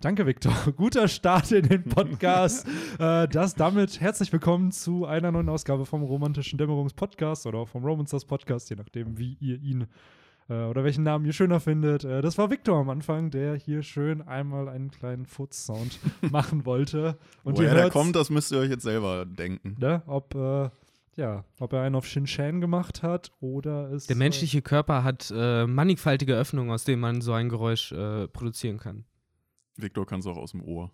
Danke, Victor. Guter Start in den Podcast. Damit herzlich willkommen zu einer neuen Ausgabe vom Romantischen Dämmerungs-Podcast oder auch vom Romancers Podcast, je nachdem, wie ihr ihn oder welchen Namen ihr schöner findet. Das war Victor am Anfang, der hier schön einmal einen kleinen Furz-Sound machen wollte. Und woher der kommt, das müsst ihr euch jetzt selber denken. Ne, ob er einen auf Shin-Chan gemacht hat oder es. Der menschliche Körper hat mannigfaltige Öffnungen, aus denen man so ein Geräusch produzieren kann. Victor kann es auch aus dem Ohr.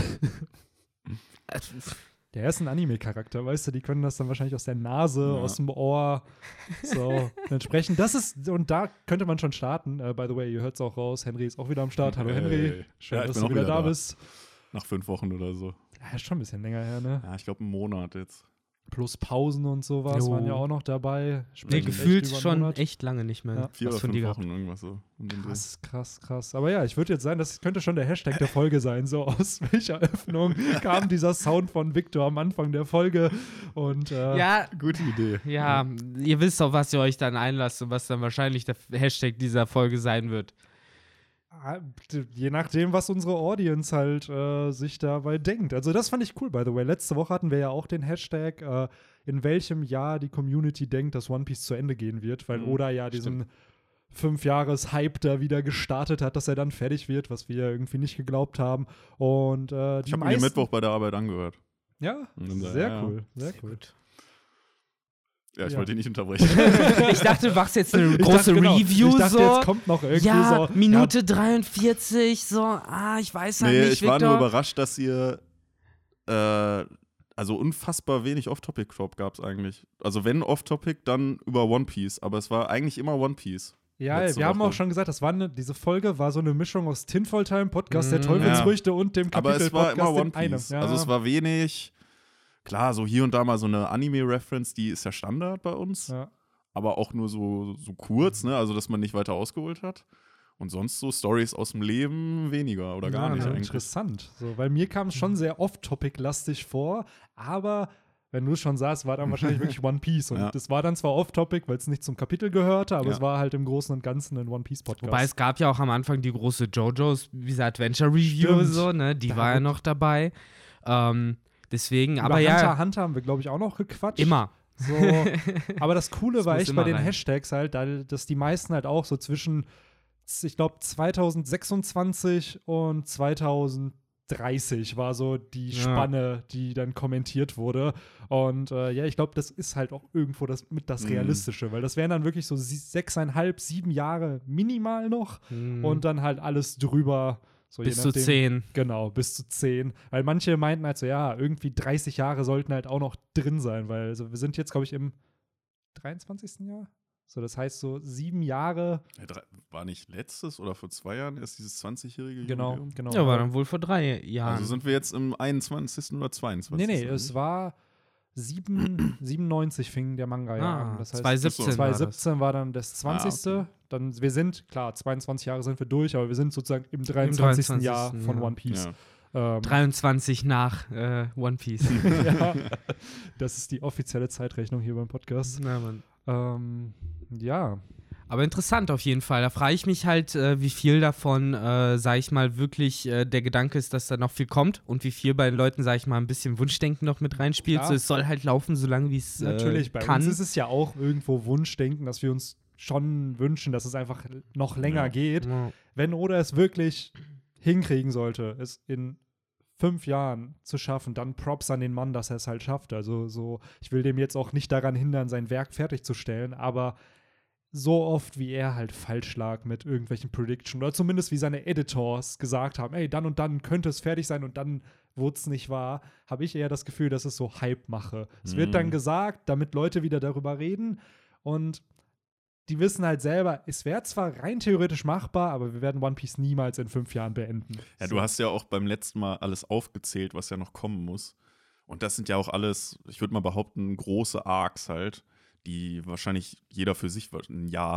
Der ist ein Anime-Charakter, weißt du, die können das dann wahrscheinlich aus der Nase, aus dem Ohr, so entsprechend. Und da könnte man schon starten. By the way, ihr hört es auch raus, Henry ist auch wieder am Start. Hallo Henry, schön, dass du wieder da bist. Nach 5 Wochen oder so. Ja, ist schon ein bisschen länger her, ne? Ja, ich glaube einen Monat jetzt. Plus Pausen und sowas waren ja auch noch dabei. Nee, gefühlt schon echt lange nicht mehr. Ja. 4 oder 5 Wochen, irgendwas so. Krass. Aber ja, ich würde jetzt sagen, das könnte schon der Hashtag der Folge sein. So, aus welcher Öffnung kam dieser Sound von Victor am Anfang der Folge? Und, ja, gute Idee. Ja, ihr wisst auf was ihr euch dann einlasst und was dann wahrscheinlich der Hashtag dieser Folge sein wird. Je nachdem, was unsere Audience halt sich dabei denkt. Also das fand ich cool, by the way. Letzte Woche hatten wir ja auch den Hashtag, in welchem Jahr die Community denkt, dass One Piece zu Ende gehen wird, weil Oda ja diesen 5-Jahres-Hype da wieder gestartet hat, dass er dann fertig wird, was wir irgendwie nicht geglaubt haben. Und ich habe mir Mittwoch bei der Arbeit angehört. Ja, sehr cool. Ja, ich wollte ihn nicht unterbrechen. Ich dachte, du machst jetzt eine große Review. Ich dachte, so. jetzt kommt noch irgendwie ja, so. Minute 43, so, ich weiß halt nicht, ich war Victor. nur überrascht, dass ihr also unfassbar wenig Off-Topic-Drop gab es eigentlich. Also wenn Off-Topic, dann über One Piece. Aber es war eigentlich immer One Piece. Ja, wir haben auch schon gesagt, diese Folge war so eine Mischung aus Tinfoil Time, Podcast der Teufelsfrüchte und dem Kapitel-Podcast. Aber es war immer One Piece. Also es war wenig. Klar, so hier und da mal so eine Anime-Reference, die ist ja Standard bei uns. Ja. Aber auch nur so kurz, ne? Also, dass man nicht weiter ausgeholt hat. Und sonst so Stories aus dem Leben weniger oder gar nicht eigentlich. Interessant. So, weil mir kam es schon sehr off-topic-lastig vor, aber wenn du es schon sagst, war dann wahrscheinlich wirklich One Piece. Und das war dann zwar off-topic, weil es nicht zum Kapitel gehörte, aber es war halt im Großen und Ganzen ein One Piece-Podcast. Wobei es gab ja auch am Anfang die große JoJo's Adventure Review, so, ne? Die war ja noch dabei. Deswegen, aber Hunter Hunter haben wir, glaube ich, auch noch gequatscht. Immer. So, aber das Coole war echt bei den Hashtags halt, dass die meisten halt auch so zwischen, ich glaube, 2026 und 2030 war so die Spanne, die dann kommentiert wurde. Und ich glaube, das ist halt auch irgendwo das Realistische, weil das wären dann wirklich so 6,5, 7 Jahre minimal noch und dann halt alles drüber. So, bis zu 10. Genau, bis zu 10. Weil manche meinten halt so, ja, irgendwie 30 Jahre sollten halt auch noch drin sein, weil also wir sind jetzt, glaube ich, im 23. Jahr. So, das heißt so 7 Jahre. Ja, war nicht letztes oder vor 2 Jahren erst dieses 20-jährige Jubiläum? Genau. Ja, war dann wohl vor 3 Jahren. Also sind wir jetzt im 21. oder 22. Nee, es war 97 fing der Manga an. Das heißt, 2017 war dann das 20. Okay. Dann, wir sind, klar, 22 Jahre sind wir durch, aber wir sind sozusagen im 23. Jahr von One Piece. Ja. 23 nach One Piece. Ja, das ist die offizielle Zeitrechnung hier beim Podcast. Na, Mann. Ja. Aber interessant auf jeden Fall. Da frage ich mich halt, wie viel davon, sag ich mal, wirklich der Gedanke ist, dass da noch viel kommt und wie viel bei den Leuten, sag ich mal, ein bisschen Wunschdenken noch mit reinspielt. So, es soll halt laufen, solange wie es Natürlich, bei kann. uns ist es ja auch irgendwo Wunschdenken, dass wir uns schon wünschen, dass es einfach noch länger geht. Ja. Wenn Oda es wirklich hinkriegen sollte, es in 5 Jahren zu schaffen, dann Props an den Mann, dass er es halt schafft. Also so, ich will dem jetzt auch nicht daran hindern, sein Werk fertigzustellen, aber so oft, wie er halt falsch lag mit irgendwelchen Predictions oder zumindest wie seine Editors gesagt haben, ey, dann und dann könnte es fertig sein und dann wurde es nicht wahr, habe ich eher das Gefühl, dass es so Hype mache. Es wird dann gesagt, damit Leute wieder darüber reden und die wissen halt selber, es wäre zwar rein theoretisch machbar, aber wir werden One Piece niemals in 5 Jahren beenden. Ja, du hast ja auch beim letzten Mal alles aufgezählt, was ja noch kommen muss. Und das sind ja auch alles, ich würde mal behaupten, große Arcs halt, die wahrscheinlich jeder für sich ein Jahr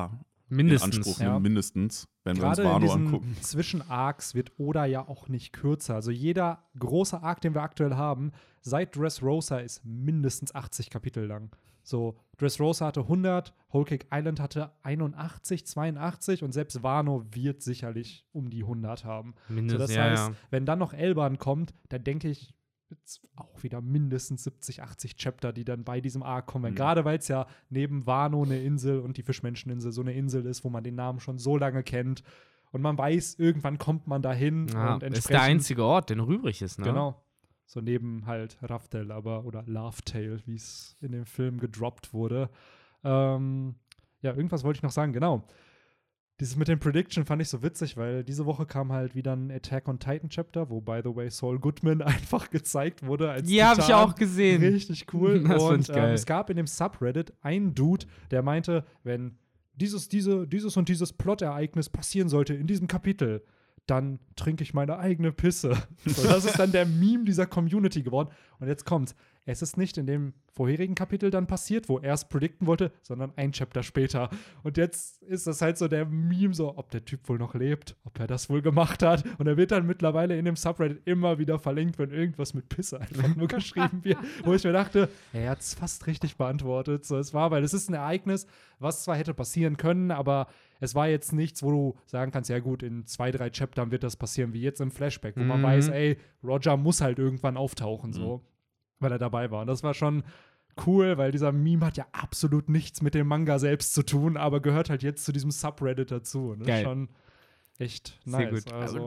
mindestens, in Anspruch nimmt, mindestens, wenn gerade wir uns Wano in angucken. Zwischen Arcs wird Oda ja auch nicht kürzer. Also jeder große Arc, den wir aktuell haben, seit Dressrosa ist mindestens 80 Kapitel lang. So, Dressrosa hatte 100, Whole Cake Island hatte 81, 82 und selbst Wano wird sicherlich um die 100 haben. Mindestens, so, das heißt, wenn dann noch Elban kommt, dann denke ich, jetzt auch wieder mindestens 70, 80 Chapter, die dann bei diesem Arc kommen. Gerade weil es ja neben Wano eine Insel und die Fischmenscheninsel so eine Insel ist, wo man den Namen schon so lange kennt und man weiß, irgendwann kommt man dahin. Ja, und ist der einzige Ort, der noch übrig ist, ne? Genau. So neben halt Raftel oder Laughtale, wie es in dem Film gedroppt wurde. Ja, irgendwas wollte ich noch sagen, genau. Dieses mit den Prediction fand ich so witzig, weil diese Woche kam halt wieder ein Attack on Titan Chapter, wo, by the way, Saul Goodman einfach gezeigt wurde als Ja, habe ich auch gesehen. Richtig cool. Das und geil. Es gab in dem Subreddit einen Dude, der meinte, wenn dieses und dieses Plot-Ereignis passieren sollte in diesem Kapitel, dann trinke ich meine eigene Pisse. So, das ist dann der Meme dieser Community geworden. Und jetzt kommt's. Es ist nicht in dem vorherigen Kapitel dann passiert, wo er es predikten wollte, sondern ein Chapter später. Und jetzt ist das halt so der Meme, so, ob der Typ wohl noch lebt, ob er das wohl gemacht hat. Und er wird dann mittlerweile in dem Subreddit immer wieder verlinkt, wenn irgendwas mit Pisse einfach nur geschrieben wird. Wo ich mir dachte, er hat es fast richtig beantwortet. So, es war, weil es ist ein Ereignis, was zwar hätte passieren können, aber es war jetzt nichts, wo du sagen kannst, ja gut, in 2, 3 Chaptern wird das passieren, wie jetzt im Flashback, wo man weiß, ey, Roger muss halt irgendwann auftauchen, so, weil er dabei war. Und das war schon cool, weil dieser Meme hat ja absolut nichts mit dem Manga selbst zu tun, aber gehört halt jetzt zu diesem Subreddit dazu. Ne? Geil. Schon echt sehr nice. gut. Also,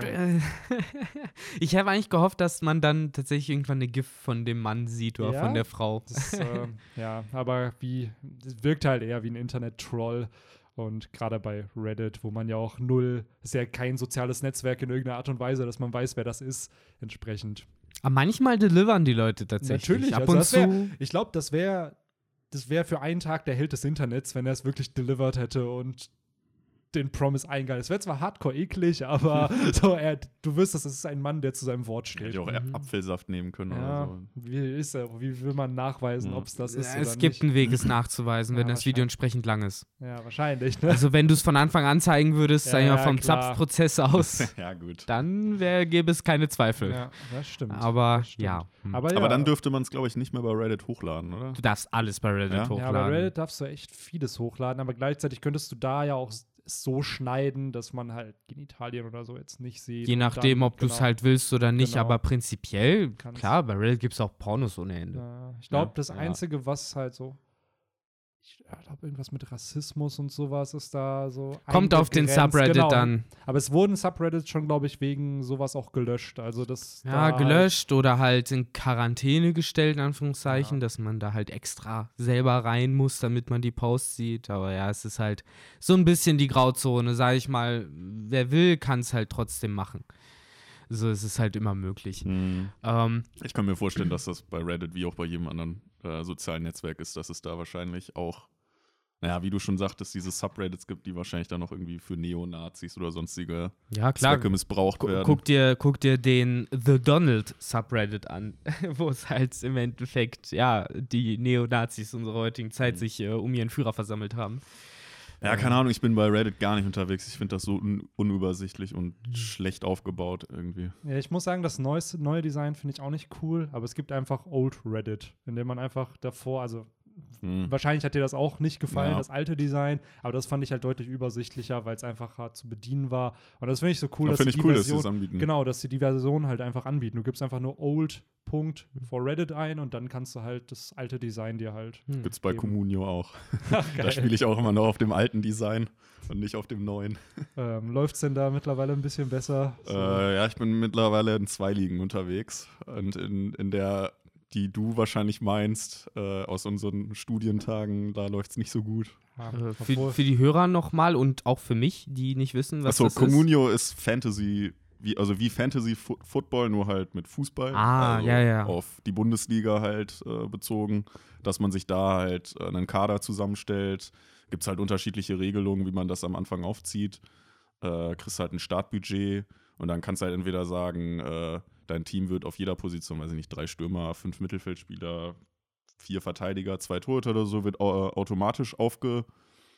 Ich habe eigentlich gehofft, dass man dann tatsächlich irgendwann eine GIF von dem Mann sieht oder von der Frau. das, ja, aber es wirkt halt eher wie ein Internet-Troll. Und gerade bei Reddit, wo man ja auch ist ja kein soziales Netzwerk in irgendeiner Art und Weise, dass man weiß, wer das ist, entsprechend. Aber manchmal delivern die Leute tatsächlich. Natürlich, ab also und zu. Ich glaube, das wäre für einen Tag der Held des Internets, wenn er es wirklich delivered hätte und den Promise eingehalten. Es wäre zwar hardcore eklig, aber so, du wüsstest, es ist ein Mann, der zu seinem Wort steht. Hätte auch Apfelsaft nehmen können oder so. Wie will man nachweisen, ob es das ist oder nicht? Es gibt einen Weg, es nachzuweisen, wenn Ja, das Video entsprechend lang ist. Ja, wahrscheinlich. Ne? Also wenn du es von Anfang an zeigen würdest, sagen wir mal vom klar. Zapfprozess aus, Ja, gut. dann gäbe es keine Zweifel. Ja, das stimmt. Aber das stimmt. ja. Aber dann dürfte man es, glaube ich, nicht mehr bei Reddit hochladen, oder? Du darfst alles bei Reddit hochladen. Ja, bei Reddit darfst du echt vieles hochladen, aber gleichzeitig könntest du da ja auch so schneiden, dass man halt Genitalien oder so jetzt nicht sieht. Je nachdem, ob du es halt willst oder nicht, aber prinzipiell, klar, bei Reddit gibt es auch Pornos ohne Ende. Ja, ich glaube, das Einzige, was halt so, ich glaube, irgendwas mit Rassismus und sowas ist da so. Kommt auf den Subreddit dann. Aber es wurden Subreddits schon, glaube ich, wegen sowas auch gelöscht. Also das gelöscht oder halt in Quarantäne gestellt, in Anführungszeichen, dass man da halt extra selber rein muss, damit man die Posts sieht. Aber ja, es ist halt so ein bisschen die Grauzone, sage ich mal. Wer will, kann es halt trotzdem machen. So, es ist halt immer möglich. Ich kann mir vorstellen, dass das bei Reddit wie auch bei jedem anderen sozialen Netzwerk ist, dass es da wahrscheinlich auch, wie du schon sagtest, diese Subreddits gibt, die wahrscheinlich dann noch irgendwie für Neonazis oder sonstige Zwecke missbraucht werden. Guck dir den The Donald Subreddit an, wo es halt im Endeffekt, die Neonazis unserer heutigen Zeit sich um ihren Führer versammelt haben. Ja, keine Ahnung, ich bin bei Reddit gar nicht unterwegs. Ich finde das so unübersichtlich und schlecht aufgebaut irgendwie. Ja, ich muss sagen, das neue Design finde ich auch nicht cool, aber es gibt einfach Old Reddit, in dem man einfach davor, also wahrscheinlich hat dir das auch nicht gefallen, das alte Design, aber das fand ich halt deutlich übersichtlicher, weil es einfach hart zu bedienen war. Und das finde ich so cool, dass sie die Version, dass anbieten. Genau, dass sie die Version halt einfach anbieten. Du gibst einfach nur Old for Reddit ein und dann kannst du halt das alte Design dir halt Gibt's bei Communio auch. Ach, da spiele ich auch immer noch auf dem alten Design und nicht auf dem neuen. Läuft's denn da mittlerweile ein bisschen besser? So. Ich bin mittlerweile in 2 Ligen unterwegs und in der, die du wahrscheinlich meinst, aus unseren Studientagen, da läuft es nicht so gut. Für die Hörer nochmal und auch für mich, die nicht wissen, was das ist. Communio ist Fantasy, wie Fantasy Football, nur halt mit Fußball. Auf die Bundesliga halt bezogen, dass man sich da halt einen Kader zusammenstellt. Gibt es halt unterschiedliche Regelungen, wie man das am Anfang aufzieht. Kriegst halt ein Startbudget und dann kannst du halt entweder sagen, dein Team wird auf jeder Position, weiß ich nicht, 3 Stürmer, 5 Mittelfeldspieler, 4 Verteidiger, 2 Torhüter oder so, wird automatisch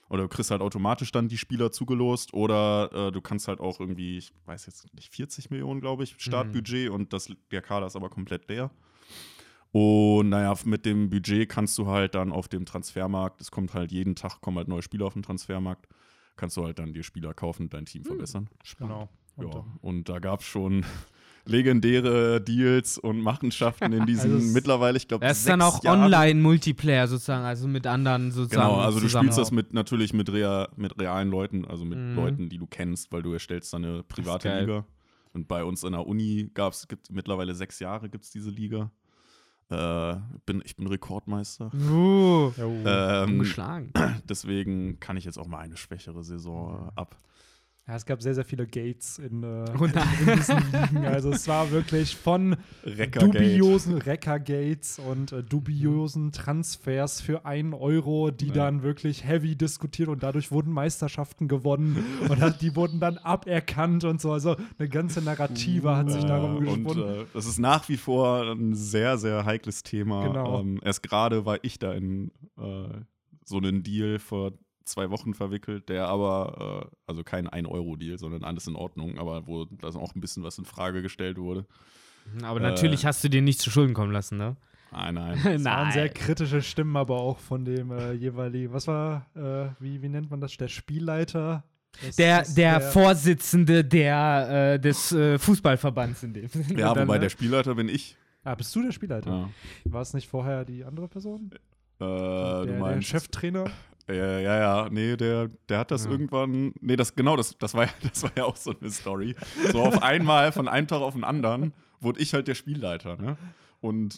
Oder du kriegst halt automatisch dann die Spieler zugelost oder du kannst halt auch irgendwie, ich weiß jetzt nicht, 40 Millionen, glaube ich, Startbudget und der Kader ist aber komplett leer. Und naja, mit dem Budget kannst du halt dann auf dem Transfermarkt, es kommt halt jeden Tag, kommen halt neue Spieler auf den Transfermarkt, kannst du halt dann die Spieler kaufen und dein Team verbessern. Genau. Und da gab es schon legendäre Deals und Machenschaften in diesen mittlerweile, ich glaube, 6 Jahren. Das ist dann auch Online-Multiplayer sozusagen, also mit anderen sozusagen. Genau, also du spielst das natürlich mit realen Leuten, also mit Leuten, die du kennst, weil du erstellst dann eine private Liga. Und bei uns in der Uni gibt mittlerweile 6 Jahre gibt's diese Liga. Ich bin Rekordmeister. Ungeschlagen. Deswegen kann ich jetzt auch mal eine schwächere Saison ab. Ja, es gab sehr, sehr viele Gates in diesen Ligen. Also es war wirklich von dubiosen Recker-Gates und dubiosen Transfers für 1 Euro, die dann wirklich heavy diskutiert und dadurch wurden Meisterschaften gewonnen und die wurden dann aberkannt und so. Also eine ganze Narrative hat sich darum gesponnen. Und das ist nach wie vor ein sehr, sehr heikles Thema. Genau. Erst gerade war ich da in so einen Deal vor 2 Wochen verwickelt, der aber, also kein 1-Euro-Deal, sondern alles in Ordnung, aber wo da auch ein bisschen was in Frage gestellt wurde. Aber natürlich hast du dir nicht zu Schulden kommen lassen, ne? Nein. Es waren sehr kritische Stimmen, aber auch von dem jeweiligen, was war, wie nennt man das, der Spielleiter? Der Vorsitzende des Fußballverbands in dem Sinne. Ja, wobei der Spielleiter bin ich. Bist du der Spielleiter? Ja. War es nicht vorher die andere Person? Du meinst der Cheftrainer? Ja, nee, der hat das irgendwann, nee, das war ja auch so eine Story. So auf einmal, von einem Tag auf den anderen, wurde ich halt der Spielleiter, ne? Und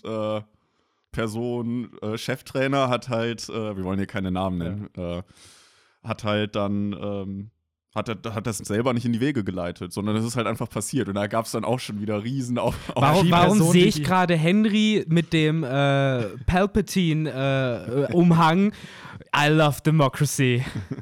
Cheftrainer hat halt, wir wollen hier keine Namen nennen, hat halt dann, hat das selber nicht in die Wege geleitet, sondern es ist halt einfach passiert. Und da gab es dann auch schon wieder riesen Warum sehe ich gerade Henry mit dem Palpatine-Umhang? I love democracy.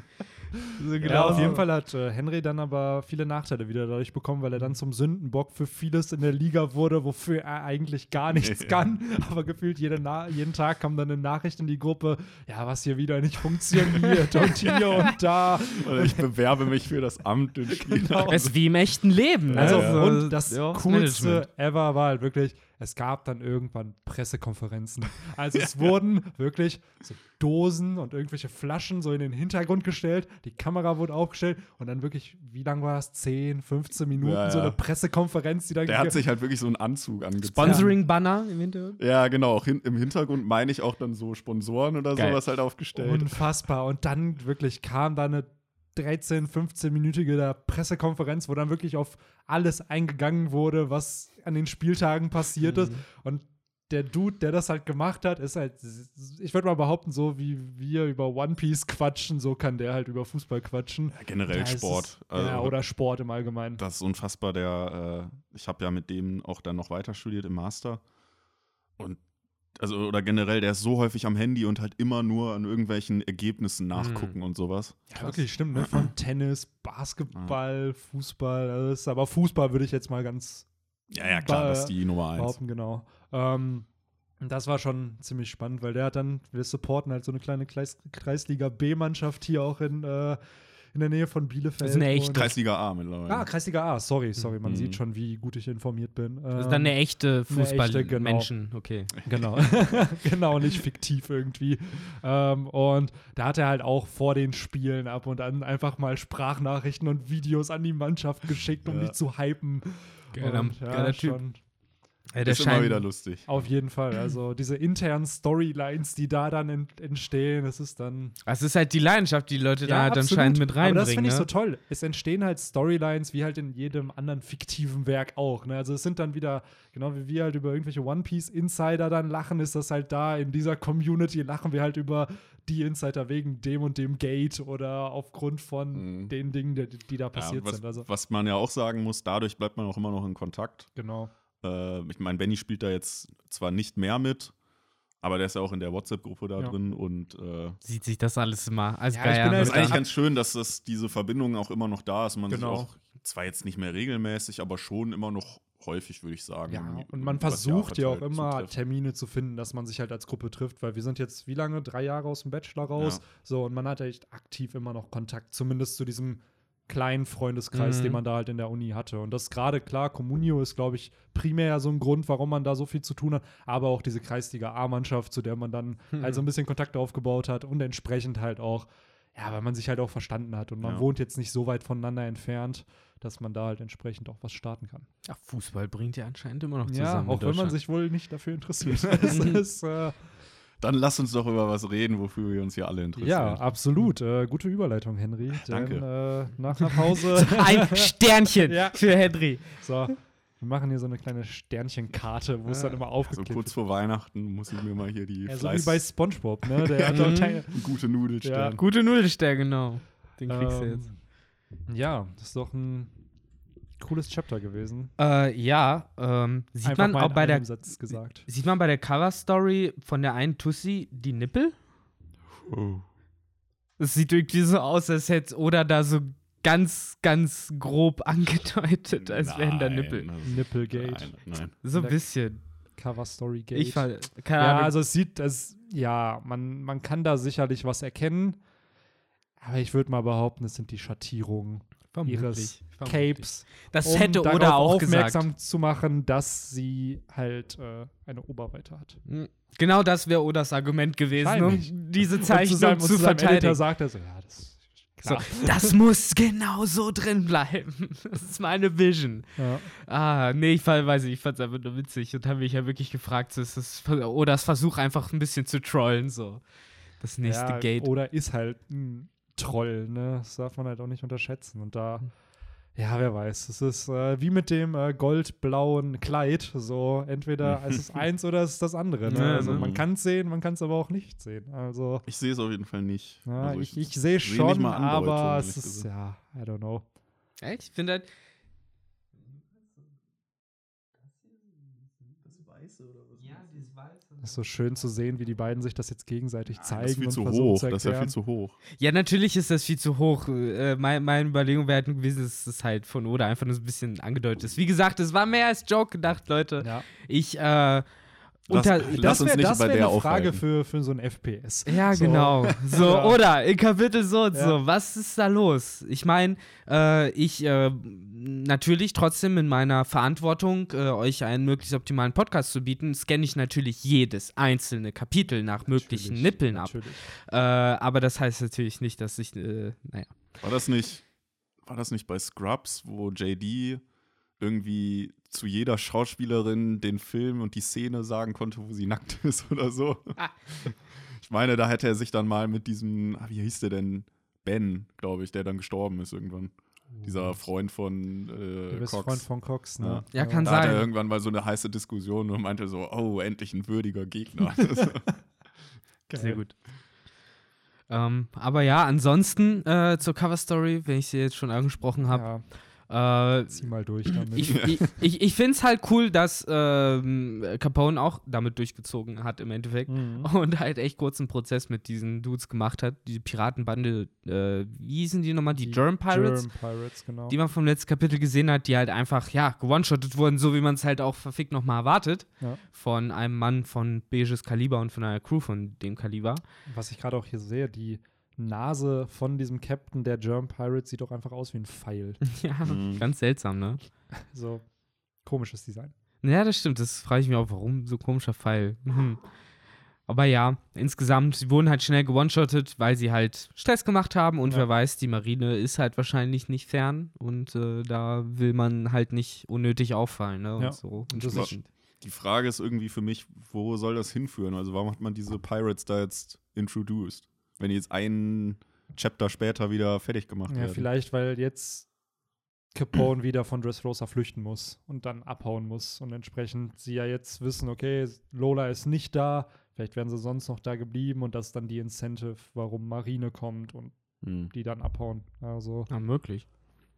Ja, auf jeden Fall hat Henry dann aber viele Nachteile wieder dadurch bekommen, weil er dann zum Sündenbock für vieles in der Liga wurde, wofür er eigentlich gar nichts kann. Aber gefühlt jeden Tag kam dann eine Nachricht in die Gruppe, ja, was hier wieder nicht funktioniert und hier und da. Oder ich bewerbe mich für das Amt des Spielers. Genau. Es ist wie im echten Leben. Also, und das Coolste ever war halt wirklich, es gab dann irgendwann Pressekonferenzen. Also es wurden wirklich so Dosen und irgendwelche Flaschen so in den Hintergrund gestellt, die Kamera wurde aufgestellt und dann wirklich, wie lang war das? 10, 15 Minuten so eine Pressekonferenz, die dann Der hat sich halt wirklich so einen Anzug angezogen. Sponsoring-Banner im Hintergrund? Ja, genau. Auch im Hintergrund meine ich auch dann so Sponsoren oder sowas halt aufgestellt. Unfassbar. Und dann wirklich kam da eine 13-, 15-minütige Pressekonferenz, wo dann wirklich auf alles eingegangen wurde, was an den Spieltagen passiert ist. Und der Dude, der das halt gemacht hat, ist halt, ich würde mal behaupten, so wie wir über One Piece quatschen, so kann der halt über Fußball quatschen. Ja, generell Sport. Oder Sport im Allgemeinen. Das ist unfassbar. Ich habe ja mit dem auch dann noch weiter studiert im Master. Und oder generell, der ist so häufig am Handy und halt immer nur an irgendwelchen Ergebnissen nachgucken und sowas. Ja, wirklich, stimmt, ne? Von Tennis, Basketball, Fußball, alles. Aber Fußball würde ich jetzt mal ganz Ja, klar, das ist die Nummer 1. Behaupten, genau. Das war schon ziemlich spannend, weil der hat dann, wir supporten halt so eine kleine Kreisliga B-Mannschaft hier auch in der Nähe von Bielefeld. Das ist eine echte Kreisliga A mittlerweile. Kreisliga A, sorry, man sieht schon, wie gut ich informiert bin. Das ist dann eine echte Fußballmenschen, okay. Genau. Genau, nicht fiktiv irgendwie. Und da hat er halt auch vor den Spielen ab und an einfach mal Sprachnachrichten und Videos an die Mannschaft geschickt, um die zu hypen. Geiler Typ. Das ist immer wieder lustig. Auf jeden Fall. Also diese internen Storylines, die da dann entstehen, das ist dann. Es ist halt die Leidenschaft, die Leute da dann scheinen mit reinbringen. Aber das finde ich so toll. Es entstehen halt Storylines, wie halt in jedem anderen fiktiven Werk auch. Ne? Also es sind dann wieder, genau wie wir halt über irgendwelche One Piece Insider dann lachen, ist das halt da in dieser Community, lachen wir halt über die Insider wegen dem und dem Gate oder aufgrund von den Dingen, die da passiert sind. Also. Was man ja auch sagen muss, dadurch bleibt man auch immer noch in Kontakt. Genau. Ich meine, Benny spielt da jetzt zwar nicht mehr mit, aber der ist ja auch in der WhatsApp-Gruppe da drin und sieht sich das alles immer als Geier. Es ist eigentlich ganz schön, dass diese Verbindung auch immer noch da ist. Man sich genau. auch zwar jetzt nicht mehr regelmäßig, aber schon immer noch häufig, würde ich sagen. Ja, und man versucht ja auch immer Termine zu finden, dass man sich halt als Gruppe trifft, weil wir sind jetzt, wie lange? 3 Jahre aus dem Bachelor raus. Ja. So, und man hat echt aktiv immer noch Kontakt, zumindest zu diesem kleinen Freundeskreis, den man da halt in der Uni hatte. Und das ist gerade klar, Communio ist, glaube ich, primär so ein Grund, warum man da so viel zu tun hat, aber auch diese Kreisliga A-Mannschaft, zu der man dann halt so ein bisschen Kontakt aufgebaut hat und entsprechend halt auch, ja, weil man sich halt auch verstanden hat und man wohnt jetzt nicht so weit voneinander entfernt, dass man da halt entsprechend auch was starten kann. Ach, Fußball bringt ja anscheinend immer noch zusammen. Ja, auch wenn man sich wohl nicht dafür interessiert. Das ist, dann lass uns doch über was reden, wofür wir uns hier alle interessieren. Ja, absolut. Gute Überleitung, Henry. Danke. Denn, nach einer Pause ein Sternchen für Henry. So, wir machen hier so eine kleine Sternchenkkarte, wo es dann immer aufgeklebt wird. So kurz vor Weihnachten muss ich mir mal hier die so wie bei SpongeBob, ne? Der hat doch gute Nudelstern. Ja. Gute Nudelstern, genau. Den kriegst du jetzt. Ja, das ist doch ein cooles Chapter gewesen. Sieht man auch bei der Satz gesagt. Sieht man bei der Cover-Story von der einen Tussi die Nippel? Oh. Es sieht irgendwie so aus, als hätte Oda da so ganz, ganz grob angedeutet, als wären da Nippel. Nippelgate. Nein. So ein bisschen. Cover-Story-Gate. Also es sieht, man kann da sicherlich was erkennen, aber ich würde mal behaupten, es sind die Schattierungen ihres Capes. Das hätte Oda auch aufmerksam gesagt. zu machen, dass sie halt eine Oberweite hat. Genau das wäre Odas Argument gewesen, um diese Zeichnung zu verteidigen. Editor sagt er so, ja, das ist klar. So, das muss genau so drin bleiben. Das ist meine Vision. Ja. Ich fand's einfach nur witzig und habe mich ja wirklich gefragt, ist das Odas Versuch einfach ein bisschen zu trollen, so. Das nächste Gate. Oder ist halt ein Troll, ne? Das darf man halt auch nicht unterschätzen. Und da, ja, wer weiß. Es ist wie mit dem goldblauen Kleid. So, entweder es ist eins oder es ist das andere. Ne? Also man kann es sehen, man kann es aber auch nicht sehen. Also, ich sehe es auf jeden Fall nicht. Ja, also ich sehe schon, aber es ist, I don't know. Echt? Ich finde halt. Das ist so schön zu sehen, wie die beiden sich das jetzt gegenseitig zeigen. Das ist viel zu hoch. Das ist ja viel zu hoch. Ja, natürlich ist das viel zu hoch. Meine Überlegung wäre halt gewesen, dass es halt von Oda einfach nur so ein bisschen angedeutet ist. Wie gesagt, es war mehr als Joke gedacht, Leute. Ja. Das wäre eine Frage für so ein FPS. Ja, so. Genau. So, oder in Kapitel so und so. Was ist da los? Ich meine, natürlich trotzdem in meiner Verantwortung, euch einen möglichst optimalen Podcast zu bieten, scanne ich natürlich jedes einzelne Kapitel nach möglichen Nippeln ab. Aber das heißt natürlich nicht, dass ich, War das nicht bei Scrubs, wo JD irgendwie zu jeder Schauspielerin den Film und die Szene sagen konnte, wo sie nackt ist oder so? Ich meine, da hätte er sich dann mal mit diesem, wie hieß der denn? Ben, glaube ich, der dann gestorben ist irgendwann. Dieser Freund von Cox. Freund von Cox, ne? Ja, kann da sein. Da hatte er irgendwann mal so eine heiße Diskussion und meinte so, oh, endlich ein würdiger Gegner. Sehr gut. Aber ja, ansonsten zur Cover-Story, wenn ich sie jetzt schon angesprochen habe. Zieh mal durch damit. Ich finde es halt cool, dass Capone auch damit durchgezogen hat im Endeffekt und halt echt kurzen Prozess mit diesen Dudes gemacht hat. Die Piratenbande, wie hießen die nochmal? Die Germ Pirates? Germ Pirates, genau. Die man vom letzten Kapitel gesehen hat, die halt einfach, gewone-shottet wurden, so wie man es halt auch verfickt nochmal erwartet. Ja. Von einem Mann von beiges Kaliber und von einer Crew von dem Kaliber. Was ich gerade auch hier sehe, die Nase von diesem Captain der Germ Pirates sieht doch einfach aus wie ein Pfeil. Ja, ganz seltsam, ne? So komisches Design. Ja, das stimmt. Das frage ich mich auch, warum so komischer Pfeil. Aber ja, insgesamt, sie wurden halt schnell gewone-shottet, weil sie halt Stress gemacht haben und wer weiß, die Marine ist halt wahrscheinlich nicht fern und da will man halt nicht unnötig auffallen, ne? Und so. Und die Frage ist irgendwie für mich, wo soll das hinführen? Also warum hat man diese Pirates da jetzt introduced? Wenn die jetzt einen Chapter später wieder fertig gemacht werden. Ja, vielleicht, weil jetzt Capone wieder von Dressrosa flüchten muss und dann abhauen muss und entsprechend sie ja jetzt wissen, okay, Lola ist nicht da, vielleicht wären sie sonst noch da geblieben und das ist dann die Incentive, warum Marine kommt und die dann abhauen. Also möglich.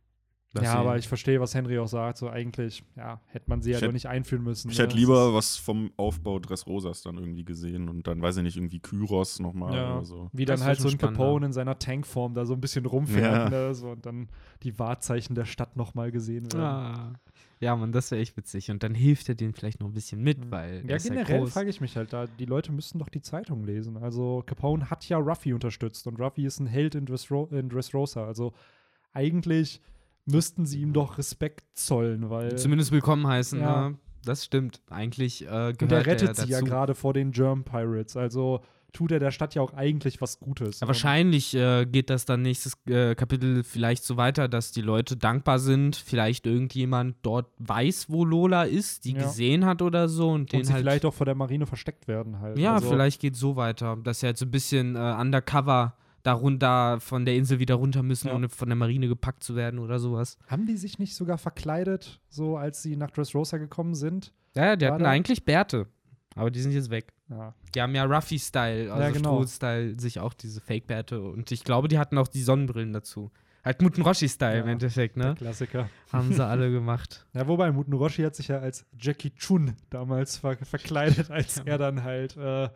Ja, aber ich verstehe, was Henry auch sagt. So eigentlich, ja, hätte man sie ja doch nicht einführen müssen. Ich hätte lieber was vom Aufbau Dressrosas dann irgendwie gesehen und dann, weiß ich nicht, irgendwie Kyros nochmal oder so. Wie dann halt so ein Capone in seiner Tankform da so ein bisschen rumfährt, ne, so, und dann die Wahrzeichen der Stadt nochmal gesehen werden. Ja, Mann, das wäre echt witzig. Und dann hilft er denen vielleicht noch ein bisschen mit, weil ja, generell frage ich mich halt da, die Leute müssten doch die Zeitung lesen. Also Capone hat ja Ruffy unterstützt und Ruffy ist ein Held in Dressrosa. Also eigentlich müssten sie ihm doch Respekt zollen, weil zumindest willkommen heißen, ja. Das stimmt. Eigentlich gehört und er rettet sie ja gerade vor den Germ Pirates, also tut er der Stadt ja auch eigentlich was Gutes. Ja, wahrscheinlich geht das dann nächstes Kapitel vielleicht so weiter, dass die Leute dankbar sind, vielleicht irgendjemand dort weiß, wo Lola ist, die gesehen hat oder so. Und den sie halt vielleicht auch vor der Marine versteckt werden halt. Ja, also vielleicht geht es so weiter, dass sie halt so ein bisschen undercover darunter von der Insel wieder runter müssen, ohne von der Marine gepackt zu werden oder sowas. Haben die sich nicht sogar verkleidet, so als sie nach Dressrosa gekommen sind? Ja, die hatten eigentlich Bärte, aber die sind jetzt weg. Ja. Die haben ja Ruffy-Style, also Stroh-Style, sich auch diese Fake-Bärte und ich glaube, die hatten auch die Sonnenbrillen dazu. Halt Muten Roshi-Style im Endeffekt, ne? Der Klassiker. Haben sie alle gemacht. Ja, wobei Muten Roshi hat sich ja als Jackie Chun damals verkleidet, als er dann halt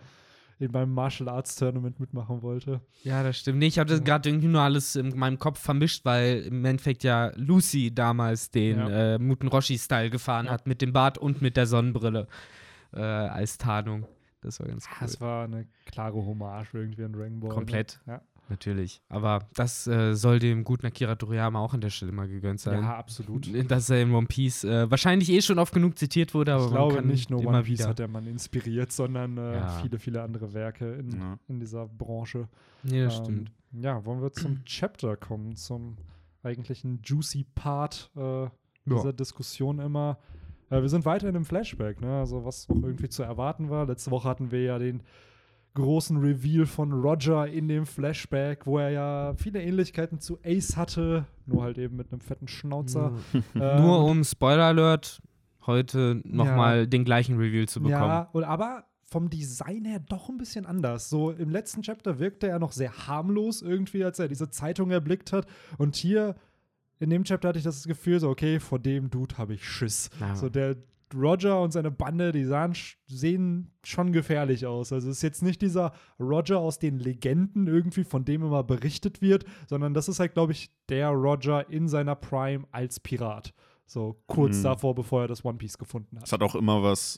beim Martial Arts Tournament mitmachen wollte. Ja, das stimmt. Nee, ich habe das gerade irgendwie nur alles in meinem Kopf vermischt, weil im Endeffekt ja Lucy damals den Muten Roshi-Style gefahren hat, mit dem Bart und mit der Sonnenbrille als Tarnung. Das war ganz cool. Das war eine klare Hommage irgendwie an Dragon Ball. Komplett. Ne? Ja. Natürlich. Aber das soll dem guten Akira Toriyama auch an der Stelle mal gegönnt sein. Ja, absolut. Dass er in One Piece wahrscheinlich schon oft genug zitiert wurde, aber ich glaube, nicht nur One Piece hat der Mann inspiriert, sondern viele, viele andere Werke in dieser Branche. Ja, das stimmt. Ja, wollen wir zum Chapter kommen, zum eigentlichen juicy Part dieser Diskussion immer. Wir sind weiterhin im Flashback, ne? Also was auch irgendwie zu erwarten war. Letzte Woche hatten wir ja den großen Reveal von Roger in dem Flashback, wo er ja viele Ähnlichkeiten zu Ace hatte, nur halt eben mit einem fetten Schnauzer. Nur um Spoiler Alert heute nochmal den gleichen Reveal zu bekommen. Ja, aber vom Design her doch ein bisschen anders. So im letzten Chapter wirkte er noch sehr harmlos irgendwie, als er diese Zeitung erblickt hat. Und hier in dem Chapter hatte ich das Gefühl, so okay, vor dem Dude habe ich Schiss. Ja. So der Roger und seine Bande, die sehen schon gefährlich aus. Also es ist jetzt nicht dieser Roger aus den Legenden irgendwie, von dem immer berichtet wird, sondern das ist halt, glaube ich, der Roger in seiner Prime als Pirat. So kurz davor, bevor er das One Piece gefunden hat. Es hat auch immer was,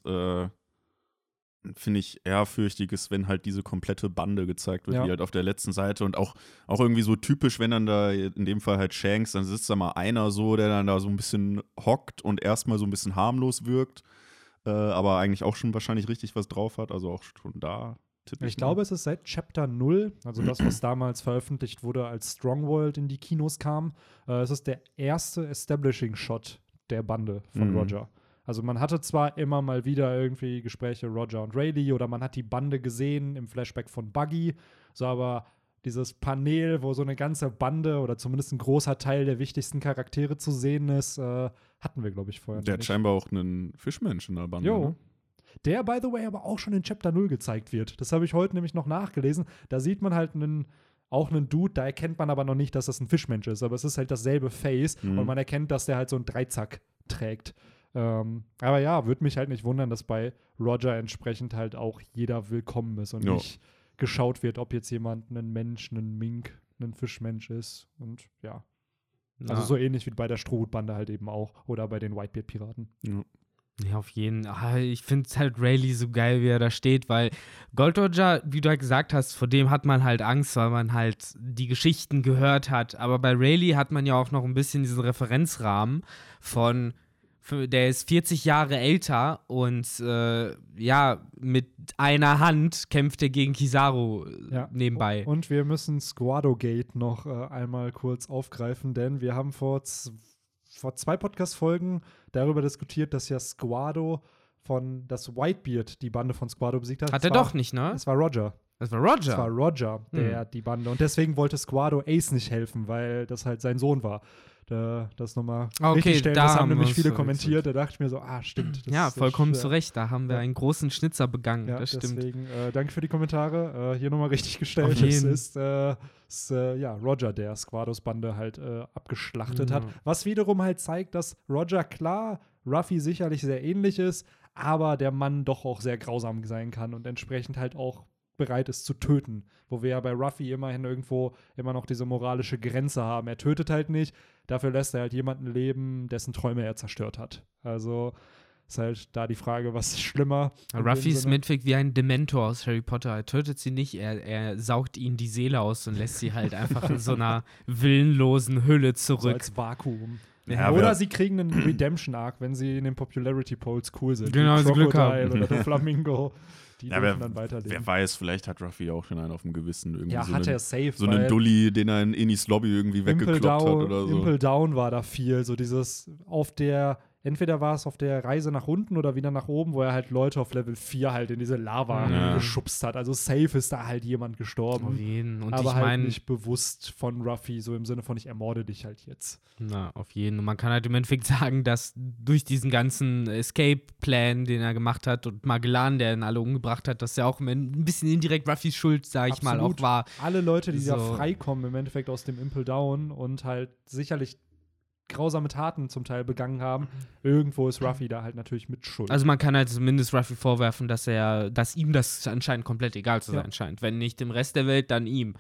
finde ich, ehrfürchtiges, wenn halt diese komplette Bande gezeigt wird, wie halt auf der letzten Seite und auch irgendwie so typisch, wenn dann da, in dem Fall halt Shanks, dann sitzt da mal einer so, der dann da so ein bisschen hockt und erstmal so ein bisschen harmlos wirkt, aber eigentlich auch schon wahrscheinlich richtig was drauf hat, also auch schon da. Ich glaube, es ist seit Chapter 0, also das, was damals veröffentlicht wurde, als Strongworld in die Kinos kam, es ist der erste Establishing-Shot der Bande von Roger. Also man hatte zwar immer mal wieder irgendwie Gespräche Roger und Rayleigh oder man hat die Bande gesehen im Flashback von Buggy, so aber dieses Panel, wo so eine ganze Bande oder zumindest ein großer Teil der wichtigsten Charaktere zu sehen ist, hatten wir, glaube ich, vorher Der hat scheinbar auch einen Fischmensch in der Bande. Jo. Ne? Der, by the way, aber auch schon in Chapter 0 gezeigt wird. Das habe ich heute nämlich noch nachgelesen. Da sieht man halt auch einen Dude, da erkennt man aber noch nicht, dass das ein Fischmensch ist, aber es ist halt dasselbe Face und man erkennt, dass der halt so einen Dreizack trägt. Aber ja, würde mich halt nicht wundern, dass bei Roger entsprechend halt auch jeder willkommen ist und nicht geschaut wird, ob jetzt jemand ein Mensch, ein Mink, ein Fischmensch ist und ja. Also so ähnlich wie bei der Strohhutbande halt eben auch oder bei den Whitebeard-Piraten. Ja, auf jeden Fall. Ich finde es halt Rayleigh so geil, wie er da steht, weil Gold Roger, wie du halt gesagt hast, vor dem hat man halt Angst, weil man halt die Geschichten gehört hat. Aber bei Rayleigh hat man ja auch noch ein bisschen diesen Referenzrahmen von der ist 40 Jahre älter und mit einer Hand kämpft er gegen Kizaru nebenbei. Und wir müssen Squado Gate noch einmal kurz aufgreifen, denn wir haben vor 2 Podcast-Folgen darüber diskutiert, dass ja Squado das Whitebeard die Bande von Squado besiegt hat. Hat er doch nicht, ne? Es war Roger. Das war Roger. Das war Roger, die Bande. Und deswegen wollte Squado Ace nicht helfen, weil das halt sein Sohn war. Das nochmal richtig stellen. Das haben nämlich viele kommentiert. Da dachte ich mir so, stimmt. Ja, vollkommen zu Recht. Da haben wir einen großen Schnitzer begangen. Ja, das stimmt. Deswegen, danke für die Kommentare. Hier nochmal richtig gestellt. Es ist Roger, der Squados Bande halt abgeschlachtet hat. Was wiederum halt zeigt, dass Roger, klar, Ruffy sicherlich sehr ähnlich ist, aber der Mann doch auch sehr grausam sein kann und entsprechend halt auch bereit ist zu töten. Wo wir ja bei Ruffy immerhin irgendwo immer noch diese moralische Grenze haben. Er tötet halt nicht, dafür lässt er halt jemanden leben, dessen Träume er zerstört hat. Also ist halt da die Frage, was ist schlimmer? Ruffy ist im Endeffekt wie ein Dementor aus Harry Potter. Er tötet sie nicht, er saugt ihnen die Seele aus und lässt sie halt einfach in so einer willenlosen Hülle zurück. So als Vakuum. Ja, oder sie kriegen einen Redemption-Arc, wenn sie in den Popularity Polls cool sind. Genau, sie Glück haben. Oder der Flamingo. Die dürfen dann weiterleben. Wer weiß, vielleicht hat Ruffy auch schon einen auf dem Gewissen. Irgendwie hat er safe. So einen Dulli, den er in Innis Lobby irgendwie weggekloppt hat oder so. Impel Down war da viel. So dieses entweder war es auf der Reise nach unten oder wieder nach oben, wo er halt Leute auf Level 4 halt in diese Lava geschubst hat. Also safe ist da halt jemand gestorben. Auf jeden. Und aber halt nicht bewusst von Ruffy, so im Sinne von, ich ermorde dich halt jetzt. Na, auf jeden. Und man kann halt im Endeffekt sagen, dass durch diesen ganzen Escape-Plan, den er gemacht hat und Magellan, der ihn alle umgebracht hat, dass ja auch ein bisschen indirekt Ruffys Schuld, sag ich mal, auch war. Alle Leute, die da freikommen im Endeffekt aus dem Impel Down und halt sicherlich grausame Taten zum Teil begangen haben, irgendwo ist Ruffy da halt natürlich mit Schuld. Also man kann halt zumindest Ruffy vorwerfen, dass ihm das anscheinend komplett egal zu sein scheint. Wenn nicht dem Rest der Welt, dann ihm.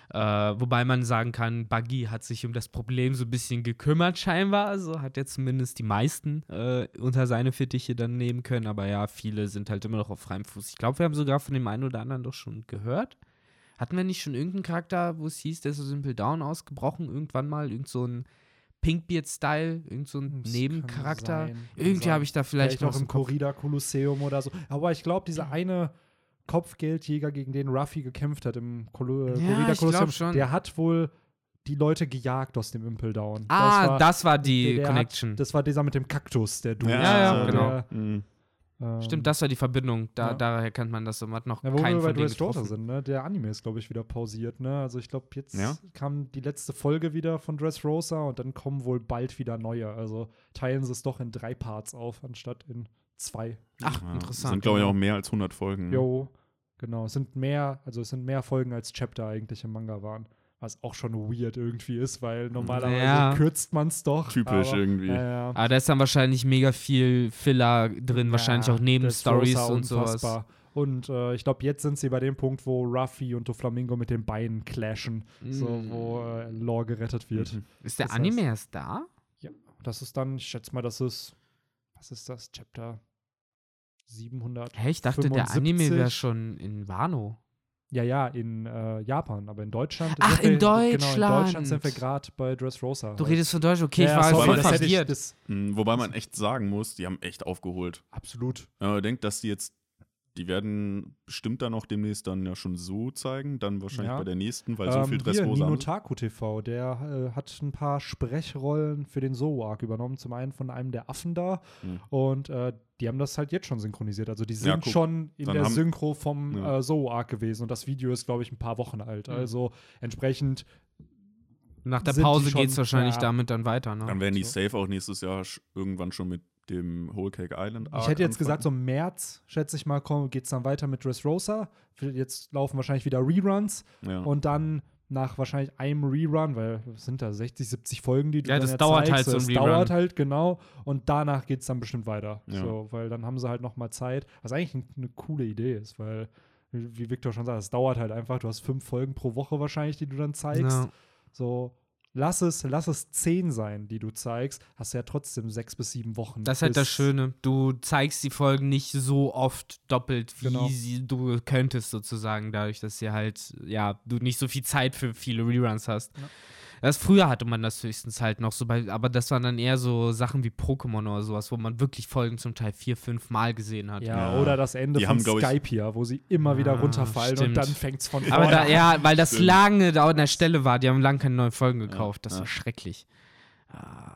Wobei man sagen kann, Buggy hat sich um das Problem so ein bisschen gekümmert scheinbar, also hat er zumindest die meisten unter seine Fittiche dann nehmen können, aber ja, viele sind halt immer noch auf freiem Fuß. Ich glaube, wir haben sogar von dem einen oder anderen doch schon gehört. Hatten wir nicht schon irgendeinen Charakter, wo es hieß, der ist so Impel Down ausgebrochen, irgendwann mal, irgend so ein Pinkbeard-Style, irgend so ein Nebencharakter. Irgendwie habe ich da vielleicht noch im Corrida Kolosseum oder so. Aber ich glaube, dieser eine Kopfgeldjäger, gegen den Ruffy gekämpft hat im Corrida Kolosseum, der hat wohl die Leute gejagt aus dem Impel Down. Das war die Connection. Das war dieser mit dem Kaktus, der Dude. Ja, genau. Stimmt, das war die Verbindung. Daher kennt man das. Man hat noch keinen von denen getroffen. Sind, ne? Der Anime ist, glaube ich, wieder pausiert. Ne? Also ich glaube, jetzt kam die letzte Folge wieder von Dressrosa und dann kommen wohl bald wieder neue. Also teilen sie es doch in 3 Parts auf, anstatt in 2. Ach, interessant. Es sind, glaube ich, auch mehr als 100 Folgen. Jo, genau. Es sind mehr Folgen als Chapter eigentlich im Manga waren. Was auch schon weird irgendwie ist, weil normalerweise kürzt man es doch. Typisch irgendwie. Aber da ist dann wahrscheinlich mega viel Filler drin, wahrscheinlich auch Nebenstories und sowas. Und ich glaube, jetzt sind sie bei dem Punkt, wo Ruffy und Doflamingo mit den Beinen clashen, wo Lore gerettet wird. Ist der Anime erst da? Ja, das ist dann, ich schätze mal, was ist das, Chapter 700? Ich dachte, der Anime wäre schon in Wano. Ja, in Japan, aber in Deutschland. In Deutschland! Genau, in Deutschland sind wir gerade bei Dressrosa. Du redest von Deutsch, okay, ich war voll verwirrt. Wobei man echt sagen muss, die haben echt aufgeholt. Absolut. Wenn man denkt, dass die werden bestimmt dann auch demnächst dann ja schon so zeigen, dann wahrscheinlich bei der nächsten, weil so viel Dressrosa haben. Ninotaku TV, der hat ein paar Sprechrollen für den Zoo-Arc übernommen. Zum einen von einem der Affen da und die haben das halt jetzt schon synchronisiert. Also die sind schon in der Synchro vom Zoo-Arc gewesen und das Video ist, glaube ich, ein paar Wochen alt. Also entsprechend nach der Pause geht es wahrscheinlich damit dann weiter. Ne? Dann werden die safe auch nächstes Jahr irgendwann schon mit dem Whole Cake Island Arc. Ich hätte jetzt gesagt, so im März, schätze ich mal, geht es dann weiter mit Dressrosa. Jetzt laufen wahrscheinlich wieder Reruns und dann nach wahrscheinlich einem Rerun, weil es sind da 60, 70 Folgen, die du dann das dauert zeigst. Halt so ein Rerun. Das dauert halt, genau. Und danach geht es dann bestimmt weiter. So, weil dann haben sie halt noch mal Zeit, was eigentlich eine coole Idee ist, weil, wie Victor schon sagt, es dauert halt einfach, du hast 5 Folgen pro Woche wahrscheinlich, die du dann zeigst. Ja. So, lass es 10 sein, die du zeigst, hast du ja trotzdem 6 bis 7 Wochen. Das ist halt das Schöne. Du zeigst die Folgen nicht so oft doppelt, wie du könntest, sozusagen, dadurch, dass du nicht so viel Zeit für viele Reruns hast. Ja. Früher hatte man das höchstens halt noch so, aber das waren dann eher so Sachen wie Pokémon oder sowas, wo man wirklich Folgen zum Teil 4-5 Mal gesehen hat. Ja, oder das Ende von Skype hier, wo sie immer wieder runterfallen und dann fängt es von vorne an. Weil das lange da an der Stelle war, die haben lange keine neuen Folgen gekauft. Das war schrecklich.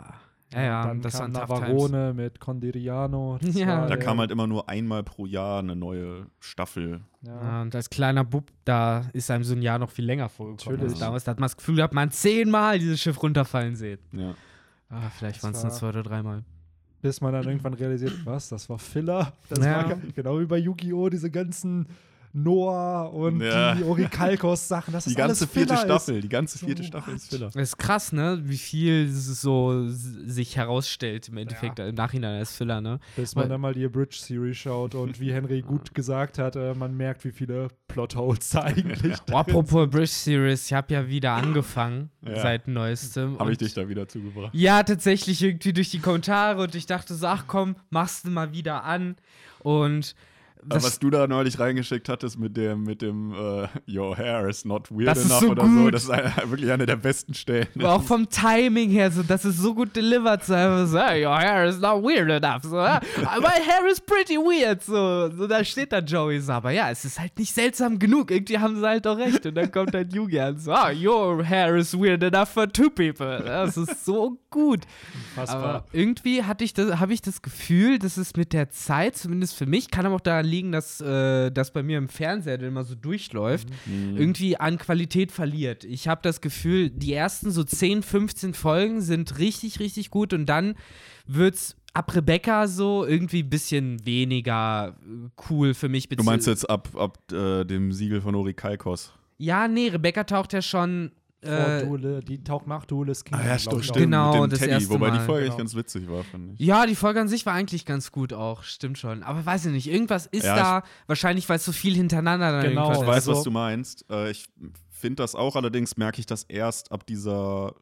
Ja, dann das kam waren Tough Navarone mit Condiriano. Ja. Da kam halt immer nur einmal pro Jahr eine neue Staffel. Ja, und als kleiner Bub, da ist einem so ein Jahr noch viel länger vorgekommen. Natürlich. Also damals, da hat man das Gefühl gehabt, man 10-mal dieses Schiff runterfallen sehen. Ja. Vielleicht waren es nur 2 oder 3-mal. Bis man dann irgendwann realisiert, was, das war Filler. Das Ja. war genau wie bei Yu-Gi-Oh! Diese ganzen Noah und Ja. die Orikalkos-Sachen. Das Die ist ganze alles vierte Filler Staffel, ist. die ganze vierte Staffel ist Filler. Das ist krass, ne? Wie viel so sich herausstellt im Endeffekt im Nachhinein als Filler, ne? Bis man dann mal die Abridged-Series schaut und wie Henry gut gesagt hat, man merkt, wie viele Plotholes da eigentlich drin Apropos Bridge Series, ich habe ja wieder angefangen seit neuestem. Habe ich dich da wieder zugebracht? Ja, tatsächlich irgendwie durch die Kommentare und ich dachte so, ach komm, machst du mal wieder an. Und was du da neulich reingeschickt hattest mit dem Your hair is not weird das ist enough so oder gut. so, das ist wirklich eine der besten Stellen. Aber auch vom Timing her, so, das ist so gut delivered, so einfach so, your hair is not weird enough, so, my hair is pretty weird, so da steht da Joey so, aber ja, es ist halt nicht seltsam genug, irgendwie haben sie halt doch recht und dann kommt halt Yugi an, so, your hair is weird enough for 2 people, das ist so gut. Aber irgendwie habe ich das Gefühl, dass es mit der Zeit, zumindest für mich, kann aber auch daran liegen, dass das bei mir im Fernseher, der immer so durchläuft, irgendwie an Qualität verliert. Ich habe das Gefühl, die ersten so 10, 15 Folgen sind richtig, richtig gut und dann wird's ab Rebecca so irgendwie ein bisschen weniger cool für mich. Du meinst jetzt ab dem Siegel von Orikalkos? Ja, nee, Rebecca taucht ja schon die taucht nach Duelist King. Ja, stimmt. Genau, mit dem das Teddy, erste wobei die Mal. Folge Genau. echt ganz witzig war, fand ich. Ja, die Folge an sich war eigentlich ganz gut auch, stimmt schon. Aber weiß ich nicht, irgendwas ist Ja, da, wahrscheinlich, weil es so viel hintereinander dann Genau, irgendwas Ich weiß, also- was du meinst. Ich finde das auch, allerdings merke ich das erst ab dieser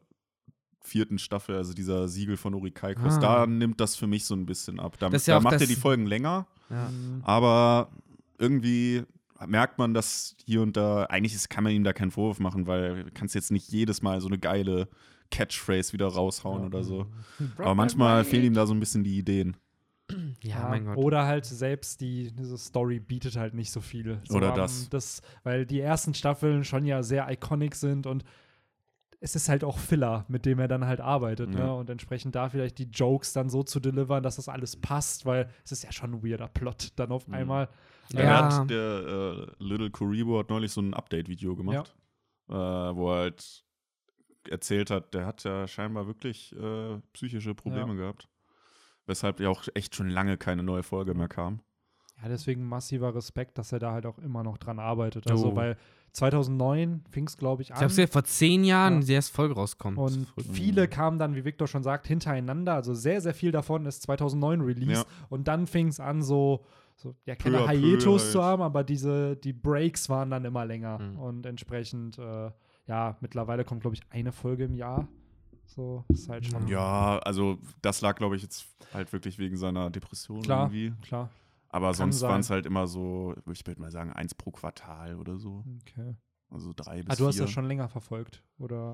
4. Staffel, also dieser Siegel von Orikalkos. Da nimmt das für mich so ein bisschen ab. Da Das ist ja auch macht er das- die Folgen länger, Ja. aber irgendwie merkt man, dass hier und da, eigentlich kann man ihm da keinen Vorwurf machen, weil du kannst jetzt nicht jedes Mal so eine geile Catchphrase wieder raushauen oder so. Aber manchmal fehlen ihm da so ein bisschen die Ideen. Ja, mein Gott. Oder halt selbst diese Story bietet halt nicht so viel. So, Oder das. Weil die ersten Staffeln schon ja sehr iconic sind und es ist halt auch Filler, mit dem er dann halt arbeitet. Ja. Ne? Und entsprechend da vielleicht die Jokes dann so zu delivern, dass das alles passt, weil es ist ja schon ein weirder Plot dann auf einmal. Ja. Der Little Kuribo hat neulich so ein Update-Video gemacht, wo er halt erzählt hat, der hat ja scheinbar wirklich psychische Probleme gehabt. Weshalb ja auch echt schon lange keine neue Folge mehr kam. Ja, deswegen massiver Respekt, dass er da halt auch immer noch dran arbeitet. Also, weil 2009 fing es, glaube ich, an. Ich hab's ja vor 10 Jahren die erste Folge rauskommt. Und viele kamen dann, wie Victor schon sagt, hintereinander. Also sehr, sehr viel davon ist 2009 released. Ja. Und dann fing es an, so ja, keine Peu à peu Hiatus halt. zu haben, aber die Breaks waren dann immer länger. Mhm. Und entsprechend, ja, mittlerweile kommt, glaube ich, eine Folge im Jahr. So, ist halt schon. Ja, also das lag, glaube ich, jetzt halt wirklich wegen seiner Depression Klar, irgendwie. klar. Aber sonst sein. waren es halt immer so, ich würde mal sagen, 1 pro Quartal oder so. Okay. Also 3 bis 4. Du hast das schon länger verfolgt, oder?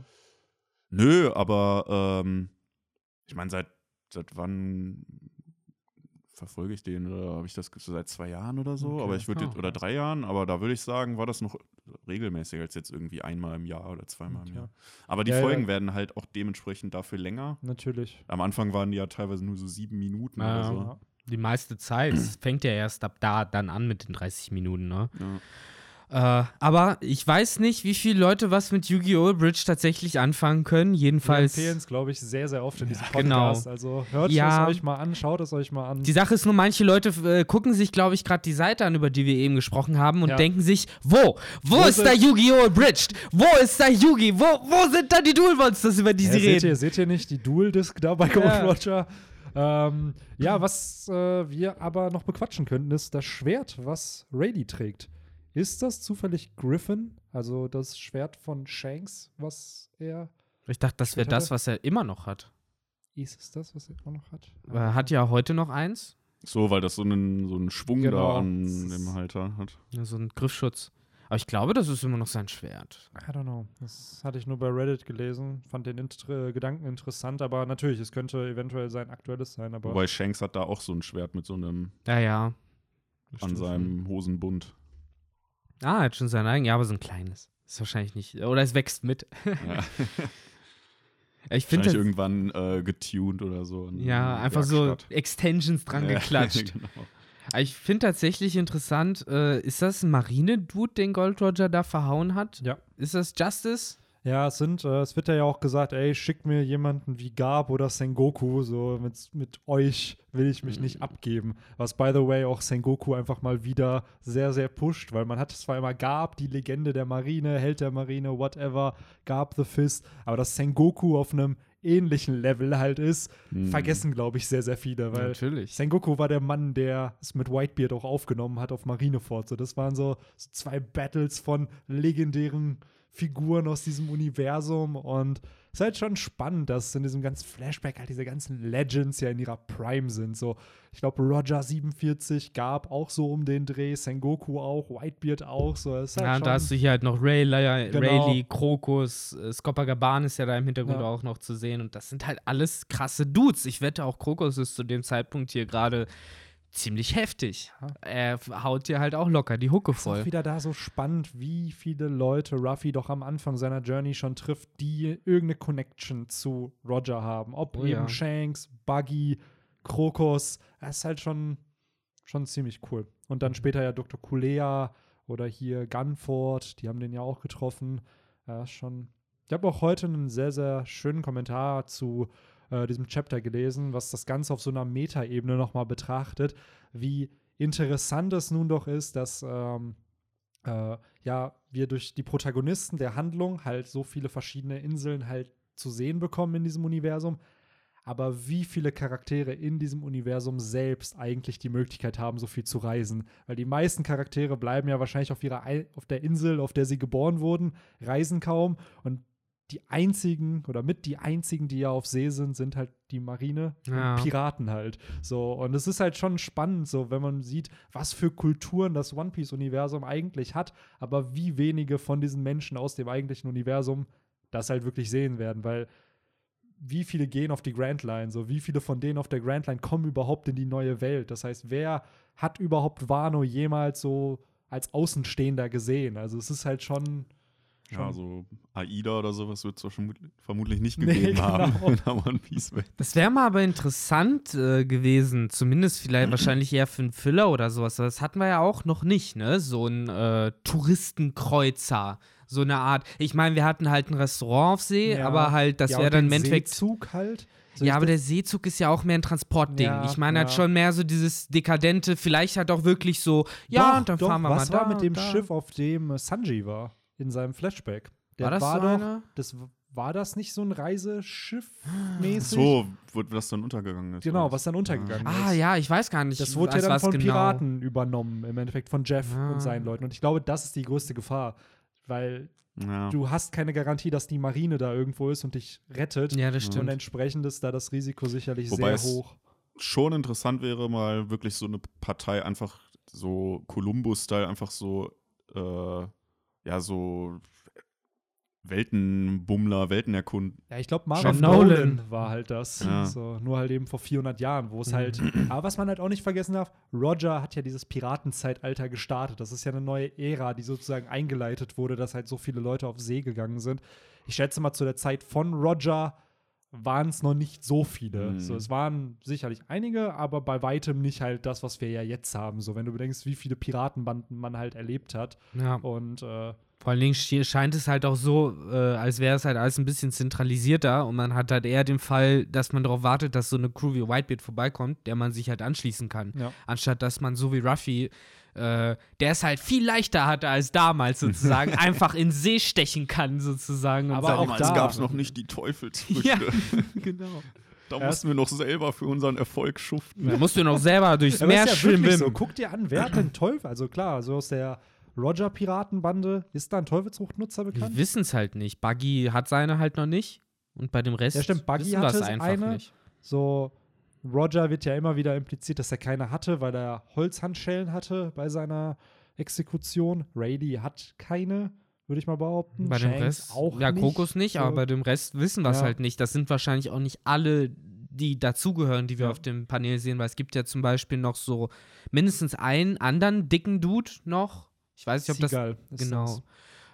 Nö, aber ich meine, seit wann verfolge ich den? Oder habe ich das seit 2 Jahren oder so? Okay. Aber ich würde Oh. oder 3 Jahren, aber da würde ich sagen, war das noch regelmäßiger als jetzt irgendwie einmal im Jahr oder 2-mal im Okay. Jahr. Aber die Ja, Folgen ja. werden halt auch dementsprechend dafür länger. Natürlich. Am Anfang waren die ja teilweise nur so 7 Minuten Ja. oder so. Ja. Die meiste Zeit. Es fängt ja erst ab da dann an mit den 30 Minuten, ne? Ja. Aber ich weiß nicht, wie viele Leute was mit Yu-Gi-Oh! Bridge tatsächlich anfangen können. Wir Jedenfalls. empfehlen es, glaube ich, sehr, sehr oft in diesem genau. Podcast. Also hört Ja. es euch mal an, schaut es euch mal an. Die Sache ist nur, manche Leute gucken sich, glaube ich, gerade die Seite an, über die wir eben gesprochen haben und Ja. denken sich, wo ist da Yu-Gi-Oh! Bridged? Wo ist da Yugi? Wo sind da die Duel-Monsters, über die sie reden? Seht ihr nicht die Dual-Disc da bei Gold Ja. Roger? Ja, was wir aber noch bequatschen könnten, ist das Schwert, was Rayleigh trägt. Ist das zufällig Griffin, also das Schwert von Shanks, was er. Ich dachte, das wäre das, was er immer noch hat. Ist es das, was er immer noch hat? Er hat ja heute noch eins. So, weil das so einen Schwung Genau. da an dem Halter hat. Ja, so ein Griffschutz. Aber ich glaube, das ist immer noch sein Schwert. I don't know. Das hatte ich nur bei Reddit gelesen. Fand den Gedanken interessant, aber natürlich, es könnte eventuell sein aktuelles sein. Aber Wobei Shanks hat da auch so ein Schwert mit so einem Ja. an seinem Hosenbund. Ah, er hat schon sein eigenes. Ja, aber so ein kleines. Ist wahrscheinlich nicht. Oder es wächst mit. Ja. Ich finde irgendwann getuned oder so. Ja, einfach so Extensions dran geklatscht. Genau. Ich finde tatsächlich interessant, ist das ein Marine-Dude, den Gold Roger da verhauen hat? Ja. Ist das Justice? Ja, es wird ja auch gesagt, ey, schickt mir jemanden wie Garp oder Sengoku, so mit euch will ich mich nicht abgeben. Was, by the way, auch Sengoku einfach mal wieder sehr, sehr pusht, weil man hat zwar immer Garp, die Legende der Marine, Held der Marine, whatever, Garp the Fist, aber dass Sengoku auf einem ähnlichen Level halt ist, vergessen, glaube ich, sehr, sehr viele, weil natürlich. Sengoku war der Mann, der es mit Whitebeard auch aufgenommen hat auf Marineford. So, das waren so 2 Battles von legendären Figuren aus diesem Universum und es ist halt schon spannend, dass in diesem ganzen Flashback halt diese ganzen Legends ja in ihrer Prime sind. So, ich glaube, Roger 47 gab auch so um den Dreh, Sengoku auch, Whitebeard auch. So, ist halt ja, und da hast du hier halt noch Rayleigh, Krokus, Copacabana ist ja da im Hintergrund auch noch zu sehen und das sind halt alles krasse Dudes. Ich wette, auch Krokus ist zu dem Zeitpunkt hier gerade ziemlich heftig. Er haut dir halt auch locker die Hucke voll. Ist auch wieder da so spannend, wie viele Leute Ruffy doch am Anfang seiner Journey schon trifft, die irgendeine Connection zu Roger haben. Ob eben Shanks, Buggy, Krokus. Das ist halt schon ziemlich cool. Und dann später ja Dr. Kulea oder hier Gunford, die haben den ja auch getroffen. Ja, schon. Ich habe auch heute einen sehr, sehr schönen Kommentar zu diesem Chapter gelesen, was das Ganze auf so einer Metaebene nochmal betrachtet, wie interessant es nun doch ist, dass wir durch die Protagonisten der Handlung halt so viele verschiedene Inseln halt zu sehen bekommen in diesem Universum, aber wie viele Charaktere in diesem Universum selbst eigentlich die Möglichkeit haben, so viel zu reisen. Weil die meisten Charaktere bleiben ja wahrscheinlich auf der Insel, auf der sie geboren wurden, reisen kaum und die einzigen, die ja auf See sind halt die Marine und Piraten halt. So, und es ist halt schon spannend, so, wenn man sieht, was für Kulturen das One-Piece-Universum eigentlich hat, aber wie wenige von diesen Menschen aus dem eigentlichen Universum das halt wirklich sehen werden, weil wie viele gehen auf die Grand Line, so, wie viele von denen auf der Grand Line kommen überhaupt in die neue Welt? Das heißt, wer hat überhaupt Wano jemals so als Außenstehender gesehen? Also es ist halt schon. Ja, so AIDA oder sowas wird es vermutlich nicht gegeben haben in der One Piece Welt. Das wäre mal aber interessant gewesen, zumindest vielleicht wahrscheinlich eher für einen Filler oder sowas. Das hatten wir ja auch noch nicht, ne? So ein Touristenkreuzer, so eine Art. Ich meine, wir hatten halt ein Restaurant auf See, aber halt, das wäre dann im Endeffekt. Seezug halt. So aber der Seezug ist ja auch mehr ein Transportding. Ja, ich meine halt schon mehr so dieses dekadente, vielleicht halt auch wirklich so, und dann fahren wir mal da. Was war mit dem Schiff, auf dem Sanji war? In seinem Flashback. War das nicht so ein Reiseschiff mäßig? So, was dann untergegangen ist. Genau, was dann untergegangen ist. Ja, ich weiß gar nicht. Das wurde ja dann von Piraten übernommen, im Endeffekt von Jeff und seinen Leuten. Und ich glaube, das ist die größte Gefahr, weil du hast keine Garantie, dass die Marine da irgendwo ist und dich rettet. Ja, das stimmt. Und entsprechend ist da das Risiko sicherlich Wobei sehr hoch. Schon interessant wäre mal wirklich so eine Partei einfach so Columbus-Style, einfach so so Weltenbummler, Weltenerkunden. Ja, ich glaube, Marvin Nolan war halt das. Ja. So, nur halt eben vor 400 Jahren, wo es halt. Aber was man halt auch nicht vergessen darf, Roger hat ja dieses Piratenzeitalter gestartet. Das ist ja eine neue Ära, die sozusagen eingeleitet wurde, dass halt so viele Leute auf See gegangen sind. Ich schätze mal, zu der Zeit von Roger waren es noch nicht so viele. So, es waren sicherlich einige, aber bei weitem nicht halt das, was wir ja jetzt haben. So, wenn du bedenkst, wie viele Piratenbanden man halt erlebt hat. Ja. Und vor allen Dingen scheint es halt auch so, als wäre es halt alles ein bisschen zentralisierter und man hat halt eher den Fall, dass man darauf wartet, dass so eine Crew wie Whitebeard vorbeikommt, der man sich halt anschließen kann. Ja. Anstatt, dass man so wie Ruffy, der es halt viel leichter hatte als damals sozusagen, einfach in See stechen kann sozusagen. Aber damals gab es noch nicht die Teufelsfrüchte. Ja, genau. Da mussten wir noch selber für unseren Erfolg schuften. Da mussten wir noch selber durchs Meer schwimmen. So. Guck dir an, wer hat denn Teufel? Also klar, so aus der Roger-Piratenbande, ist da ein Teufelsfruchtnutzer bekannt? Wir wissen es halt nicht. Buggy hat seine halt noch nicht. Und bei dem Rest Buggy wissen wir es einfach eine. nicht. So, Roger wird ja immer wieder impliziert, dass er keine hatte, weil er Holzhandschellen hatte bei seiner Exekution. Rayleigh hat keine, würde ich mal behaupten. Bei dem Rest auch nicht. Krokus nicht, so. Aber bei dem Rest wissen wir es halt nicht. Das sind wahrscheinlich auch nicht alle, die dazugehören, die wir auf dem Panel sehen, weil es gibt ja zum Beispiel noch so mindestens einen anderen dicken Dude noch. Ich weiß nicht, ob Seagull das. Genau.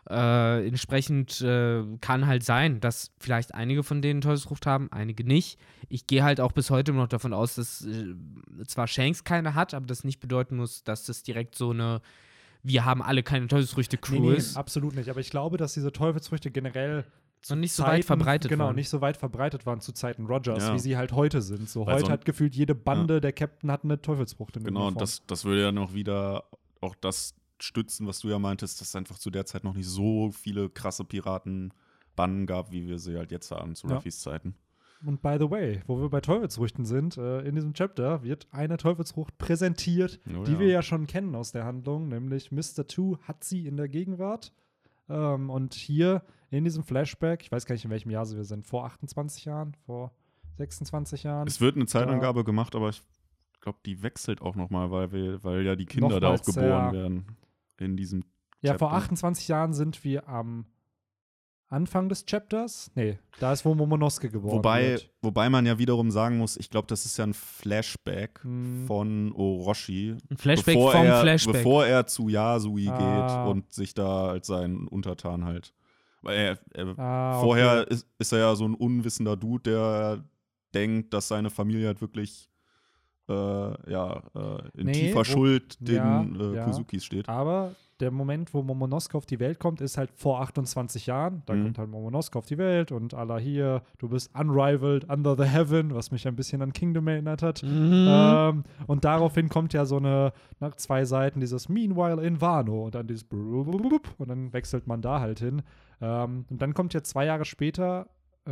Entsprechend kann halt sein, dass vielleicht einige von denen Teufelsfrucht haben, einige nicht. Ich gehe halt auch bis heute noch davon aus, dass zwar Shanks keine hat, aber das nicht bedeuten muss, dass das direkt so eine wir haben alle keine Teufelsfrüchte-Crew ist. Absolut nicht. Aber ich glaube, dass diese Teufelsfrüchte generell und nicht so weit verbreitet waren. Nicht so weit verbreitet waren zu Zeiten Rogers, wie sie halt heute sind. So heute hat gefühlt jede Bande der Captain hat eine Teufelsfrucht in der Form. Genau, das würde ja noch wieder auch das stützen, was du ja meintest, dass es einfach zu der Zeit noch nicht so viele krasse Piratenbanden gab, wie wir sie halt jetzt haben zu Ruffys Zeiten. Und by the way, wo wir bei Teufelsfrüchten sind, in diesem Chapter wird eine Teufelsfrucht präsentiert, die wir ja schon kennen aus der Handlung, nämlich Mr. Two hat sie in der Gegenwart. Und hier in diesem Flashback, ich weiß gar nicht, in welchem Jahr wir sind, vor 28 Jahren, vor 26 Jahren. Es wird eine Zeitangabe gemacht, aber ich glaube, die wechselt auch nochmal, weil ja die Kinder da auch geboren werden in diesem Chapter. Vor 28 Jahren sind wir am Anfang des Chapters? Nee, da ist, wo Momonosuke geboren wird. Wobei man ja wiederum sagen muss, ich glaube, das ist ja ein Flashback von Orochi. Ein Flashback Flashback. Bevor er zu Yasui geht und sich da als seinen Untertan halt. Weil vorher ist er ja so ein unwissender Dude, der denkt, dass seine Familie halt wirklich in tiefer Schuld den Kozukis steht. Aber der Moment, wo Momonosuke auf die Welt kommt, ist halt vor 28 Jahren. Da kommt halt Momonosuke auf die Welt und Allah hier, du bist unrivaled, under the heaven, was mich ein bisschen an Kingdom erinnert hat. Und daraufhin kommt ja so nach 2 Seiten dieses Meanwhile in Wano und dann dieses und dann wechselt man da halt hin. Und dann kommt ja 2 Jahre später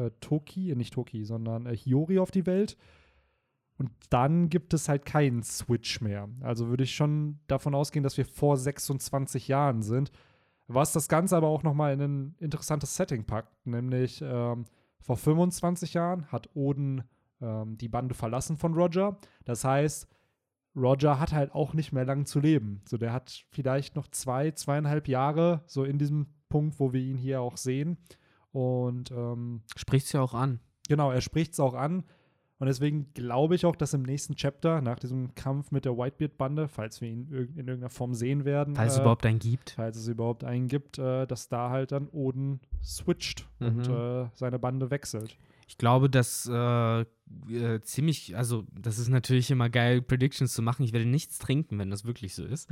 Hiyori auf die Welt. Und dann gibt es halt keinen Switch mehr. Also würde ich schon davon ausgehen, dass wir vor 26 Jahren sind. Was das Ganze aber auch nochmal in ein interessantes Setting packt. Nämlich vor 25 Jahren hat Oden die Bande verlassen von Roger. Das heißt, Roger hat halt auch nicht mehr lang zu leben. So, der hat vielleicht noch 2,5 Jahre so in diesem Punkt, wo wir ihn hier auch sehen. Und spricht es ja auch an. Genau, er spricht es auch an. Und deswegen glaube ich auch, dass im nächsten Chapter, nach diesem Kampf mit der Whitebeard-Bande, falls wir ihn in irgendeiner Form sehen werden. Falls es überhaupt einen gibt. Falls es überhaupt einen gibt, dass da halt dann Oden switcht und seine Bande wechselt. Ich glaube, dass das ist natürlich immer geil, Predictions zu machen. Ich werde nichts trinken, wenn das wirklich so ist.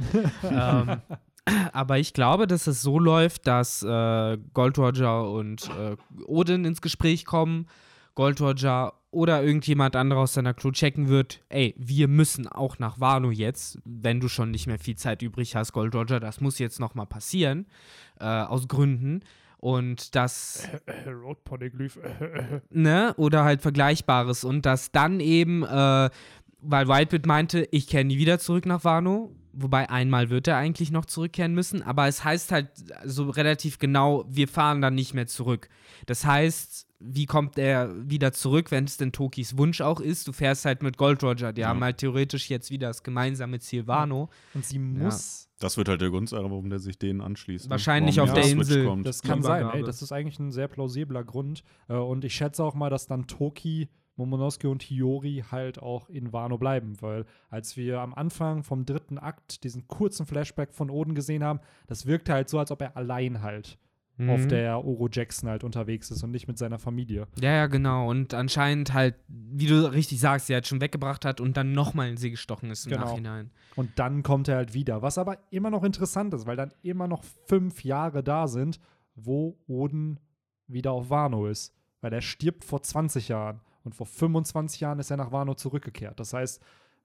Aber ich glaube, dass es so läuft, dass Gold Roger und Oden ins Gespräch kommen. Gold Roger oder irgendjemand anderer aus seiner Crew checken wird, ey, wir müssen auch nach Wano jetzt, wenn du schon nicht mehr viel Zeit übrig hast, Gold Roger, das muss jetzt noch mal passieren, aus Gründen. Und das Rotponeglyph. Ne? Oder halt Vergleichbares. Und dass dann eben, weil Whitebeard meinte, ich kehre nie wieder zurück nach Wano. Wobei einmal wird er eigentlich noch zurückkehren müssen. Aber es heißt halt so relativ genau, wir fahren dann nicht mehr zurück. Das heißt, wie kommt er wieder zurück, wenn es denn Tokis Wunsch auch ist? Du fährst halt mit Gold Roger. Die haben halt theoretisch jetzt wieder das gemeinsame Ziel Wano. Und sie muss. Das wird halt der Grund sein, warum der sich denen anschließt. Wahrscheinlich auf der Insel. Das kann sein. Ey, das ist eigentlich ein sehr plausibler Grund. Und ich schätze auch mal, dass dann Toki, Momonosuke und Hiyori halt auch in Wano bleiben, weil als wir am Anfang vom 3. Akt diesen kurzen Flashback von Oden gesehen haben, das wirkte halt so, als ob er allein halt auf der Oro Jackson halt unterwegs ist und nicht mit seiner Familie. Ja, genau. Und anscheinend halt, wie du richtig sagst, er halt schon weggebracht hat und dann nochmal in sie gestochen ist im Nachhinein. Und dann kommt er halt wieder. Was aber immer noch interessant ist, weil dann immer noch 5 Jahre da sind, wo Oden wieder auf Wano ist. Weil er stirbt vor 20 Jahren. Und vor 25 Jahren ist er nach Wano zurückgekehrt. Das heißt,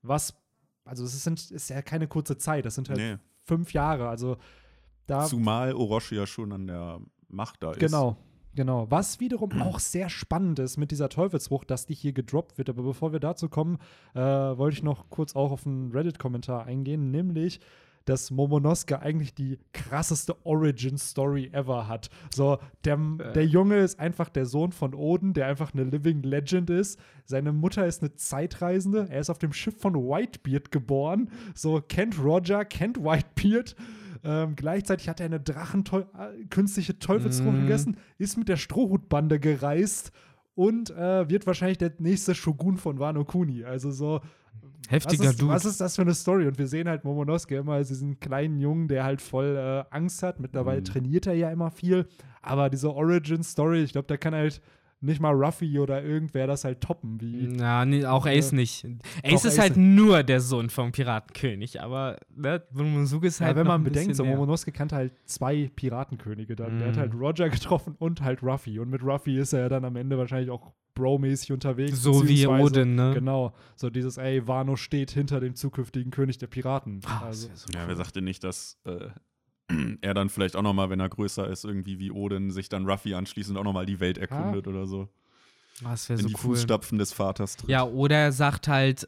es ist ja keine kurze Zeit. Das sind halt 5 Jahre. Also zumal Orochi ja schon an der Macht da ist. Genau. Was wiederum auch sehr spannend ist mit dieser Teufelsfrucht, dass die hier gedroppt wird. Aber bevor wir dazu kommen, wollte ich noch kurz auch auf einen Reddit-Kommentar eingehen, nämlich, dass Momonosuke eigentlich die krasseste Origin-Story ever hat. So, der Junge ist einfach der Sohn von Oden, der einfach eine Living Legend ist. Seine Mutter ist eine Zeitreisende. Er ist auf dem Schiff von Whitebeard geboren. So, kennt Roger, kennt Whitebeard. Gleichzeitig hat er eine künstliche Teufelsfrucht gegessen, ist mit der Strohhutbande gereist und wird wahrscheinlich der nächste Shogun von Wano Kuni. Also so Heftiger Dude. Was ist das für eine Story? Und wir sehen halt Momonosuke immer als diesen kleinen Jungen, der halt voll Angst hat. Mittlerweile trainiert er ja immer viel. Aber diese Origin-Story, ich glaube, da kann halt nicht mal Ruffy oder irgendwer das halt toppen. Ja, nee, auch Ace nicht. Ace ist halt nur der Sohn vom Piratenkönig. Aber Momonosuke ist halt wenn noch man ein bedenkt, so mehr. Momonosuke kannte halt 2 Piratenkönige dann. Der hat halt Roger getroffen und halt Ruffy. Und mit Ruffy ist er ja dann am Ende wahrscheinlich auch Bro-mäßig unterwegs. So wie Oden, ne? Genau. So dieses, Wano steht hinter dem zukünftigen König der Piraten. So cool. Wer sagte nicht, dass er dann vielleicht auch nochmal, wenn er größer ist, irgendwie wie Oden, sich dann Ruffy anschließend auch nochmal die Welt erkundet oder so. Das wäre in so die cool. Fußstapfen des Vaters tritt. Ja, oder er sagt halt,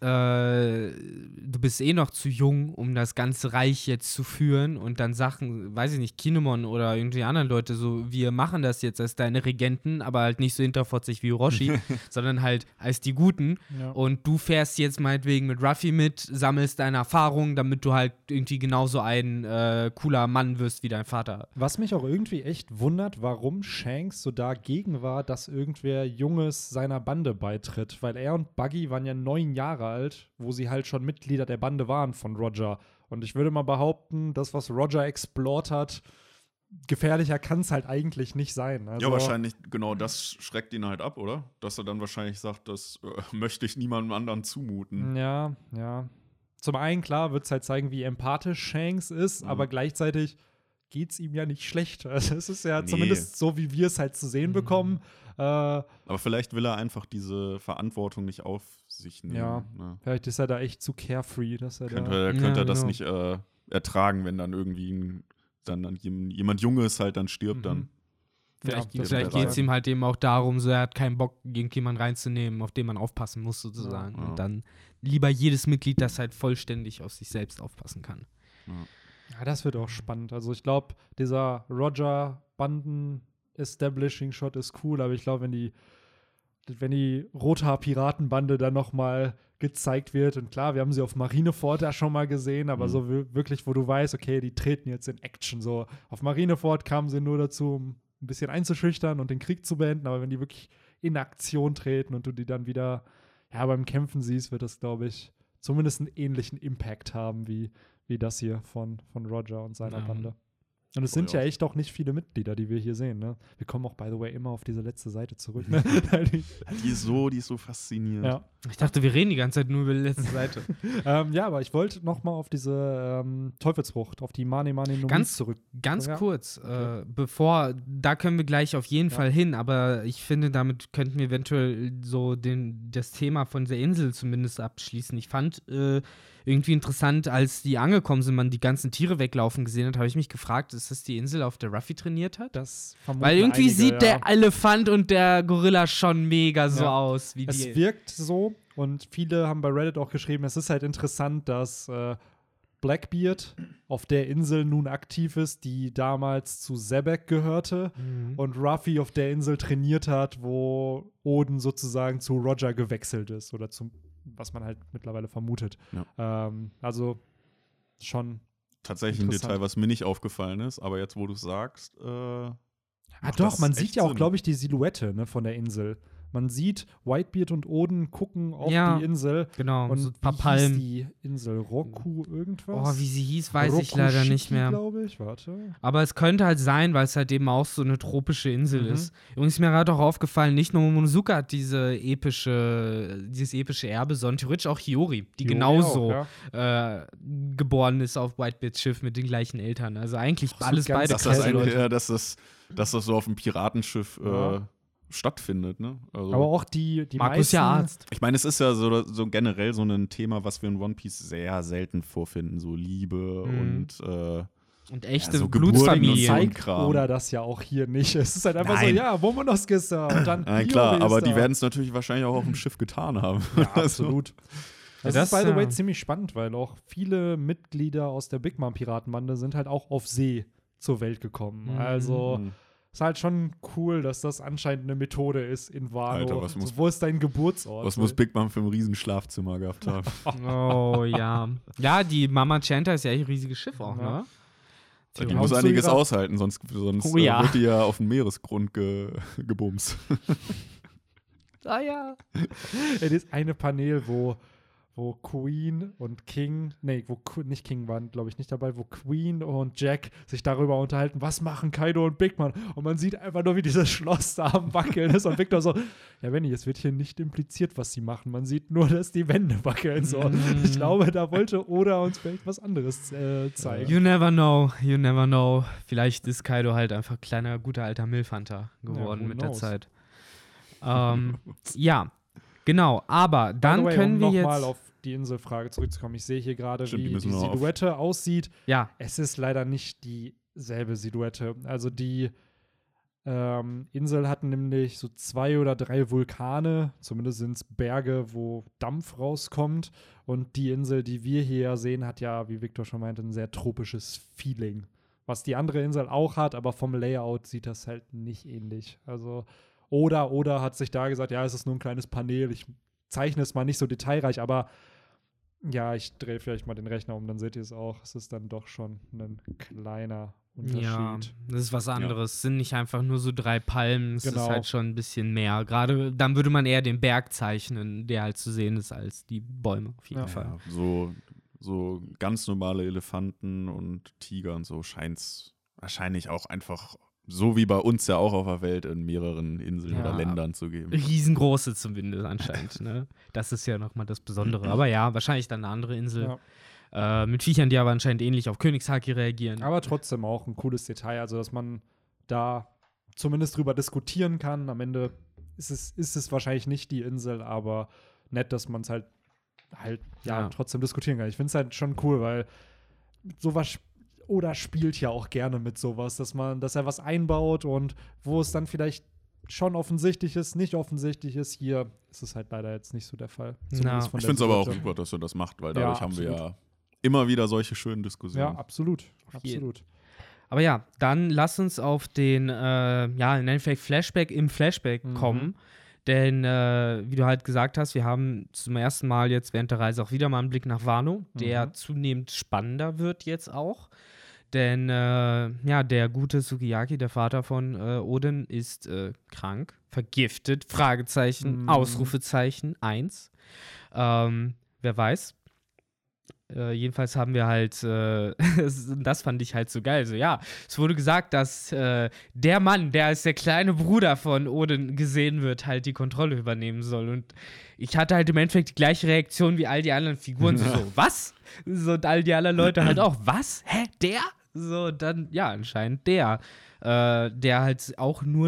du bist noch zu jung, um das ganze Reich jetzt zu führen und dann Sachen, weiß ich nicht, Kinemon oder irgendwie anderen Leute so, wir machen das jetzt als deine Regenten, aber halt nicht so hinterfotzig wie Orochi, sondern halt als die Guten und du fährst jetzt meinetwegen mit Ruffy mit, sammelst deine Erfahrungen, damit du halt irgendwie genauso ein cooler Mann wirst wie dein Vater. Was mich auch irgendwie echt wundert, warum Shanks so dagegen war, dass irgendwer Junges seiner Bande beitritt, weil er und Buggy waren ja 9 Jahre alt, wo sie halt schon Mitglieder der Bande waren von Roger. Und ich würde mal behaupten, das, was Roger explored hat, gefährlicher kann es halt eigentlich nicht sein. Also, ja, wahrscheinlich, genau, das schreckt ihn halt ab, oder? Dass er dann wahrscheinlich sagt, das möchte ich niemandem anderen zumuten. Ja. Zum einen, klar, wird es halt zeigen, wie empathisch Shanks ist, aber gleichzeitig geht es ihm ja nicht schlecht. Also es ist ja zumindest so, wie wir es halt zu sehen bekommen. Aber vielleicht will er einfach diese Verantwortung nicht auf sich nehmen. Ja, ne? Vielleicht ist er da echt zu carefree, dass er könnte er das nicht ertragen, wenn dann irgendwie dann jemand Junges halt dann stirbt dann. Vielleicht geht es ihm halt eben auch darum, so er hat keinen Bock, irgendjemanden reinzunehmen, auf den man aufpassen muss sozusagen. Und dann lieber jedes Mitglied, das halt vollständig auf sich selbst aufpassen kann. Ja, das wird auch spannend. Also ich glaube, dieser Roger-Banden-Establishing-Shot ist cool, aber ich glaube, wenn die Rothaar-Piratenbande dann noch mal gezeigt wird, und klar, wir haben sie auf Marineford da schon mal gesehen, aber so wirklich, wo du weißt, okay, die treten jetzt in Action. So auf Marineford kamen sie nur dazu, um ein bisschen einzuschüchtern und den Krieg zu beenden, aber wenn die wirklich in Aktion treten und du die dann wieder beim Kämpfen siehst, wird das, glaube ich, zumindest einen ähnlichen Impact haben wie das hier von Roger und seiner Bande. Und es sind ja echt auch nicht viele Mitglieder, die wir hier sehen. Ne? Wir kommen auch, by the way, immer auf diese letzte Seite zurück. Ne? Die ist so faszinierend. Ja. Ich dachte, wir reden die ganze Zeit nur über die letzte Seite. Ja, aber ich wollte noch mal auf diese Teufelsfrucht, auf die Mane Mane no Mi zurück. Ganz kurz, da können wir gleich auf jeden Fall hin, aber ich finde, damit könnten wir eventuell so das Thema von der Insel zumindest abschließen. Ich fand irgendwie interessant, als die angekommen sind, man die ganzen Tiere weglaufen gesehen hat, habe ich mich gefragt, ist das die Insel, auf der Ruffy trainiert hat? Weil irgendwie sieht der Elefant und der Gorilla schon mega so aus. Wie es wirkt so, und viele haben bei Reddit auch geschrieben, es ist halt interessant, dass Blackbeard auf der Insel nun aktiv ist, die damals zu Zebek gehörte und Ruffy auf der Insel trainiert hat, wo Oden sozusagen zu Roger gewechselt ist oder zum was man halt mittlerweile vermutet. Ja. Also schon tatsächlich ein Detail, was mir nicht aufgefallen ist, aber jetzt, wo du es sagst, doch, man sieht ja auch, glaube ich, die Silhouette von der Insel. Man sieht Whitebeard und Oden gucken auf die Insel. Genau, und so ein paar Palmen. Die Insel Roku irgendwas? Oh, wie sie hieß, weiß ich leider nicht mehr. Glaube ich, warte. Aber es könnte halt sein, weil es halt eben auch so eine tropische Insel ist. Übrigens ist mir gerade auch aufgefallen, nicht nur Momonosuke hat dieses epische Erbe, sondern theoretisch auch Hiyori, die genauso geboren ist auf Whitebeards Schiff mit den gleichen Eltern. Also eigentlich alles beide Leute. Dass das so auf dem Piratenschiff stattfindet, ne? Also aber auch die Markus meisten, ja Arzt. Ich meine, es ist ja so generell so ein Thema, was wir in One Piece sehr selten vorfinden, so Liebe und echte so Blutsfamilie. Zeigt oder das ja auch hier nicht. Es ist halt einfach so, Momonosuke ist da und dann Nein, klar, aber die werden es natürlich wahrscheinlich auch auf dem Schiff getan haben. Ja, absolut. Das ist, by the way, ziemlich spannend, weil auch viele Mitglieder aus der Big Mom Piratenbande sind halt auch auf See zur Welt gekommen. Also ist halt schon cool, dass das anscheinend eine Methode ist in Wano. Alter, wo ist dein Geburtsort? Was muss Big Mom für ein riesen Schlafzimmer gehabt haben? Oh, ja. Ja, die Mama Chanta ist ja echt ein riesiges Schiff auch, ne? Die muss einiges aushalten, sonst wird die ja auf den Meeresgrund gebumst. Das eine Panel, wo wo Queen und King, nicht King waren, glaube ich, nicht dabei, wo Queen und Jack sich darüber unterhalten, was machen Kaido und Big Mom. Und man sieht einfach nur, wie dieses Schloss da am Wackeln ist. Und Victor so, ja, Benni, es wird hier nicht impliziert, was sie machen. Man sieht nur, dass die Wände wackeln. So. Ich glaube, da wollte Oda uns vielleicht was anderes zeigen. You never know, you never know. Vielleicht ist Kaido halt einfach kleiner, guter alter Milfhunter geworden mit der Zeit. Ja, genau. Aber dann können wir jetzt noch mal auf die Inselfrage zurückzukommen. Ich sehe hier gerade, wie die Silhouette aussieht. Ja. Es ist leider nicht dieselbe Silhouette. Also die Insel hat nämlich so 2 oder 3 Vulkane, zumindest sind es Berge, wo Dampf rauskommt. Und die Insel, die wir hier sehen, hat ja, wie Victor schon meinte, ein sehr tropisches Feeling. Was die andere Insel auch hat, aber vom Layout sieht das halt nicht ähnlich. Also Oda hat sich da gesagt, ja, es ist nur ein kleines Panel, ich zeichne es mal nicht so detailreich, aber ja, ich drehe vielleicht mal den Rechner um, dann seht ihr es auch. Es ist dann doch schon ein kleiner Unterschied. Ja, das ist was anderes. Es sind nicht einfach nur so 3 Palmen, es ist halt schon ein bisschen mehr. Gerade dann würde man eher den Berg zeichnen, der halt zu sehen ist, als die Bäume auf jeden Fall. So ganz normale Elefanten und Tiger und so scheint es wahrscheinlich auch einfach so wie bei uns ja auch auf der Welt in mehreren Inseln oder Ländern zu geben. Riesengroße zumindest anscheinend. Ne? Das ist ja nochmal das Besondere. Aber ja, wahrscheinlich dann eine andere Insel. Ja. Mit Viechern, die aber anscheinend ähnlich auf Königshaki reagieren. Aber trotzdem auch ein cooles Detail. Also, dass man da zumindest drüber diskutieren kann. Am Ende ist es wahrscheinlich nicht die Insel, aber nett, dass man es halt trotzdem diskutieren kann. Ich finde es halt schon cool, weil sowas oder spielt ja auch gerne mit sowas, dass er was einbaut und wo es dann vielleicht schon offensichtlich ist, nicht offensichtlich ist. Hier ist es halt leider jetzt nicht so der Fall. Ich finde es aber auch super, dass du das machst, weil dadurch haben wir ja immer wieder solche schönen Diskussionen. Ja, absolut. Aber ja, dann lass uns auf den, im Endeffekt Flashback im Flashback kommen. Denn, wie du halt gesagt hast, wir haben zum ersten Mal jetzt während der Reise auch wieder mal einen Blick nach Wano, der zunehmend spannender wird jetzt auch. Denn, der gute Sukiyaki, der Vater von Oden, ist krank, vergiftet, Fragezeichen, Ausrufezeichen, 1. Wer weiß. Jedenfalls haben wir halt, das fand ich halt so geil. So, ja, es wurde gesagt, dass der Mann, der als der kleine Bruder von Oden gesehen wird, halt die Kontrolle übernehmen soll. Und ich hatte halt im Endeffekt die gleiche Reaktion wie all die anderen Figuren. So, was? So, und all die anderen Leute halt auch, was? Hä? Der? So, dann, ja, anscheinend der halt auch nur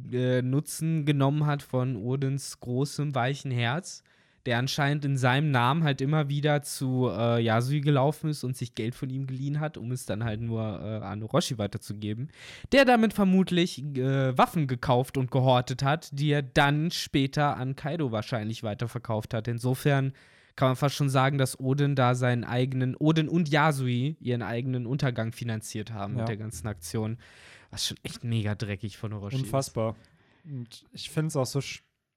Nutzen genommen hat von Odins großem, weichen Herz, der anscheinend in seinem Namen halt immer wieder zu Yasui gelaufen ist und sich Geld von ihm geliehen hat, um es dann halt nur an Orochi weiterzugeben, der damit vermutlich Waffen gekauft und gehortet hat, die er dann später an Kaido wahrscheinlich weiterverkauft hat. Insofern kann man fast schon sagen, dass Oden und Yasui ihren eigenen Untergang finanziert haben mit der ganzen Aktion. Was schon echt mega dreckig von Orochi Unfassbar. ist. Und ich finde es auch so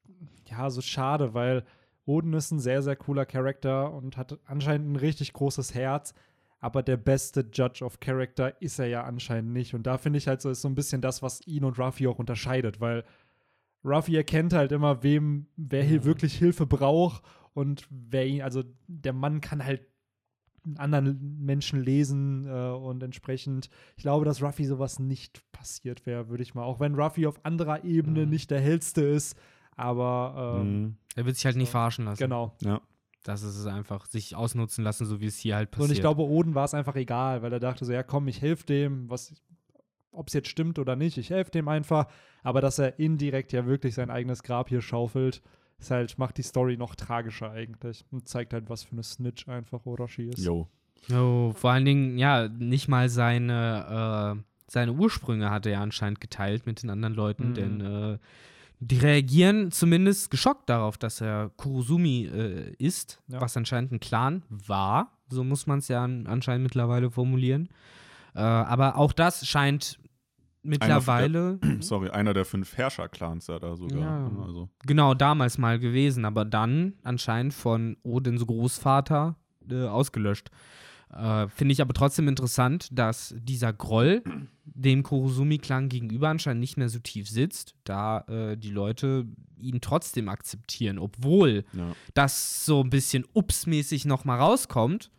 schade, weil Oden ist ein sehr, sehr cooler Charakter und hat anscheinend ein richtig großes Herz, aber der beste Judge of Character ist er ja anscheinend nicht. Und da finde ich halt so, ist so ein bisschen das, was ihn und Ruffy auch unterscheidet, weil Ruffy erkennt halt immer, wer hier wirklich Hilfe braucht und der Mann kann halt einen anderen Menschen lesen und entsprechend, ich glaube, dass Ruffy sowas nicht passiert wäre, würde ich mal, auch wenn Ruffy auf anderer Ebene nicht der hellste ist, aber er wird sich halt nicht verarschen lassen. Genau. Ja. Das ist es einfach, sich ausnutzen lassen, so wie es hier halt passiert. Und ich glaube, Oden war es einfach egal, weil er dachte so, ja komm, ich helfe dem, ob es jetzt stimmt oder nicht, ich helfe dem einfach, aber dass er indirekt ja wirklich sein eigenes Grab hier schaufelt, macht die Story noch tragischer eigentlich und zeigt halt, was für eine Snitch einfach Orochi ist. Jo. Vor allen Dingen, ja, nicht mal seine Ursprünge hat er ja anscheinend geteilt mit den anderen Leuten, denn die reagieren zumindest geschockt darauf, dass er Kurosumi ist, was anscheinend ein Clan war. So muss man es ja anscheinend mittlerweile formulieren. Aber auch das scheint mittlerweile einer der 5 Herrscher-Clans ja da sogar. Ja, also. Genau, damals mal gewesen, aber dann anscheinend von Odins Großvater ausgelöscht. Finde ich aber trotzdem interessant, dass dieser Groll dem Kurosumi-Clan gegenüber anscheinend nicht mehr so tief sitzt, da die Leute ihn trotzdem akzeptieren, obwohl das so ein bisschen upsmäßig nochmal rauskommt.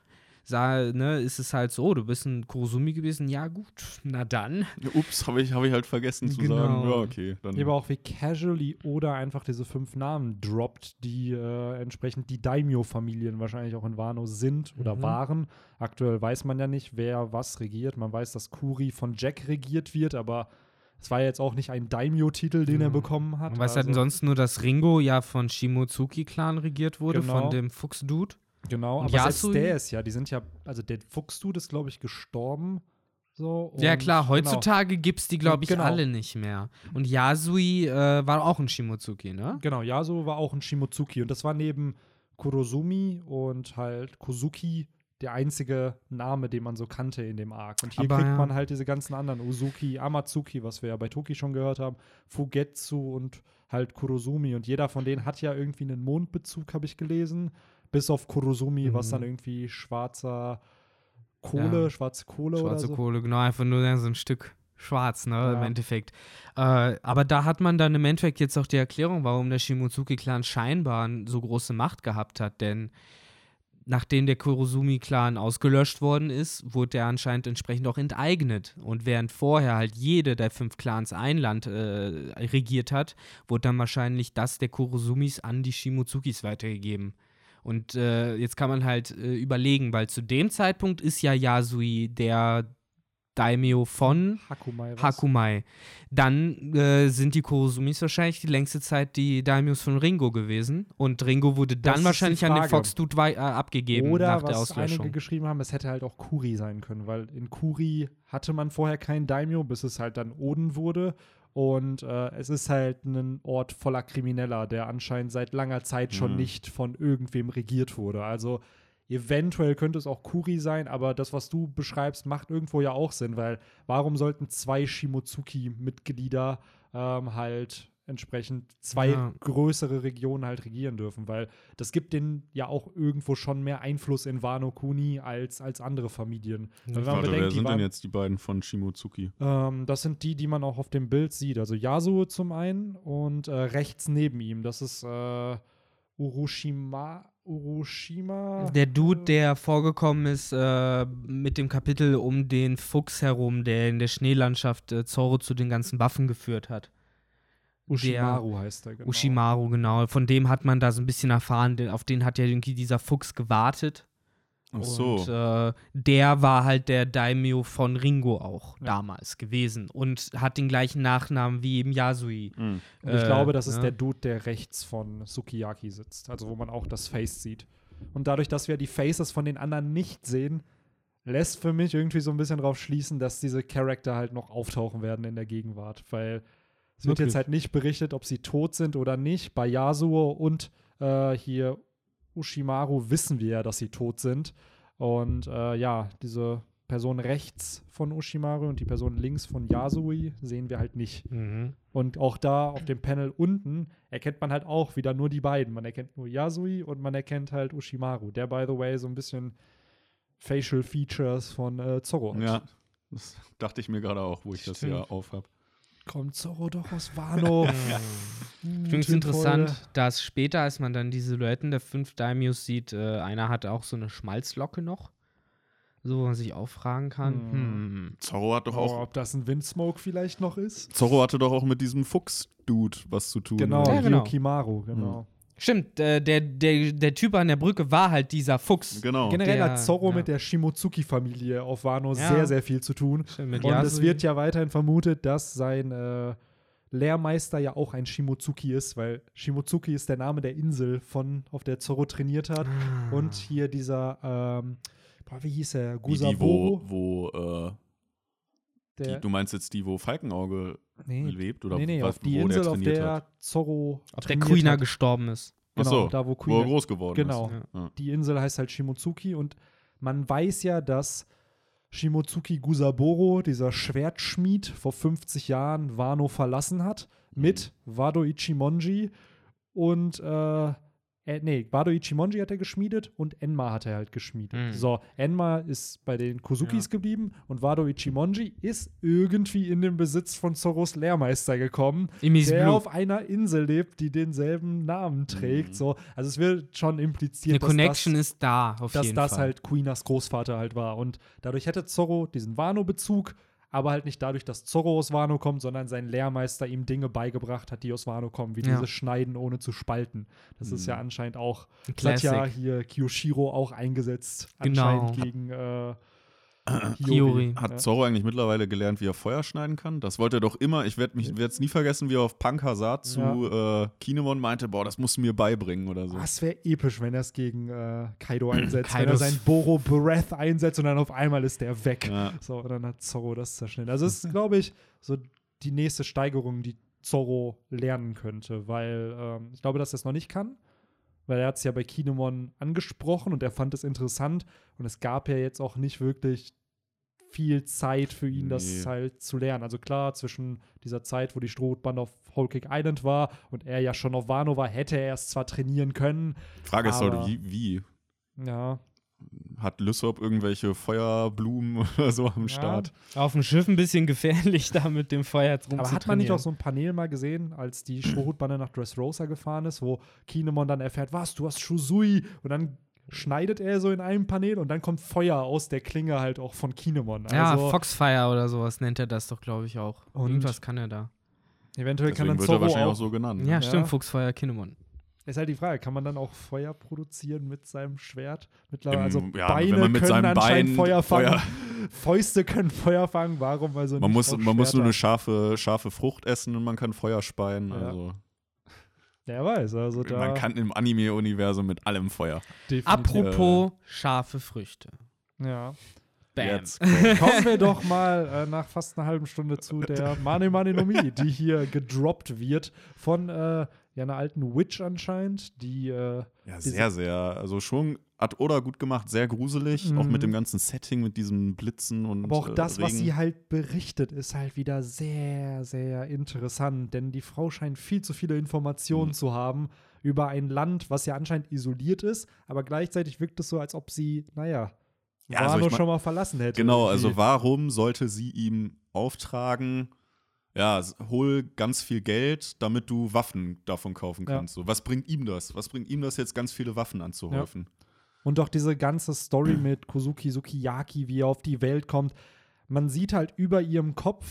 Ist es halt so, du bist ein Kurosumi gewesen, ja gut, na dann. Ja, ups, habe ich halt vergessen zu sagen. Ja, okay. Dann. Aber auch wie casually Oda einfach diese 5 Namen droppt, die entsprechend die Daimyo-Familien wahrscheinlich auch in Wano sind oder waren. Aktuell weiß man ja nicht, wer was regiert. Man weiß, dass Kuri von Jack regiert wird, aber es war jetzt auch nicht ein Daimyo-Titel, den er bekommen hat. Man weiß halt ansonsten nur, dass Ringo ja von Shimotsuki-Clan regiert wurde, von dem Fuchs-Dude. Genau, aber selbst der ist ja, die sind ja, also der Fuchsdude ist, glaube ich, gestorben. So, ja klar, heutzutage gibt's die, glaube ich, alle nicht mehr. Und Yasui war auch ein Shimotsuki, ne? Genau, Yasuo war auch ein Shimotsuki und das war neben Kurosumi und halt Kozuki der einzige Name, den man so kannte in dem Arc. Und hier kriegt man halt diese ganzen anderen, Uzuki, Amatsuki, was wir ja bei Toki schon gehört haben, Fugetsu und halt Kurosumi und jeder von denen hat ja irgendwie einen Mondbezug, habe ich gelesen. Bis auf Kurosumi, was dann irgendwie schwarze Kohle oder so. Schwarze Kohle, genau, einfach nur so ein Stück schwarz, ne, im Endeffekt. Aber da hat man dann im Endeffekt jetzt auch die Erklärung, warum der Shimotsuki-Clan scheinbar so große Macht gehabt hat, denn nachdem der Kurosumi-Clan ausgelöscht worden ist, wurde der anscheinend entsprechend auch enteignet. Und während vorher halt jede der 5 Clans ein Land regiert hat, wurde dann wahrscheinlich das der Kurosumis an die Shimotsukis weitergegeben. Und jetzt kann man halt überlegen, weil zu dem Zeitpunkt ist ja Yasui der Daimyo von Hakumai. Dann sind die Kurosumis wahrscheinlich die längste Zeit die Daimyos von Ringo gewesen. Und Ringo wurde dann wahrscheinlich an den Fox-Dude abgegeben nach der Auslöschung. Oder was einige geschrieben haben, es hätte halt auch Kuri sein können, weil in Kuri hatte man vorher keinen Daimyo, bis es halt dann Oden wurde. Und es ist halt ein Ort voller Krimineller, der anscheinend seit langer Zeit schon nicht von irgendwem regiert wurde. Also eventuell könnte es auch Kuri sein, aber das, was du beschreibst, macht irgendwo ja auch Sinn, weil warum sollten 2 Shimotsuki-Mitglieder halt entsprechend 2 größere Regionen halt regieren dürfen, weil das gibt denen ja auch irgendwo schon mehr Einfluss in Wano Kuni als andere Familien. Wer sind denn jetzt die beiden von Shimotsuki? Das sind die man auch auf dem Bild sieht. Also Yasuo zum einen und rechts neben ihm, das ist Urushima. Der Dude, der vorgekommen ist mit dem Kapitel um den Fuchs herum, der in der Schneelandschaft Zoro zu den ganzen Waffen geführt hat. Ushimaru heißt er, genau. Ushimaru, genau. Von dem hat man da so ein bisschen erfahren, auf den hat ja irgendwie dieser Fuchs gewartet. Ach so. Und der war halt der Daimyo von Ringo auch damals gewesen und hat den gleichen Nachnamen wie eben Yasui. Und ich glaube, das ist der Dude, der rechts von Sukiyaki sitzt, also wo man auch das Face sieht. Und dadurch, dass wir die Faces von den anderen nicht sehen, lässt für mich irgendwie so ein bisschen drauf schließen, dass diese Charakter halt noch auftauchen werden in der Gegenwart, weil es wird jetzt halt nicht berichtet, ob sie tot sind oder nicht. Bei Yasuo und hier Ushimaru wissen wir ja, dass sie tot sind. Und diese Person rechts von Ushimaru und die Person links von Yasui sehen wir halt nicht. Und auch da auf dem Panel unten erkennt man halt auch wieder nur die beiden. Man erkennt nur Yasui und man erkennt halt Ushimaru, der, by the way, so ein bisschen Facial Features von Zorro hat. Ja, das dachte ich mir gerade auch, wo ich das hier aufhab. Kommt Zorro doch aus Wano. Ich finde es interessant, dass später, als man dann die Silhouetten der 5 Daimyos sieht, einer hat auch so eine Schmalzlocke noch. So, wo man sich auch fragen kann. Zorro hat doch auch. Ob das ein Windsmoke vielleicht noch ist? Zorro hatte doch auch mit diesem Fuchs-Dude was zu tun. Genau, Yukimaru, genau. Stimmt, der Typ an der Brücke war halt dieser Fuchs. Genau. Generell hat Zorro mit der Shimotsuki-Familie auf Wano sehr, sehr viel zu tun. Stimmt, und es wird ja weiterhin vermutet, dass sein Lehrmeister ja auch ein Shimotsuki ist, weil Shimotsuki ist der Name der Insel, auf der Zorro trainiert hat. Und hier dieser, wie hieß er? Gusaboro. Du meinst jetzt die, wo Falkenauge lebt? Oder nee, auf die Insel, auf der Zorro auf der Kuina gestorben ist. Genau, da wo er groß geworden ist. Genau, die Insel heißt halt Shimotsuki und man weiß ja, dass Shimotsuki Gusaboro, dieser Schwertschmied, vor 50 Jahren Wano verlassen hat mit Wado Ichimonji und er Wado Ichimonji hat er geschmiedet und Enma hat er halt geschmiedet. So, Enma ist bei den Kozukis geblieben und Wado Ichimonji ist irgendwie in den Besitz von Zorros Lehrmeister gekommen, der auf einer Insel lebt, die denselben Namen trägt. So, also es wird schon impliziert, eine Connection ist da, auf jeden Fall. Dass das halt Kuinas Großvater halt war. Und dadurch hätte Zorro diesen Wano-Bezug, aber halt nicht dadurch, dass Zorro aus Wano kommt, sondern sein Lehrmeister ihm Dinge beigebracht hat, die aus Wano kommen, wie dieses Schneiden ohne zu spalten. Das ist ja anscheinend auch, das hat ja hier Kyoshiro auch eingesetzt, anscheinend gegen Hiyori. Hat Zorro eigentlich mittlerweile gelernt, wie er Feuer schneiden kann? Das wollte er doch immer. Ich werde es nie vergessen, wie er auf Punk Hazard zu Kinemon meinte, boah, das musst du mir beibringen oder so. Das wäre episch, wenn er es gegen Kaido einsetzt. Wenn er sein Boro Breath einsetzt und dann auf einmal ist der weg. Ja. So, und dann hat Zorro das zerschnitten. Also es ist, glaube ich, so die nächste Steigerung, die Zorro lernen könnte, weil ich glaube, dass er es noch nicht kann. Weil er hat es ja bei Kinemon angesprochen und er fand es interessant. Und es gab ja jetzt auch nicht wirklich viel Zeit für ihn, das halt zu lernen. Also klar, zwischen dieser Zeit, wo die Strohhutbande auf Whole Cake Island war und er ja schon auf Wano war, hätte er es zwar trainieren können. Frage ist halt, wie? Ja. Hat Lysop irgendwelche Feuerblumen oder so am Start? Auf dem Schiff ein bisschen gefährlich, da mit dem Feuer jetzt rumzutrainieren. Aber hat man nicht auch so ein Panel mal gesehen, als die Strohhutbande nach Dressrosa gefahren ist, wo Kinemon dann erfährt, was, du hast Shusui, und dann schneidet er so in einem Panel und dann kommt Feuer aus der Klinge halt auch von Kinemon. Ja, Foxfire oder sowas nennt er das doch, glaube ich, auch. Und irgendwas kann er da. Eventuell kann dann wird Zorro er wahrscheinlich auch so genannt. Ja, stimmt, Fuchsfeuer Kinemon. Ist halt die Frage, kann man dann auch Feuer produzieren mit seinem Schwert? Mittlerweile, also ja, Beine mit können anscheinend Feuer fangen. Feuer. Fäuste können Feuer fangen, warum also nicht? Man muss nur eine scharfe Frucht essen und man kann Feuer speien. Ja. Also. Wer weiß, also da. Man kann im Anime-Universum mit allem Feuer. Definitiv. Apropos scharfe Früchte. Ja. Bam. Jetzt kommen wir doch mal nach fast einer halben Stunde zu der Mane Mane no Mi, die hier gedroppt wird von einer alten Witch anscheinend, die sehr, also schon hat Oda gut gemacht, sehr gruselig, auch mit dem ganzen Setting, mit diesem Blitzen und aber auch das, Regen. was sie halt berichtet, ist halt wieder sehr, sehr interessant, denn die Frau scheint viel zu viele Informationen zu haben über ein Land, was ja anscheinend isoliert ist, aber gleichzeitig wirkt es so, als ob sie, Wano schon mal verlassen hätte. Genau, also warum sollte sie ihm auftragen, hol ganz viel Geld, damit du Waffen davon kaufen kannst. So, was bringt ihm das? Was bringt ihm das jetzt, ganz viele Waffen anzuhäufen? Ja. Und auch diese ganze Story mit Kozuki Sukiyaki, wie er auf die Welt kommt. Man sieht halt über ihrem Kopf,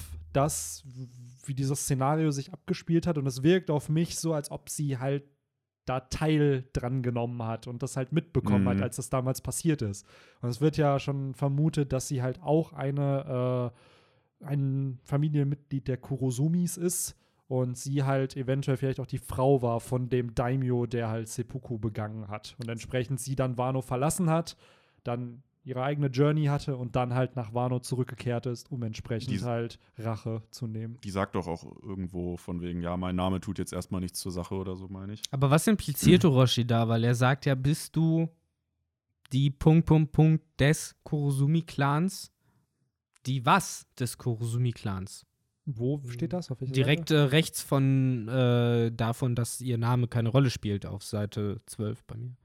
wie dieses Szenario sich abgespielt hat. Und es wirkt auf mich so, als ob sie halt da Teil dran genommen hat und das halt mitbekommen hat, als das damals passiert ist. Und es wird ja schon vermutet, dass sie halt auch ein Familienmitglied der Kurosumis ist und sie halt eventuell vielleicht auch die Frau war von dem Daimyo, der halt Seppuku begangen hat. Und entsprechend sie dann Wano verlassen hat, dann ihre eigene Journey hatte und dann halt nach Wano zurückgekehrt ist, um entsprechend halt Rache zu nehmen. Die sagt doch auch irgendwo von wegen, ja, mein Name tut jetzt erstmal nichts zur Sache oder so, meine ich. Aber was impliziert Orochi da? Weil er sagt ja, bist du die des Kurosumi-Clans? Die was des Kurosumi-Clans? Wo steht das? Auf direkt rechts von davon, dass ihr Name keine Rolle spielt, auf Seite 12 bei mir.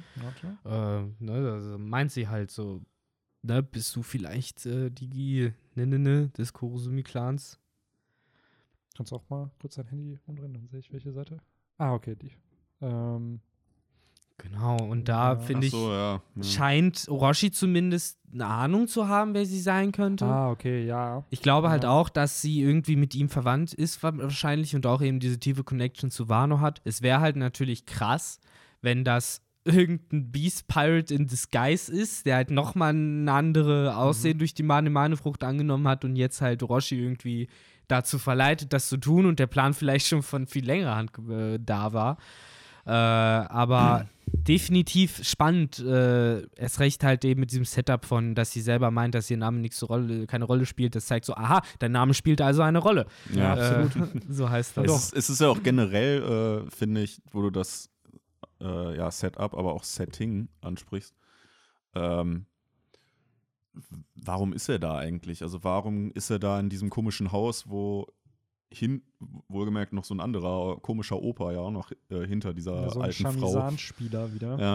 Also meint sie halt so, bist du vielleicht die des Kurosumi-Clans? Kannst du auch mal kurz dein Handy umdrehen, dann sehe ich, welche Seite. Ah, okay, die. Genau, und da finde ich, scheint Orochi zumindest eine Ahnung zu haben, wer sie sein könnte. Ah, okay, ja. Ich glaube halt auch, dass sie irgendwie mit ihm verwandt ist wahrscheinlich und auch eben diese tiefe Connection zu Wano hat. Es wäre halt natürlich krass, wenn das irgendein Beast Pirate in Disguise ist, der halt nochmal ein anderes Aussehen durch die Mane-Mane-Frucht angenommen hat und jetzt halt Orochi irgendwie dazu verleitet, das zu tun und der Plan vielleicht schon von viel längerer Hand da war. Aber definitiv spannend, erst recht halt eben mit diesem Setup von, dass sie selber meint, dass ihr Name keine Rolle spielt. Das zeigt so, aha, dein Name spielt also eine Rolle. Ja, absolut. So heißt das. Es ist ja auch generell, finde ich, wo du das Setup, aber auch Setting ansprichst. Warum ist er da eigentlich? Also warum ist er da in diesem komischen Haus, wo wohlgemerkt noch so ein anderer komischer Opa ja auch noch hinter dieser so alten Frau. Chamisan-Spieler wieder. Ja.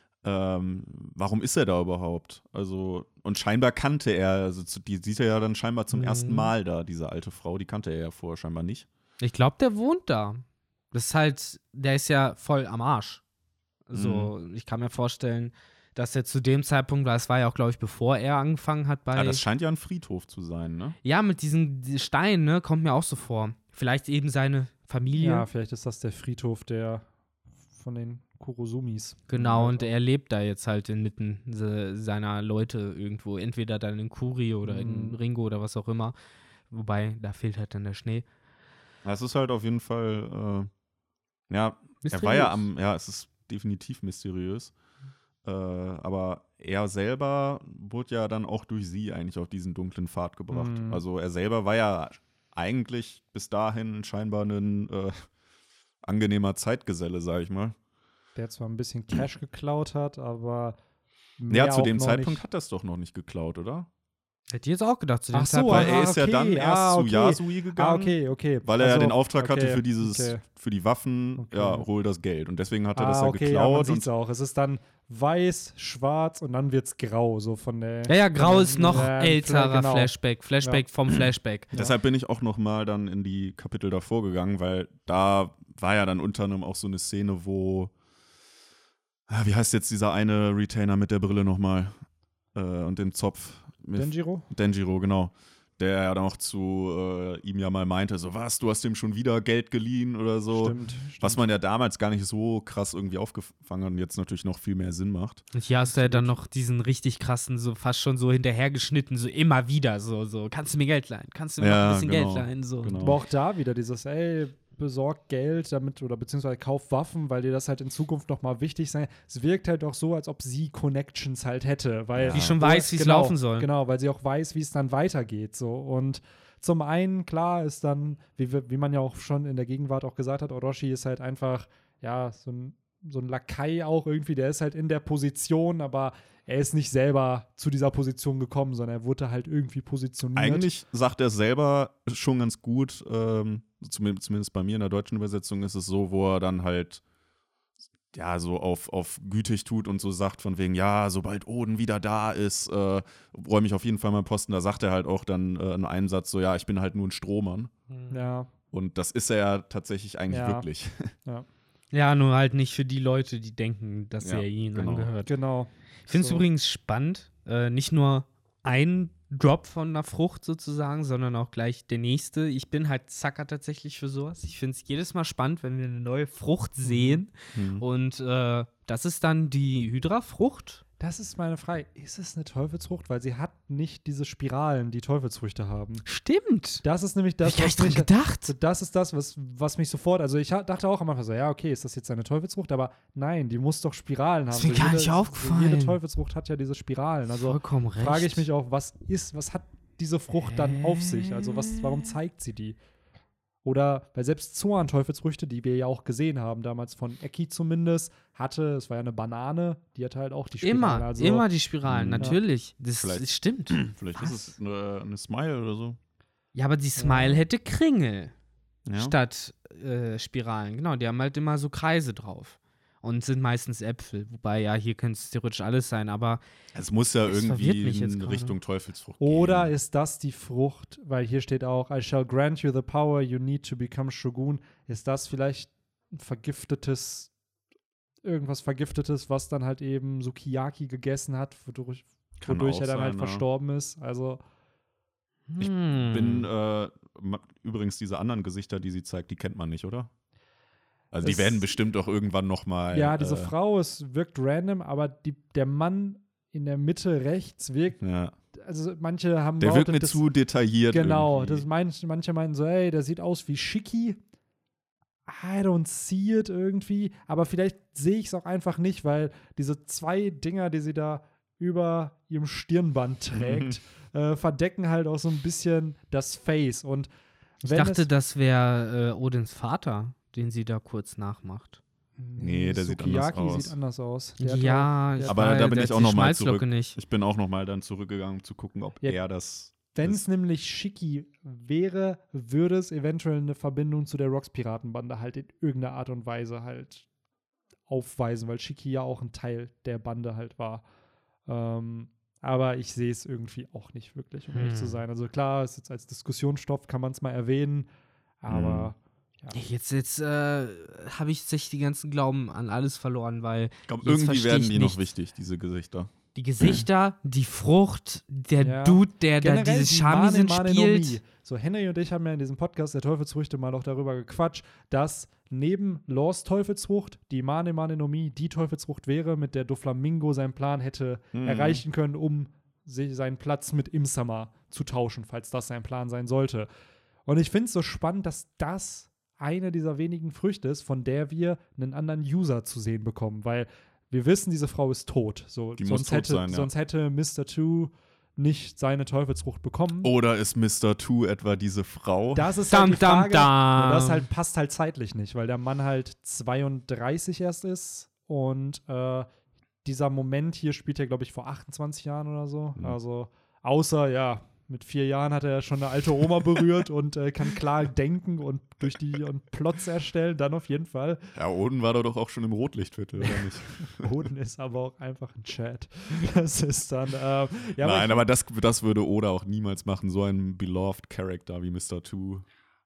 Warum ist er da überhaupt? Also, und scheinbar kannte er, also die sieht er ja dann scheinbar zum ersten Mal da, diese alte Frau, die kannte er ja vorher scheinbar nicht. Ich glaube, der wohnt da. Das ist halt, der ist ja voll am Arsch. So, ich kann mir vorstellen, dass er zu dem Zeitpunkt, weil es war ja auch, glaube ich, bevor er angefangen hat bei. Ja, das scheint ja ein Friedhof zu sein, ne? Ja, mit diesen Steinen, ne, kommt mir auch so vor. Vielleicht eben seine Familie. Ja, vielleicht ist das der Friedhof von den Kurosumis. Genau, und er lebt da jetzt halt inmitten seiner Leute irgendwo. Entweder dann in Kuri oder in Ringo oder was auch immer. Wobei, da fehlt halt dann der Schnee. Es ist halt auf jeden Fall, mysteriös. Er war ja es ist definitiv mysteriös. Aber er selber wurde ja dann auch durch sie eigentlich auf diesen dunklen Pfad gebracht. Also er selber war ja eigentlich bis dahin scheinbar ein angenehmer Zeitgeselle, sag ich mal. Der zwar ein bisschen Cash geklaut hat, aber ja, zu dem Zeitpunkt hat er es doch noch nicht geklaut, oder? Hätte ich jetzt auch gedacht, zu dem Zeitpunkt. Weil er ist ja dann erst zu Yasui gegangen, weil er ja den Auftrag hatte für für die Waffen, hol das Geld. Und deswegen hat er das ja geklaut. Ja, man sieht's auch. Es ist dann weiß, schwarz und dann wird's grau, so von der. Ja, grau ist noch älterer Flashback. Flashback vom Flashback. Deshalb bin ich auch noch mal dann in die Kapitel davor gegangen, weil da war ja dann unter anderem auch so eine Szene, wo wie heißt jetzt dieser eine Retainer mit der Brille nochmal und dem Zopf? Denjiro, genau. Der ja dann auch zu ihm ja mal meinte, so was, du hast dem schon wieder Geld geliehen oder so. Stimmt. Was man ja damals gar nicht so krass irgendwie aufgefangen hat und jetzt natürlich noch viel mehr Sinn macht. Und hier hast du ja dann noch diesen richtig krassen, so fast schon so hinterhergeschnitten, so immer wieder, so, kannst du mir Geld leihen? Kannst du mir noch ein bisschen Geld leihen? So. Genau. Aber auch da wieder dieses, besorgt Geld damit oder beziehungsweise kauft Waffen, weil dir das halt in Zukunft nochmal wichtig sein. Es wirkt halt auch so, als ob sie Connections halt hätte. Weil sie schon weiß, wie es laufen soll. Genau, weil sie auch weiß, wie es dann weitergeht. So. Und zum einen, klar, ist dann, wie man ja auch schon in der Gegenwart auch gesagt hat, Orochi ist halt einfach, so ein Lakai auch irgendwie, der ist halt in der Position, aber er ist nicht selber zu dieser Position gekommen, sondern er wurde halt irgendwie positioniert. Eigentlich sagt er selber schon ganz gut, zumindest bei mir in der deutschen Übersetzung ist es so, wo er dann halt so auf gütig tut und so sagt von wegen, sobald Oden wieder da ist, räume ich auf jeden Fall meinen Posten. Da sagt er halt auch dann in einem Satz so, ich bin halt nur ein Strohmann. Ja. Und das ist er ja tatsächlich eigentlich wirklich. Ja. Ja, nur halt nicht für die Leute, die denken, dass er ihnen angehört. Genau. Ich finde es übrigens spannend, nicht nur ein Drop von einer Frucht sozusagen, sondern auch gleich der nächste. Ich bin halt Zacker tatsächlich für sowas. Ich finde es jedes Mal spannend, wenn wir eine neue Frucht sehen. Und das ist dann die Hydra-Frucht. Das ist meine Frage. Ist es eine Teufelsfrucht? Weil sie hat nicht diese Spiralen, die Teufelsfrüchte haben. Stimmt. Das ist nämlich das, was mich gedacht. Das ist das, was mich sofort. Also ich dachte auch am Anfang so, okay, ist das jetzt eine Teufelsfrucht? Aber nein, die muss doch Spiralen haben. Das ist mir gar nicht aufgefallen. Jede Teufelsfrucht hat ja diese Spiralen. Also vollkommen recht. Frage ich mich auch, was hat diese Frucht dann auf sich? Also warum zeigt sie die? Oder, weil selbst Zoan-Teufelsfrüchte, die wir ja auch gesehen haben, damals von Eki zumindest, es war ja eine Banane, die hatte halt auch die Spiralen. Immer die Spiralen, natürlich. Das stimmt. Vielleicht ist es eine Smile oder so. Ja, aber die Smile hätte Kringel statt Spiralen. Genau, die haben halt immer so Kreise drauf. Und sind meistens Äpfel. Wobei, hier könnte es theoretisch alles sein, aber es muss ja irgendwie in Richtung Teufelsfrucht gehen. Oder ist das die Frucht, weil hier steht auch, I shall grant you the power you need to become Shogun. Ist das vielleicht ein irgendwas Vergiftetes, was dann halt eben Sukiyaki gegessen hat, wodurch er dann halt verstorben ist? Also ich bin übrigens diese anderen Gesichter, die sie zeigt, die kennt man nicht, oder? Also die werden bestimmt auch irgendwann noch mal. Ja, diese Frau, es wirkt random, aber der Mann in der Mitte rechts wirkt. Ja. Also manche haben. Der wirkt mir zu detailliert. Genau, manche meinen so, der sieht aus wie Shiki. I don't see it irgendwie. Aber vielleicht sehe ich es auch einfach nicht, weil diese 2 Dinger, die sie da über ihrem Stirnband trägt, verdecken halt auch so ein bisschen das Face. Und ich dachte, das wäre Odins Vater, den sie da kurz nachmacht. Nee, der sieht anders aus. Sieht anders aus. Aber da bin ich auch noch mal zurück. Ich bin auch noch mal dann zurückgegangen, um zu gucken, ob er das Wenn es nämlich Shiki wäre, würde es eventuell eine Verbindung zu der Rocks-Piratenbande halt in irgendeiner Art und Weise halt aufweisen, weil Shiki ja auch ein Teil der Bande halt war. Aber ich sehe es irgendwie auch nicht wirklich, um ehrlich zu sein. Also klar, ist jetzt als Diskussionsstoff kann man es mal erwähnen, aber ja. Jetzt habe ich tatsächlich die ganzen Glauben an alles verloren, weil ich glaube, irgendwie werden die noch wichtig, diese Gesichter. Die Gesichter, die Frucht, der Dude, der da dieses Shamisen spielt. So, Henry und ich haben ja in diesem Podcast der Teufelsfrüchte mal auch darüber gequatscht, dass neben Laws Teufelsfrucht die Mane Mane no Mi die Teufelsfrucht wäre, mit der Doflamingo seinen Plan hätte erreichen können, um seinen Platz mit Im-Sama zu tauschen, falls das sein Plan sein sollte. Und ich finde es so spannend, dass das eine dieser wenigen Früchte ist, von der wir einen anderen User zu sehen bekommen, weil wir wissen, diese Frau ist tot. So, sonst hätte Mr. Two nicht seine Teufelsfrucht bekommen. Oder ist Mr. Two etwa diese Frau? Das ist halt die Frage. Und das halt passt halt zeitlich nicht, weil der Mann halt 32 erst ist und dieser Moment hier spielt ja, glaube ich, vor 28 Jahren oder so. Also außer, mit 4 Jahren hat er schon eine alte Oma berührt und kann klar denken und und Plots erstellen, dann auf jeden Fall. Ja, Oden war doch auch schon im Rotlichtviertel, oder nicht? Oden ist aber auch einfach ein Chat. Das ist dann, Nein, aber das würde Oda auch niemals machen, so ein beloved Character wie Mr. Two.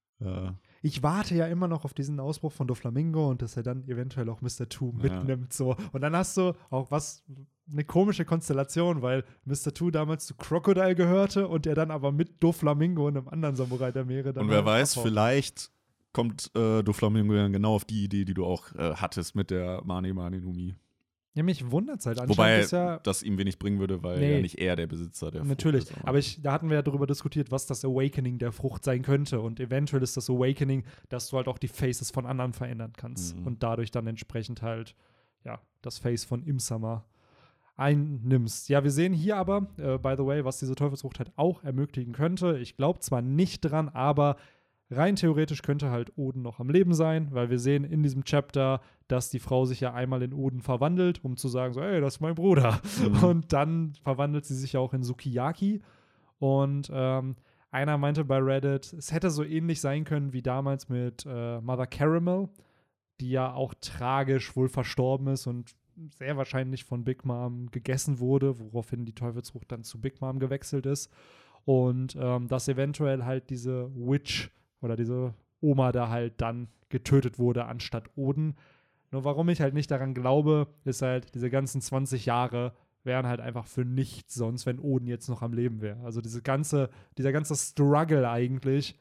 Ich warte ja immer noch auf diesen Ausbruch von Doflamingo und dass er dann eventuell auch Mr. Two mitnimmt. So. Und dann hast du auch eine komische Konstellation, weil Mr. Two damals zu Crocodile gehörte und er dann aber mit Doflamingo und einem anderen Samurai der Meere dann. Und wer weiß, vielleicht kommt Doflamingo dann genau auf die Idee, die du auch hattest mit der Mane Mane no Mi. Ja, mich wundert es halt. Wobei das ihm wenig bringen würde, weil ja nicht er der Besitzer der Frucht natürlich. ist. Aber da hatten wir ja darüber diskutiert, was das Awakening der Frucht sein könnte. Und eventuell ist das Awakening, dass du halt auch die Faces von anderen verändern kannst. Und dadurch dann entsprechend halt, das Face von Im-Sama einnimmst. Ja, wir sehen hier aber, by the way, was diese Teufelsfrucht halt auch ermöglichen könnte. Ich glaube zwar nicht dran, aber rein theoretisch könnte halt Oden noch am Leben sein, weil wir sehen in diesem Chapter, dass die Frau sich ja einmal in Oden verwandelt, um zu sagen, so, ey, das ist mein Bruder. Und dann verwandelt sie sich ja auch in Sukiyaki. Und einer meinte bei Reddit, es hätte so ähnlich sein können wie damals mit Mother Caramel, die ja auch tragisch wohl verstorben ist und sehr wahrscheinlich von Big Mom gegessen wurde, woraufhin die Teufelsfrucht dann zu Big Mom gewechselt ist. Und dass eventuell halt diese Witch oder diese Oma da halt dann getötet wurde anstatt Oden. Nur warum ich halt nicht daran glaube, ist halt, diese ganzen 20 Jahre wären halt einfach für nichts sonst, wenn Oden jetzt noch am Leben wäre. Also dieser ganze Struggle eigentlich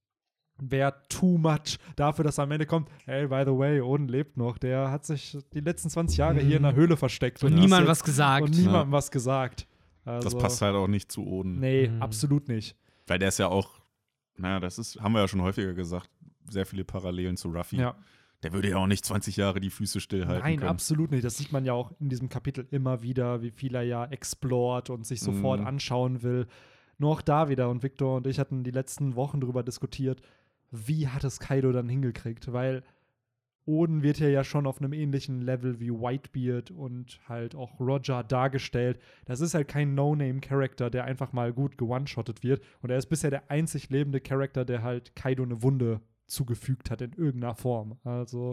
wäre too much dafür, dass am Ende kommt, hey, by the way, Oden lebt noch. Der hat sich die letzten 20 Jahre hier in der Höhle versteckt. Und niemandem was gesagt. Und niemandem was gesagt. Also, das passt halt auch nicht zu Oden. Nee, absolut nicht. Weil der ist ja auch, haben wir ja schon häufiger gesagt, sehr viele Parallelen zu Ruffy. Ja. Der würde ja auch nicht 20 Jahre die Füße stillhalten können. Nein, absolut nicht. Das sieht man ja auch in diesem Kapitel immer wieder, wie viel er ja explort und sich sofort anschauen will. Nur auch da wieder. Und Victor und ich hatten die letzten Wochen darüber diskutiert, wie hat es Kaido dann hingekriegt? Weil Oden wird ja schon auf einem ähnlichen Level wie Whitebeard und halt auch Roger dargestellt. Das ist halt kein No-Name-Charakter, der einfach mal gut ge-one-shottet wird. Und er ist bisher der einzig lebende Charakter, der halt Kaido eine Wunde zugefügt hat in irgendeiner Form. Also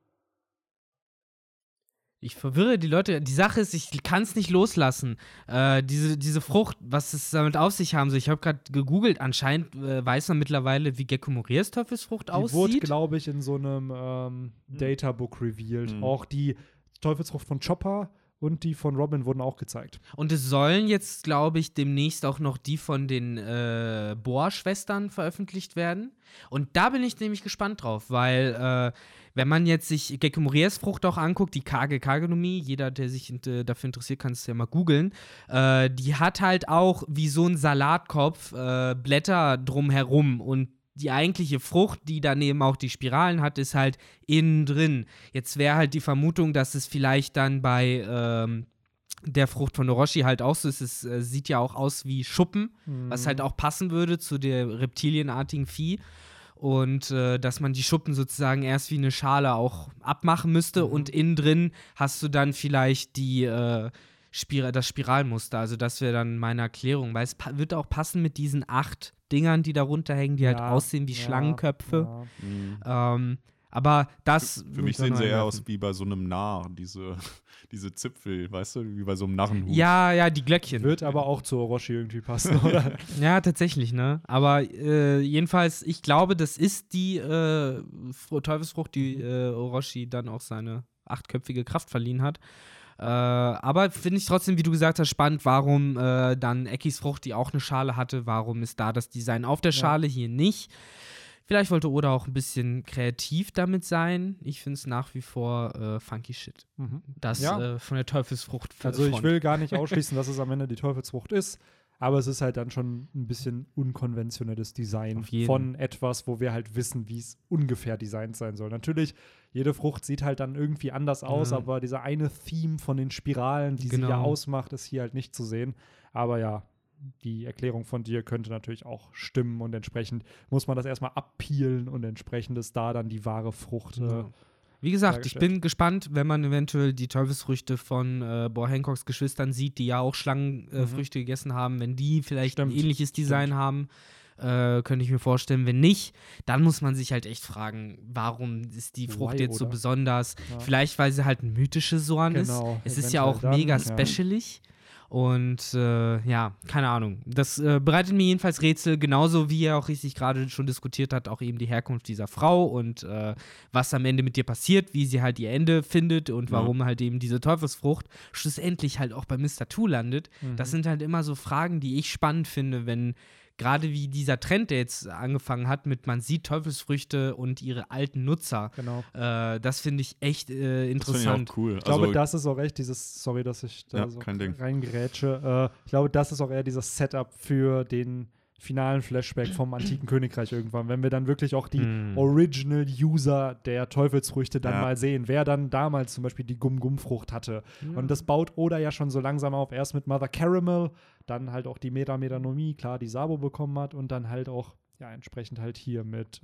ich verwirre die Leute. Die Sache ist, ich kann es nicht loslassen. Diese Frucht, was es damit auf sich haben soll. Ich habe gerade gegoogelt. Anscheinend weiß man mittlerweile, wie Gekko Morias Teufelsfrucht aussieht. Die wurde, glaube ich, in so einem Databook revealed. Auch die Teufelsfrucht von Chopper und die von Robin wurden auch gezeigt. Und es sollen jetzt, glaube ich, demnächst auch noch die von den Boa-Schwestern veröffentlicht werden. Und da bin ich nämlich gespannt drauf, weil wenn man jetzt sich Gekko Morias Frucht auch anguckt, die Kage no Mi, jeder, der sich dafür interessiert, kann es ja mal googeln, die hat halt auch wie so ein Salatkopf Blätter drumherum und die eigentliche Frucht, die daneben auch die Spiralen hat, ist halt innen drin. Jetzt wäre halt die Vermutung, dass es vielleicht dann bei der Frucht von Orochi halt auch so ist. Es sieht ja auch aus wie Schuppen, was halt auch passen würde zu der reptilienartigen Vieh. Und dass man die Schuppen sozusagen erst wie eine Schale auch abmachen müsste und innen drin hast du dann vielleicht die das Spiralmuster. Also das wäre dann meine Erklärung, weil es wird auch passen mit diesen 8 Dingern, die da runterhängen, die halt aussehen wie Schlangenköpfe. Aber das. Für mich sehen sie eher aus wie bei so einem Narr, diese Zipfel, weißt du, wie bei so einem Narrenhut. Ja, die Glöckchen. Wird aber auch zu Orochi irgendwie passen, oder? Ja, tatsächlich, ne? Aber jedenfalls, ich glaube, das ist die Teufelsfrucht, die Orochi dann auch seine 8-köpfige Kraft verliehen hat. Aber finde ich trotzdem, wie du gesagt hast, spannend, warum dann Ekkis Frucht, die auch eine Schale hatte, warum ist da das Design auf der Schale, hier nicht? Vielleicht wollte Oda auch ein bisschen kreativ damit sein. Ich finde es nach wie vor funky shit. Das von der Teufelsfrucht. Also ich will gar nicht ausschließen, dass es am Ende die Teufelsfrucht ist, aber es ist halt dann schon ein bisschen unkonventionelles Design von etwas, wo wir halt wissen, wie es ungefähr designt sein soll. Natürlich, jede Frucht sieht halt dann irgendwie anders aus, aber dieser eine Theme von den Spiralen, die sie ja ausmacht, ist hier halt nicht zu sehen. Aber ja, die Erklärung von dir könnte natürlich auch stimmen und entsprechend muss man das erstmal abpeelen und entsprechend ist da dann die wahre Frucht. Wie gesagt, ich bin gespannt, wenn man eventuell die Teufelsfrüchte von Boa-Hancocks Geschwistern sieht, die ja auch Schlangenfrüchte gegessen haben, wenn die vielleicht ein ähnliches Design haben, könnte ich mir vorstellen. Wenn nicht, dann muss man sich halt echt fragen, warum ist die Frucht jetzt so besonders? Ja. Vielleicht, weil sie halt ein mythisches Sorn ist. Es ist ja auch mega specialig. Und keine Ahnung. Das bereitet mir jedenfalls Rätsel, genauso wie er auch richtig gerade schon diskutiert hat, auch eben die Herkunft dieser Frau und was am Ende mit ihr passiert, wie sie halt ihr Ende findet und warum halt eben diese Teufelsfrucht schlussendlich halt auch bei Mr. Two landet. Das sind halt immer so Fragen, die ich spannend finde, wenn gerade wie dieser Trend, der jetzt angefangen hat mit man sieht Teufelsfrüchte und ihre alten Nutzer. Genau. Das finde ich echt interessant. Das finde ich auch cool. Ich glaube, das ist auch echt sorry, dass ich da so reingrätsche. Ich glaube, das ist auch eher dieses Setup für den finalen Flashback vom antiken Königreich irgendwann, wenn wir dann wirklich auch die Original-User der Teufelsfrüchte dann mal sehen, wer dann damals zum Beispiel die Gum-Gum-Frucht hatte. Und das baut Oda ja schon so langsam auf, erst mit Mother Caramel, dann halt auch die Meta-Metanomie, klar, die Sabo bekommen hat und dann halt auch, entsprechend halt hier mit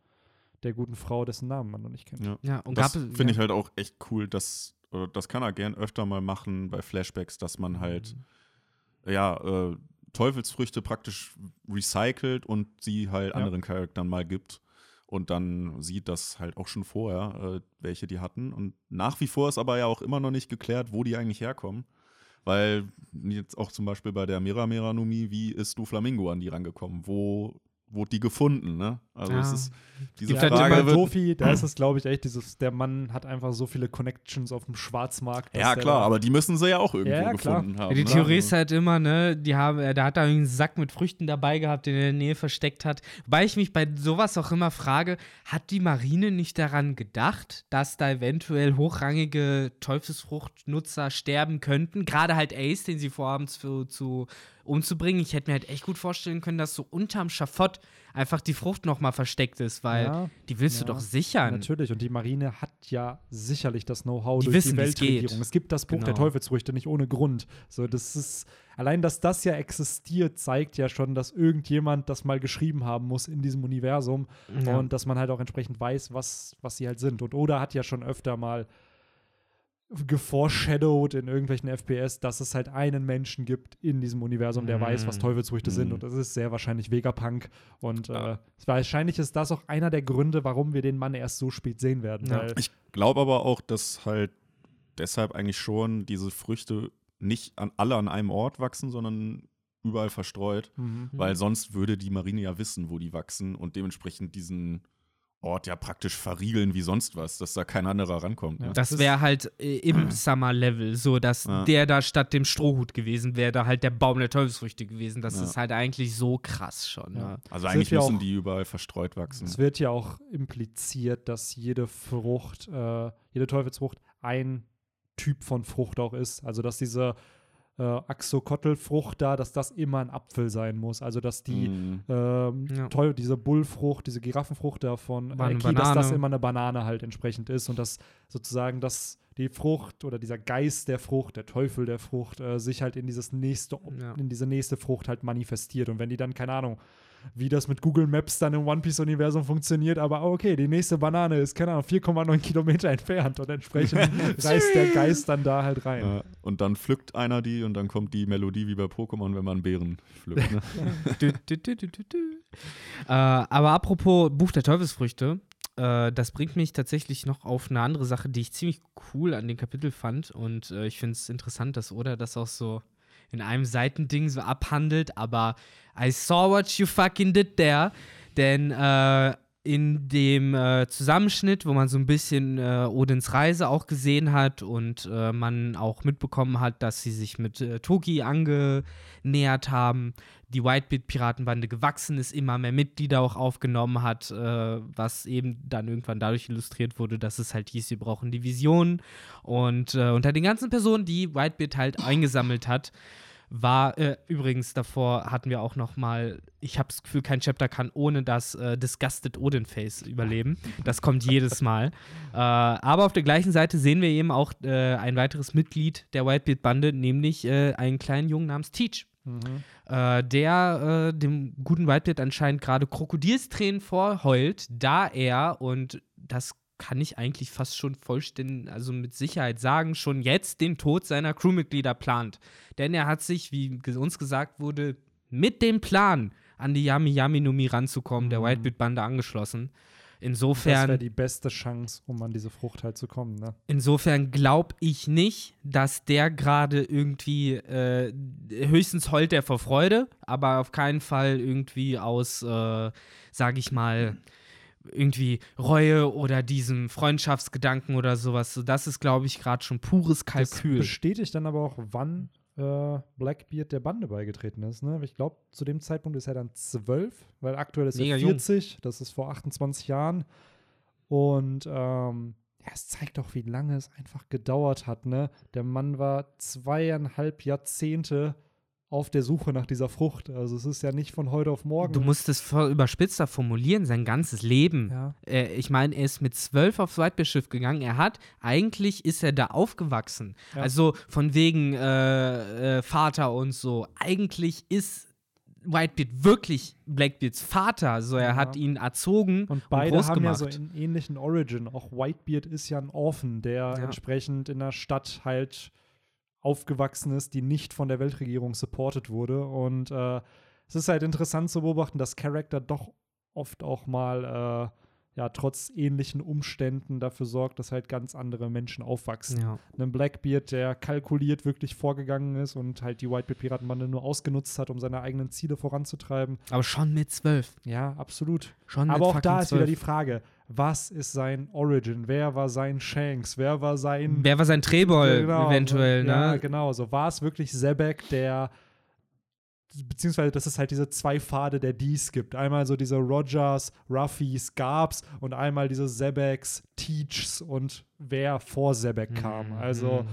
der guten Frau, dessen Namen man noch nicht kennt. Und das finde ich halt auch echt cool, das kann er gern öfter mal machen bei Flashbacks, dass man halt, Teufelsfrüchte praktisch recycelt und sie halt anderen Charakteren mal gibt und dann sieht das halt auch schon vorher, welche die hatten. Und nach wie vor ist aber ja auch immer noch nicht geklärt, wo die eigentlich herkommen. Weil jetzt auch zum Beispiel bei der Mera-Mera-Numie, wie ist Doflamingo an die rangekommen? Wo wurde die gefunden, ne? Also es ist diese Frage. Bei Dofi, da ist es, glaube ich, echt der Mann hat einfach so viele Connections auf dem Schwarzmarkt. Ja, klar, aber die müssen sie ja auch irgendwo gefunden haben. Die Theorie ist halt immer, ne, da hat er einen Sack mit Früchten dabei gehabt, den er in der Nähe versteckt hat. Wobei ich mich bei sowas auch immer frage, hat die Marine nicht daran gedacht, dass da eventuell hochrangige Teufelsfruchtnutzer sterben könnten? Gerade halt Ace, den sie vorhaben umzubringen. Ich hätte mir halt echt gut vorstellen können, dass so unterm Schafott einfach die Frucht nochmal versteckt ist, weil die willst du doch sichern. Natürlich, und die Marine hat ja sicherlich das Know-how durch die Weltregierung. Es gibt das Buch der Teufelsfrüchte nicht ohne Grund. So, das ist, allein, dass das ja existiert, zeigt ja schon, dass irgendjemand das mal geschrieben haben muss in diesem Universum und dass man halt auch entsprechend weiß, was sie halt sind. Und Oda hat ja schon öfter mal geforeshadowed in irgendwelchen FPS, dass es halt einen Menschen gibt in diesem Universum, der weiß, was Teufelsfrüchte sind. Und das ist sehr wahrscheinlich Vegapunk. Und wahrscheinlich ist das auch einer der Gründe, warum wir den Mann erst so spät sehen werden. Weil ich glaube aber auch, dass halt deshalb eigentlich schon diese Früchte nicht alle an einem Ort wachsen, sondern überall verstreut. Weil sonst würde die Marine ja wissen, wo die wachsen und dementsprechend diesen Ort ja praktisch verriegeln wie sonst was, dass da kein anderer rankommt. Ne? Das wäre halt im Summer-Level so, dass der da statt dem Strohhut gewesen wäre, da halt der Baum der Teufelsfrüchte gewesen. Das ist halt eigentlich so krass schon. Ja. Also eigentlich müssen die überall verstreut wachsen. Es wird ja auch impliziert, dass jede Frucht, jede Teufelsfrucht ein Typ von Frucht auch ist. Also dass diese Axolotl-Frucht da, dass das immer ein Apfel sein muss. Also, dass die diese Bullfrucht, diese Giraffenfrucht da von Eki, dass das immer eine Banane halt entsprechend ist und dass sozusagen die Frucht oder dieser Geist der Frucht, der Teufel der Frucht, sich halt in diese nächste Frucht halt manifestiert. Und wenn die dann, keine Ahnung, wie das mit Google Maps dann im One-Piece-Universum funktioniert, aber okay, die nächste Banane ist, keine Ahnung, 4,9 Kilometer entfernt und entsprechend reißt der Geist dann da halt rein. Ja, und dann pflückt einer die und dann kommt die Melodie wie bei Pokémon, wenn man Beeren pflückt. Ne? Aber apropos Buch der Teufelsfrüchte, das bringt mich tatsächlich noch auf eine andere Sache, die ich ziemlich cool an dem Kapitel fand. Und ich finde es interessant, dass Oda das auch so in einem Seitending so abhandelt. Aber I saw what you fucking did there. Denn in dem Zusammenschnitt, wo man so ein bisschen Odins Reise auch gesehen hat und man auch mitbekommen hat, dass sie sich mit Toki angenähert haben, die Whitebeard-Piratenbande gewachsen ist, immer mehr Mitglieder auch aufgenommen hat, was eben dann irgendwann dadurch illustriert wurde, dass es halt hieß, wir brauchen Divisionen. Und unter den ganzen Personen, die Whitebeard halt eingesammelt hat, war, übrigens davor hatten wir auch noch mal, ich habe das Gefühl, kein Chapter kann ohne das Disgusted Odin-Face überleben. Das kommt jedes Mal. Aber auf der gleichen Seite sehen wir eben auch ein weiteres Mitglied der Whitebeard-Bande, nämlich einen kleinen Jungen namens Teach. Der dem guten Whitebeard anscheinend gerade Krokodilstränen vorheult, da er, und das kann ich eigentlich fast schon vollständig, also mit Sicherheit sagen, schon jetzt den Tod seiner Crewmitglieder plant. Denn er hat sich, wie uns gesagt wurde, mit dem Plan, an die Yami Yami no Mi ranzukommen, der Whitebeard-Bande angeschlossen. Insofern, das wäre die beste Chance, um an diese Frucht halt zu kommen, ne? Insofern glaube ich nicht, dass der gerade irgendwie, höchstens heult er vor Freude, aber auf keinen Fall irgendwie aus, sag ich mal, irgendwie Reue oder diesem Freundschaftsgedanken oder sowas. So, das ist, glaube ich, gerade schon pures Kalkül. Das bestätigt dann aber auch, wann Blackbeard der Bande beigetreten ist. Ne? Ich glaube, zu dem Zeitpunkt ist er dann 12, weil aktuell ist er 40. Jung. Das ist vor 28 Jahren. Und es zeigt auch, wie lange es einfach gedauert hat. Ne? Der Mann war 2,5 Jahrzehnte auf der Suche nach dieser Frucht. Also es ist ja nicht von heute auf morgen. Du musst es voll überspitzter formulieren, sein ganzes Leben. Ja. Ich meine, er ist mit 12 aufs Whitebeard-Schiff gegangen. Eigentlich ist er da aufgewachsen. Ja. Also von wegen Vater und so. Eigentlich ist Whitebeard wirklich Blackbeards Vater. Also er hat ihn erzogen und beide groß haben gemacht. Ja so einen ähnlichen Origin. Auch Whitebeard ist ja ein Orphan, der entsprechend in der Stadt halt aufgewachsen ist, die nicht von der Weltregierung supported wurde. Und es ist halt interessant zu beobachten, dass Charakter doch oft auch mal trotz ähnlichen Umständen dafür sorgt, dass halt ganz andere Menschen aufwachsen. Ja. Ein Blackbeard, der kalkuliert wirklich vorgegangen ist und halt die Whitebeard-Piratenbande nur ausgenutzt hat, um seine eigenen Ziele voranzutreiben. Aber schon mit 12. Ja, absolut. Schon aber mit auch da ist 12. wieder die Frage, was ist sein Origin? Wer war sein Shanks? Wer war sein Trebol eventuell, ne? Ja, genau. So war es wirklich Zebek, der beziehungsweise, dass es halt diese zwei Pfade der Ds gibt. Einmal so diese Rogers, Ruffys, Garbs und einmal diese Zebeks, Teachs und wer vor Zebek kam. Also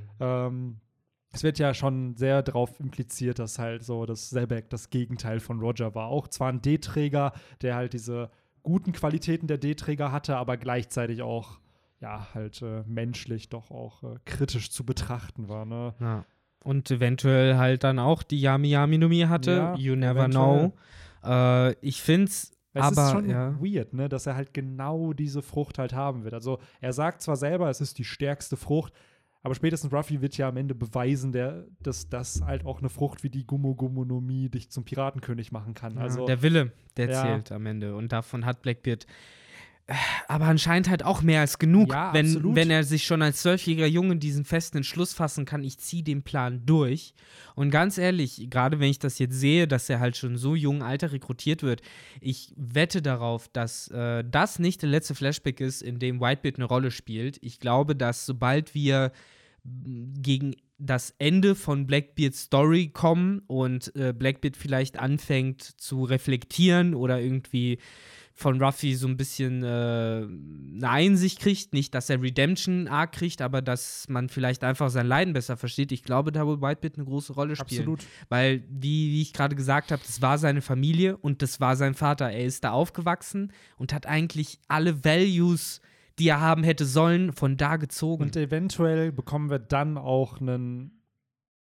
es wird ja schon sehr darauf impliziert, dass halt so das Zebek das Gegenteil von Roger war. Auch zwar ein D-Träger, der halt diese guten Qualitäten der D-Träger hatte, aber gleichzeitig auch menschlich doch auch kritisch zu betrachten war, ne? Ja. Und eventuell halt dann auch die Yami Yami no Mi hatte. Ja, you never know. Ich find's aber, es ist schon weird, ne, dass er halt genau diese Frucht halt haben wird. Also er sagt zwar selber, es ist die stärkste Frucht, aber spätestens Ruffy wird ja am Ende beweisen, dass das halt auch eine Frucht wie die Gumo Gumo no Mi dich zum Piratenkönig machen kann. Ja, also, der Wille, der zählt am Ende. Und davon hat Blackbeard aber anscheinend halt auch mehr als genug, wenn er sich schon als 12-jähriger Junge diesen festen Entschluss fassen kann, ich ziehe den Plan durch. Und ganz ehrlich, gerade wenn ich das jetzt sehe, dass er halt schon so jungen Alter rekrutiert wird, ich wette darauf, dass das nicht der letzte Flashback ist, in dem Whitebeard eine Rolle spielt. Ich glaube, dass sobald wir gegen das Ende von Blackbeards Story kommen und Blackbeard vielleicht anfängt zu reflektieren oder irgendwie von Ruffy so ein bisschen eine Einsicht kriegt. Nicht, dass er Redemption-Arc kriegt, aber dass man vielleicht einfach sein Leiden besser versteht. Ich glaube, da wird Whitebeard eine große Rolle spielen. Absolut. Weil, wie ich gerade gesagt habe, das war seine Familie und das war sein Vater. Er ist da aufgewachsen und hat eigentlich alle Values, die er haben hätte sollen, von da gezogen. Und eventuell bekommen wir dann auch einen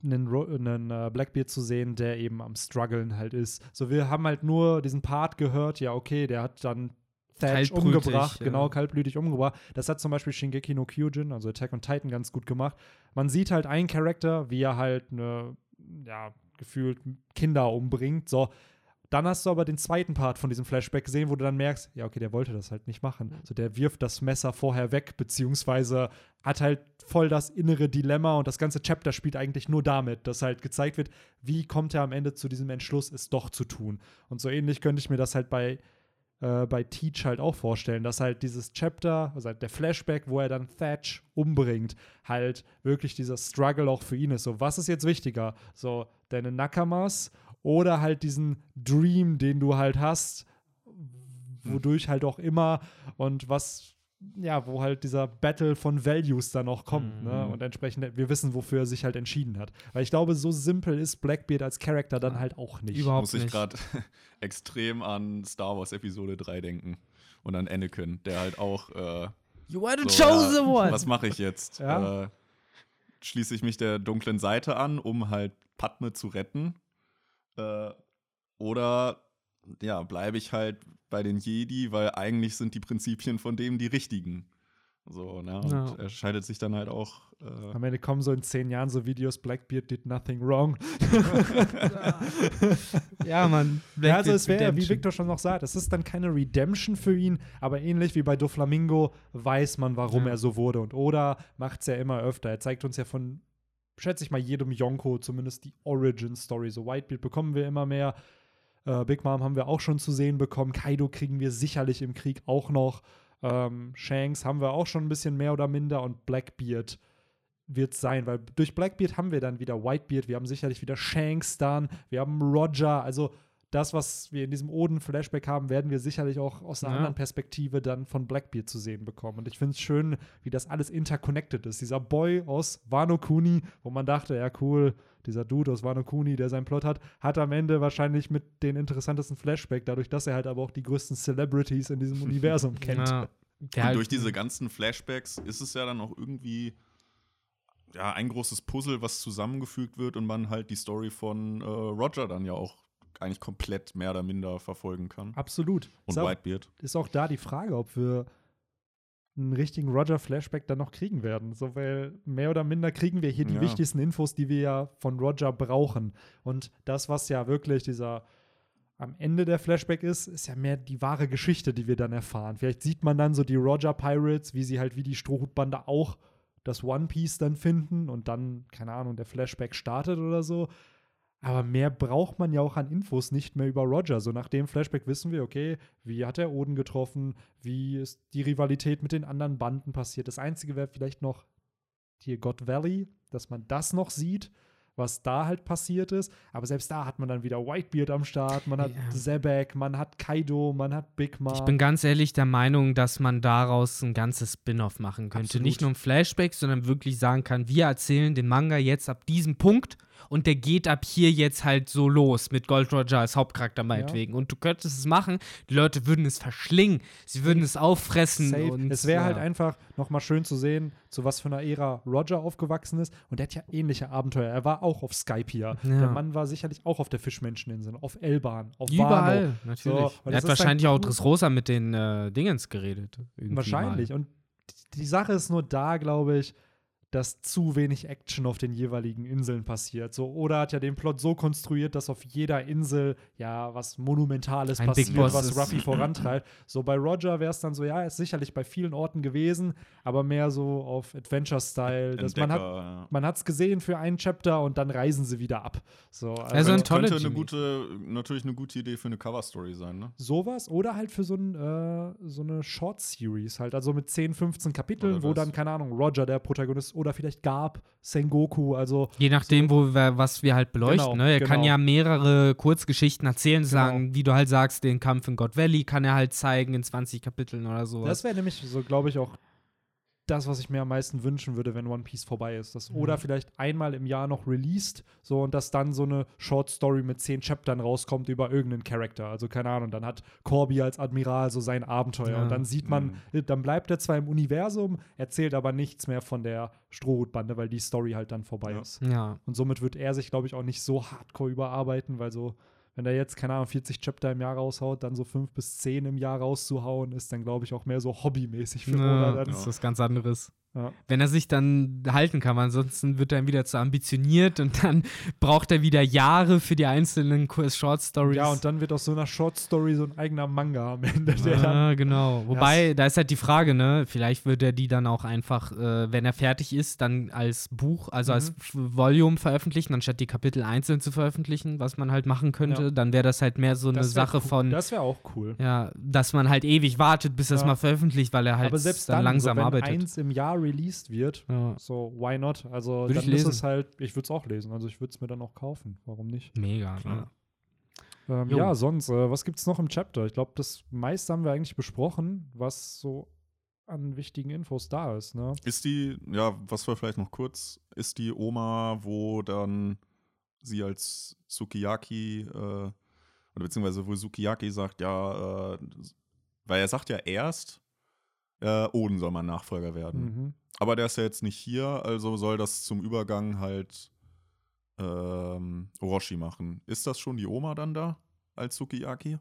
einen Blackbeard zu sehen, der eben am Struggeln halt ist. So, wir haben halt nur diesen Part gehört, ja, okay, der hat dann Thatch umgebracht, genau, kaltblütig umgebracht. Das hat zum Beispiel Shingeki no Kyojin, also Attack on Titan, ganz gut gemacht. Man sieht halt einen Charakter, wie er halt gefühlt Kinder umbringt, so. Dann hast du aber den zweiten Part von diesem Flashback gesehen, wo du dann merkst, ja, okay, der wollte das halt nicht machen. So, der wirft das Messer vorher weg, beziehungsweise hat halt voll das innere Dilemma und das ganze Chapter spielt eigentlich nur damit, dass halt gezeigt wird, wie kommt er am Ende zu diesem Entschluss, es doch zu tun. Und so ähnlich könnte ich mir das halt bei Teach halt auch vorstellen, dass halt dieses Chapter, also halt der Flashback, wo er dann Thatch umbringt, halt wirklich dieser Struggle auch für ihn ist. So, was ist jetzt wichtiger? So, deine Nakamas oder halt diesen Dream, den du halt hast, wodurch halt auch immer und wo halt dieser Battle von Values dann auch kommt, ne? Und entsprechend, wir wissen, wofür er sich halt entschieden hat. Weil ich glaube, so simpel ist Blackbeard als Charakter dann halt auch nicht. Überhaupt nicht. Muss ich gerade extrem an Star Wars Episode 3 denken und an Anakin, der halt auch You are the chosen one! Was mache ich jetzt? Ja. Schließe ich mich der dunklen Seite an, um halt Padme zu retten? Oder bleibe ich halt bei den Jedi, weil eigentlich sind die Prinzipien von dem die richtigen. So, ne? Und er scheidet sich dann halt auch. Am Ende kommen so in 10 Jahren so Videos, Blackbeard did nothing wrong. Ja, Mann. Ja, also es wäre, wie Victor schon noch sagt, es ist dann keine Redemption für ihn, aber ähnlich wie bei Doflamingo weiß man, warum er so wurde. Und Oda macht es ja immer öfter. Er zeigt uns ja von, schätze ich mal, jedem Yonko zumindest die Origin-Story. So Whitebeard bekommen wir immer mehr. Big Mom haben wir auch schon zu sehen bekommen. Kaido kriegen wir sicherlich im Krieg auch noch. Shanks haben wir auch schon ein bisschen mehr oder minder. Und Blackbeard wird es sein, weil durch Blackbeard haben wir dann wieder Whitebeard. Wir haben sicherlich wieder Shanks dann. Wir haben Roger. Also das, was wir in diesem Oden-Flashback haben, werden wir sicherlich auch aus einer anderen Perspektive dann von Blackbeard zu sehen bekommen. Und ich finde es schön, wie das alles interconnected ist. Dieser Boy aus Wano Kuni, wo man dachte, ja cool, dieser Dude aus Wano Kuni, der seinen Plot hat am Ende wahrscheinlich mit den interessantesten Flashback, dadurch, dass er halt aber auch die größten Celebrities in diesem Universum kennt. Ja. Und durch diese ganzen Flashbacks ist es ja dann auch irgendwie ein großes Puzzle, was zusammengefügt wird und man halt die Story von Roger dann ja auch eigentlich komplett mehr oder minder verfolgen kann. Absolut. Und Whitebeard. Ist auch da die Frage, ob wir einen richtigen Roger-Flashback dann noch kriegen werden. So, weil mehr oder minder kriegen wir hier die wichtigsten Infos, die wir ja von Roger brauchen. Und das, was ja wirklich dieser am Ende der Flashback ist ja mehr die wahre Geschichte, die wir dann erfahren. Vielleicht sieht man dann so die Roger-Pirates, wie sie halt wie die Strohhutbande auch das One Piece dann finden und dann, keine Ahnung, der Flashback startet oder so. Aber mehr braucht man ja auch an Infos nicht mehr über Roger. So nach dem Flashback wissen wir, okay, wie hat er Oden getroffen, wie ist die Rivalität mit den anderen Banden passiert. Das Einzige wäre vielleicht noch hier God Valley, dass man das noch sieht, was da halt passiert ist. Aber selbst da hat man dann wieder Whitebeard am Start, man hat Zebek, man hat Kaido, man hat Big Mom. Ich bin ganz ehrlich der Meinung, dass man daraus ein ganzes Spin-off machen könnte. Absolut. Nicht nur ein Flashback, sondern wirklich sagen kann, wir erzählen den Manga jetzt ab diesem Punkt und der geht ab hier jetzt halt so los mit Gold Roger als Hauptcharakter meinetwegen. Und du könntest es machen, die Leute würden es verschlingen, sie würden es auffressen. Und es wäre halt einfach nochmal schön zu sehen, zu was für einer Ära Roger aufgewachsen ist. Und der hat ja ähnliche Abenteuer. Er war auch auf Skype hier. Ja. Der Mann war sicherlich auch auf der Fischmenscheninsel, auf Elban, auf überall, Wano. Natürlich. So, er hat wahrscheinlich auch Dressrosa mit den Dingens geredet. Wahrscheinlich. Mal. Und die Sache ist nur da, glaube ich, dass zu wenig Action auf den jeweiligen Inseln passiert. So, Oda hat ja den Plot so konstruiert, dass auf jeder Insel ja was Monumentales passiert, was Ruffy vorantreibt. So bei Roger wäre es dann so, ja, ist sicherlich bei vielen Orten gewesen, aber mehr so auf Adventure-Style. Man hat es gesehen für einen Chapter und dann reisen sie wieder ab. So, also ein könnte natürlich eine gute Idee für eine Cover-Story sein, ne? Sowas oder halt für so eine Short-Series halt, also mit 10, 15 Kapiteln, wo dann, keine Ahnung, Roger der Protagonist oder vielleicht Garp, Sengoku, also je nachdem, was wir halt beleuchten. Genau, ne? Er kann ja mehrere Kurzgeschichten erzählen, sagen, wie du halt sagst, den Kampf in God Valley kann er halt zeigen in 20 Kapiteln oder sowas. Das wäre nämlich so, glaube ich, auch das, was ich mir am meisten wünschen würde, wenn One Piece vorbei ist. Das Oda vielleicht einmal im Jahr noch released, so, und dass dann so eine Short Story mit 10 Chaptern rauskommt über irgendeinen Charakter. Also keine Ahnung, dann hat Corby als Admiral so sein Abenteuer und dann sieht man, dann bleibt er zwar im Universum, erzählt aber nichts mehr von der Strohhutbande, weil die Story halt dann vorbei ist. Ja. Und somit wird er sich, glaube ich, auch nicht so hardcore überarbeiten, weil so, wenn er jetzt, keine Ahnung, 40 Chapter im Jahr raushaut, dann so 5 bis 10 im Jahr rauszuhauen, ist dann, glaube ich, auch mehr so hobbymäßig für Oda. Dann. Das ist was ganz anderes. Ja. Wenn er sich dann halten kann, ansonsten wird er dann wieder zu ambitioniert und dann braucht er wieder Jahre für die einzelnen Short Stories. Ja, und dann wird aus so einer Short Story so ein eigener Manga am Ende. Genau. Wobei, da ist halt die Frage, ne, vielleicht wird er die dann auch einfach, wenn er fertig ist, dann als Buch, also als Volume veröffentlichen, anstatt die Kapitel einzeln zu veröffentlichen, was man halt machen könnte. Ja. Dann wäre das halt mehr so eine Sache von. Das wäre auch cool. Ja, dass man halt ewig wartet, bis das mal veröffentlicht, weil er halt aber selbst dann langsam so, wenn arbeitet. Eins im Jahr released wird, so why not? Also dann ist es halt, ich würde es auch lesen, also ich würde es mir dann auch kaufen, warum nicht? Mega, ne? Ja, sonst, was gibt's noch im Chapter? Ich glaube, das meiste haben wir eigentlich besprochen, was so an wichtigen Infos da ist, ne? Ist die, was war vielleicht noch kurz, ist die Oma, wo dann sie als Sukiyaki, oder beziehungsweise wo Sukiyaki sagt, weil er sagt ja erst, Oden soll mal Nachfolger werden. Aber der ist ja jetzt nicht hier, also soll das zum Übergang halt Orochi machen. Ist das schon die Oma dann da als Sukiyaki?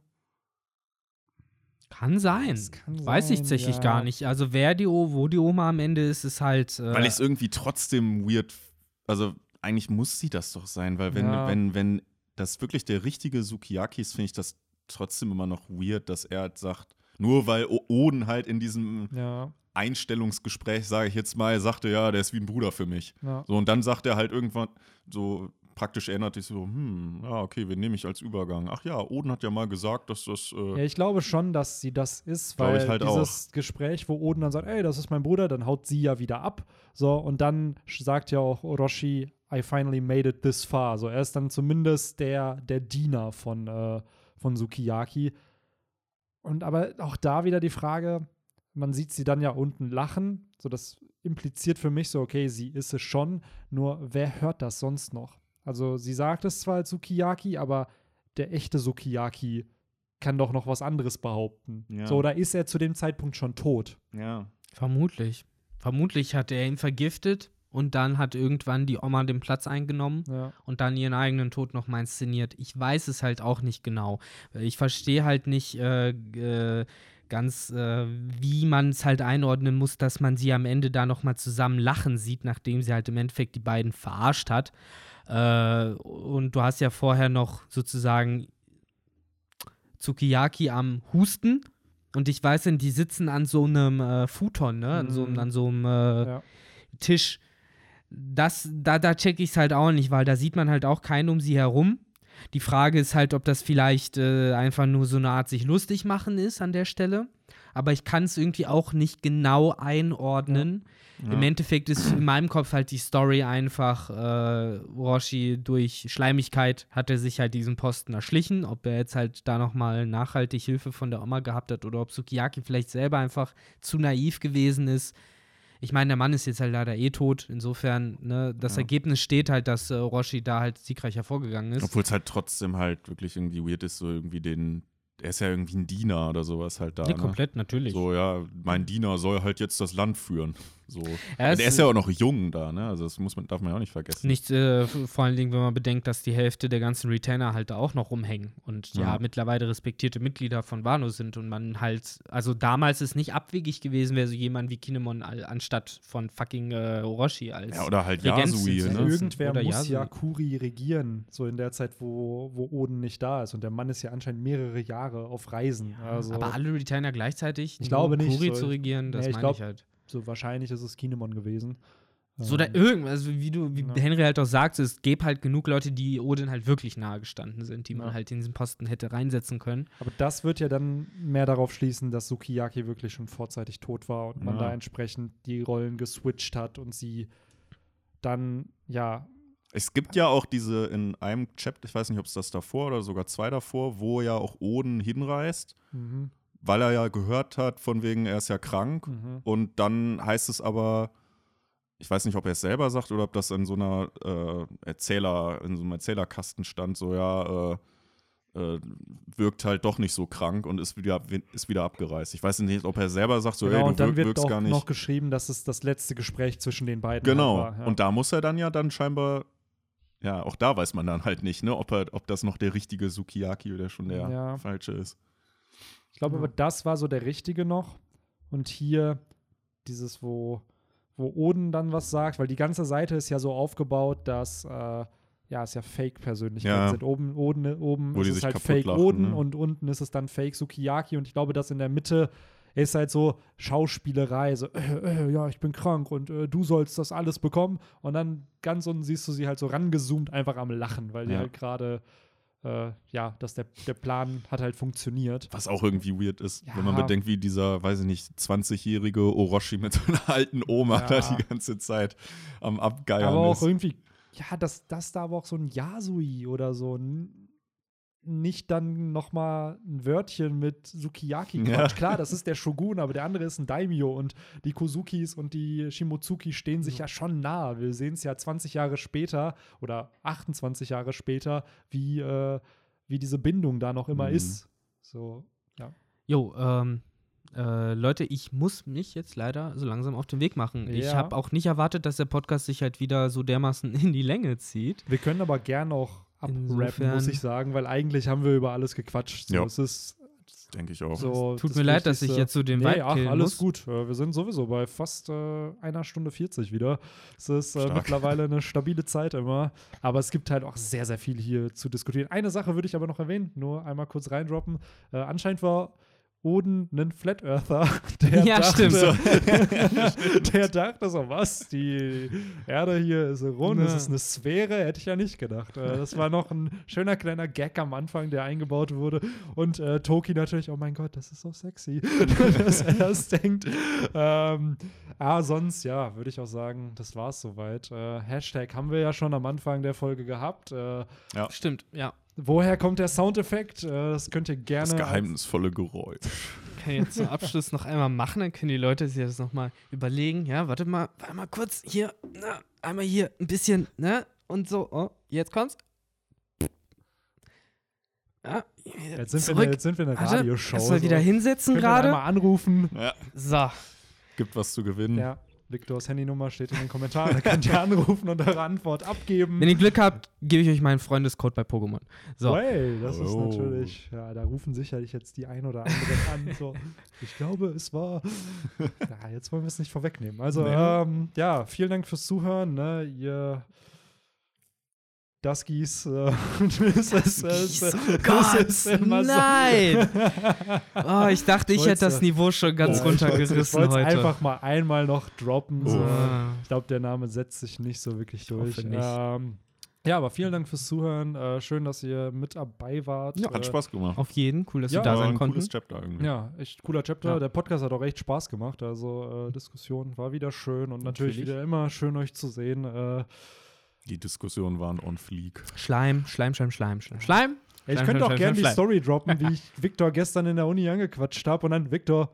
Kann sein. Weiß ich tatsächlich gar nicht. Also wo die Oma am Ende ist, ist halt weil ich es irgendwie trotzdem weird, also eigentlich muss sie das doch sein, weil wenn das wirklich der richtige Sukiyaki ist, finde ich das trotzdem immer noch weird, dass er halt sagt, nur weil Oden halt in diesem Einstellungsgespräch, sage ich jetzt mal, sagte, der ist wie ein Bruder für mich. Ja. So, und dann sagt er halt irgendwann, so praktisch erinnert sich so, okay, wen nehme ich als Übergang? Ach ja, Oden hat ja mal gesagt, dass das ja, ich glaube schon, dass sie das ist, weil halt dieses Gespräch, wo Oden dann sagt, ey, das ist mein Bruder, dann haut sie ja wieder ab. So, und dann sagt ja auch Orochi, I finally made it this far. So, er ist dann zumindest der Diener von Sukiyaki. Und aber auch da wieder die Frage, man sieht sie dann ja unten lachen, so das impliziert für mich so, okay, sie ist es schon, nur wer hört das sonst noch? Also sie sagt es zwar als Sukiyaki, aber der echte Sukiyaki kann doch noch was anderes behaupten. Ja. So, oder ist er zu dem Zeitpunkt schon tot? Ja. Vermutlich. Vermutlich hat er ihn vergiftet und dann hat irgendwann die Oma den Platz eingenommen und dann ihren eigenen Tod noch mal inszeniert. Ich weiß es halt auch nicht genau. Ich verstehe halt nicht ganz, wie man es halt einordnen muss, dass man sie am Ende da noch mal zusammen lachen sieht, nachdem sie halt im Endeffekt die beiden verarscht hat. Und du hast ja vorher noch sozusagen Sukiyaki am Husten und ich weiß, die sitzen an so einem Futon, ne? An so einem Tisch. Da check ich es halt auch nicht, weil da sieht man halt auch keinen um sie herum. Die Frage ist halt, ob das vielleicht einfach nur so eine Art sich lustig machen ist an der Stelle. Aber ich kann es irgendwie auch nicht genau einordnen. Ja. Im Endeffekt ist in meinem Kopf halt die Story einfach, Orochi durch Schleimigkeit hat er sich halt diesen Posten erschlichen. Ob er jetzt halt da nochmal nachhaltig Hilfe von der Oma gehabt hat oder ob Sukiyaki vielleicht selber einfach zu naiv gewesen ist. Ich meine, der Mann ist jetzt halt leider tot. Insofern, ne, das Ergebnis steht halt, dass Orochi da halt siegreich hervorgegangen ist. Obwohl es halt trotzdem halt wirklich irgendwie weird ist, so irgendwie er ist ja irgendwie ein Diener oder sowas halt da. Ja, komplett, natürlich. So, mein Diener soll halt jetzt das Land führen. So. Der ist ja auch noch jung da, ne? Also das darf man ja auch nicht vergessen. Nicht, vor allen Dingen, wenn man bedenkt, dass die Hälfte der ganzen Retainer halt da auch noch rumhängen und mittlerweile respektierte Mitglieder von Wano sind und man halt, also damals ist nicht abwegig gewesen, wäre so jemand wie Kinemon anstatt von fucking Orochi als oder halt Yasui, ne? Irgendwer muss ja Kuri regieren, so in der Zeit, wo Oden nicht da ist und der Mann ist ja anscheinend mehrere Jahre auf Reisen. Also, aber alle Retainer gleichzeitig, ich glaube nicht, Kuri zu regieren, das meine ich halt. So wahrscheinlich ist es Kinemon gewesen. So da also wie Henry halt auch sagt, es gäbe halt genug Leute, die Oden halt wirklich nahe gestanden sind, die man halt in diesen Posten hätte reinsetzen können. Aber das wird ja dann mehr darauf schließen, dass Sukiyaki wirklich schon vorzeitig tot war und man da entsprechend die Rollen geswitcht hat und sie dann, Es gibt ja auch diese in einem Chapter, ich weiß nicht, ob es das davor oder sogar 2 davor, wo ja auch Oden hinreist. weil er ja gehört hat, von wegen, er ist ja krank. Und dann heißt es aber, ich weiß nicht, ob er es selber sagt oder ob das in so einer in so einem Erzählerkasten stand, so wirkt halt doch nicht so krank und ist wieder abgereist. Ich weiß nicht, ob er selber sagt, so, genau, ey, und dann wirkst wird gar nicht. Noch geschrieben, dass es das letzte Gespräch zwischen den beiden war. Ja. Und da muss er dann scheinbar, ja, auch da weiß man dann halt nicht, ne, ob das noch der richtige Sukiyaki oder schon der falsche ist. Ich glaube aber, das war so der richtige noch. Und hier dieses, wo Oden dann was sagt, weil die ganze Seite ist ja so aufgebaut, dass es ja Fake-Persönlichkeiten sind. Oben ist es halt Fake lachen, Oden, ne? Und unten ist es dann Fake Sukiyaki. Und ich glaube, dass in der Mitte ist halt so Schauspielerei, so ja, ich bin krank und du sollst das alles bekommen. Und dann ganz unten siehst du sie halt so rangezoomt einfach am Lachen, weil die halt gerade dass der Plan hat halt funktioniert. Was auch irgendwie weird ist, wenn man bedenkt, wie dieser, weiß ich nicht, 20-jährige Orochi mit so einer alten Oma da die ganze Zeit am Abgeiern ist. Aber auch irgendwie, dass da aber auch so ein Yasui oder so nicht dann nochmal ein Wörtchen mit Sukiyaki quatscht. Klar, das ist der Shogun, aber der andere ist ein Daimyo und die Kozukis und die Shimotsuki stehen sich ja schon nah. Wir sehen es ja 20 Jahre später oder 28 Jahre später, wie diese Bindung da noch immer ist. So, ja. Jo, Leute, ich muss mich jetzt leider so langsam auf den Weg machen. Ja. Ich habe auch nicht erwartet, dass der Podcast sich halt wieder so dermaßen in die Länge zieht. Wir können aber gern auch abrappen, muss ich sagen, weil eigentlich haben wir über alles gequatscht. So, es ist, denke ich auch. So, Tut mir leid, dass ich jetzt so den Vibe killen alles muss. Gut. Wir sind sowieso bei fast 1 Stunde 40 wieder. Es ist mittlerweile eine stabile Zeit immer. Aber es gibt halt auch sehr, sehr viel hier zu diskutieren. Eine Sache würde ich aber noch erwähnen, nur einmal kurz reindroppen. Anscheinend war Oden ein Flat Earther, der dachte so, was, die Erde hier ist rund, das ist eine Sphäre, hätte ich ja nicht gedacht. Das war noch ein schöner kleiner Gag am Anfang, der eingebaut wurde. Und Toki natürlich, oh mein Gott, das ist so sexy, dass er das denkt. Sonst, würde ich auch sagen, das war's soweit. Hashtag haben wir ja schon am Anfang der Folge gehabt. Stimmt, ja. Woher kommt der Soundeffekt? Das könnt ihr gerne. Das geheimnisvolle Geräusch. Ich kann jetzt zum Abschluss noch einmal machen, dann können die Leute sich das nochmal überlegen. Ja, warte mal kurz hier, einmal hier ein bisschen, ne? Und so, jetzt kommt's. Ja, jetzt sind wir in der Radioshow. Erstmal wieder hinsetzen gerade. Mal anrufen. Ja. So. Gibt was zu gewinnen. Ja. Victors Handynummer steht in den Kommentaren, da könnt ihr anrufen und eure Antwort abgeben. Wenn ihr Glück habt, gebe ich euch meinen Freundescode bei Pokémon. So. Hey, das ist natürlich, da rufen sicherlich jetzt die ein oder andere an. So. Ich glaube, es war, jetzt wollen wir es nicht vorwegnehmen. Also, vielen Dank fürs Zuhören, ne? Ihr Duskies, das ist immer nein! So. Ich dachte, ich hätte das Niveau schon ganz runtergerissen heute. Ich wollte es einfach mal einmal noch droppen. So. Ich glaube, der Name setzt sich nicht so wirklich durch. Aber vielen Dank fürs Zuhören. Schön, dass ihr mit dabei wart. Ja, hat Spaß gemacht. Auf jeden. Cool, dass wir da sein konnten. Cooles Chapter irgendwie. Ja, echt cooler Chapter. Ja. Der Podcast hat auch echt Spaß gemacht. Also Diskussion war wieder schön und natürlich wieder immer schön, euch zu sehen. Die Diskussionen waren on fleek. Schleim. Ich könnte auch gerne die Story droppen, wie ich Victor gestern in der Uni angequatscht habe und dann Victor,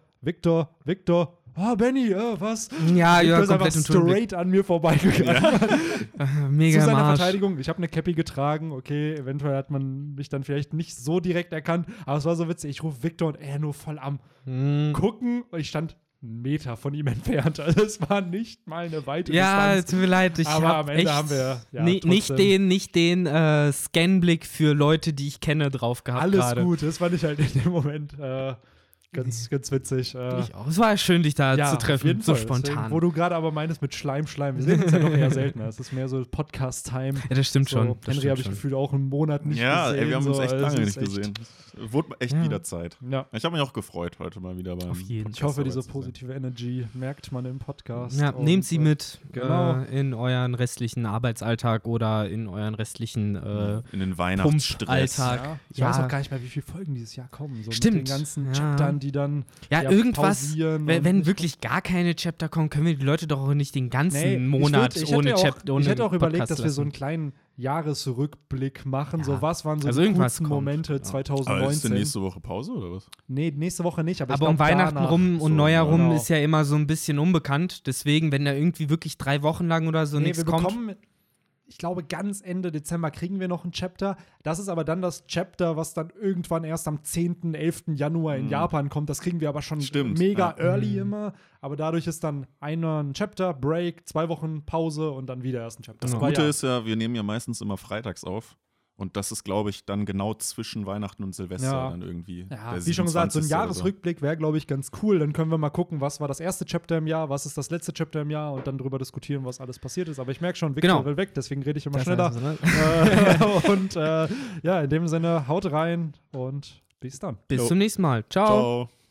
Benny, was? Ja, Victor ist komplett einfach straight an mir vorbeigegangen. Ja. Mega Zu seiner Marsch. Verteidigung, ich habe eine Cappy getragen, okay, eventuell hat man mich dann vielleicht nicht so direkt erkannt, aber es war so witzig, ich rufe Victor und er nur voll am gucken und ich stand 1 Meter von ihm entfernt. Also es war nicht mal eine weite Distanz. Ja, tut mir leid. Aber am Ende haben wir nicht den Scanblick für Leute, die ich kenne, drauf gehabt. Alles gut, das fand ich halt in dem Moment ganz witzig. Ich auch. Es war schön, dich da zu treffen, so spontan. Deswegen, wo du gerade aber meinst mit Schleim. Wir sehen uns ja doch eher seltener. Es ist mehr so Podcast-Time. Ja, das stimmt schon. Henry habe ich gefühlt auch einen Monat nicht gesehen. Ja, wir haben uns echt lange nicht gesehen. Wurde echt wieder Zeit. Ja. Ich habe mich auch gefreut heute mal wieder beim Ich hoffe, diese positive Energy merkt man im Podcast. Ja, nehmt sie mit in euren restlichen Arbeitsalltag oder in euren restlichen in den Weihnachtsstress. Alltag. Ich weiß auch gar nicht mehr, wie viele Folgen dieses Jahr kommen. So Stimmt. mit den ganzen Chaptern wären, die dann irgendwas, pausieren. Wenn wirklich gar keine Chapter kommen, können wir die Leute doch auch nicht den ganzen Monat ohne Chapter. Ich hätte auch überlegt, dass wir so einen kleinen Jahresrückblick machen. So, was waren so die coolsten Momente 2019? Aber ist denn nächste Woche Pause oder was? Nee, nächste Woche nicht. Aber um Weihnachten rum und Neujahr rum ist ja immer so ein bisschen unbekannt. Deswegen, wenn da irgendwie wirklich 3 Wochen lang oder so nichts kommt. Ich glaube, ganz Ende Dezember kriegen wir noch ein Chapter. Das ist aber dann das Chapter, was dann irgendwann erst am 10., 11. Januar in Japan kommt. Das kriegen wir aber schon mega early immer. Aber dadurch ist dann ein Chapter, Break, 2 Wochen Pause und dann wieder erst ein Chapter. Das Gute ist ja, wir nehmen ja meistens immer freitags auf. Und das ist, glaube ich, dann genau zwischen Weihnachten und Silvester dann irgendwie. Ja, wie schon gesagt, so ein Jahresrückblick wäre, glaube ich, ganz cool. Dann können wir mal gucken, was war das erste Chapter im Jahr, was ist das letzte Chapter im Jahr und dann drüber diskutieren, was alles passiert ist. Aber ich merke schon, Victor will weg, deswegen rede ich immer schneller. Und in dem Sinne, haut rein und bis dann. Bis zum nächsten Mal. Ciao.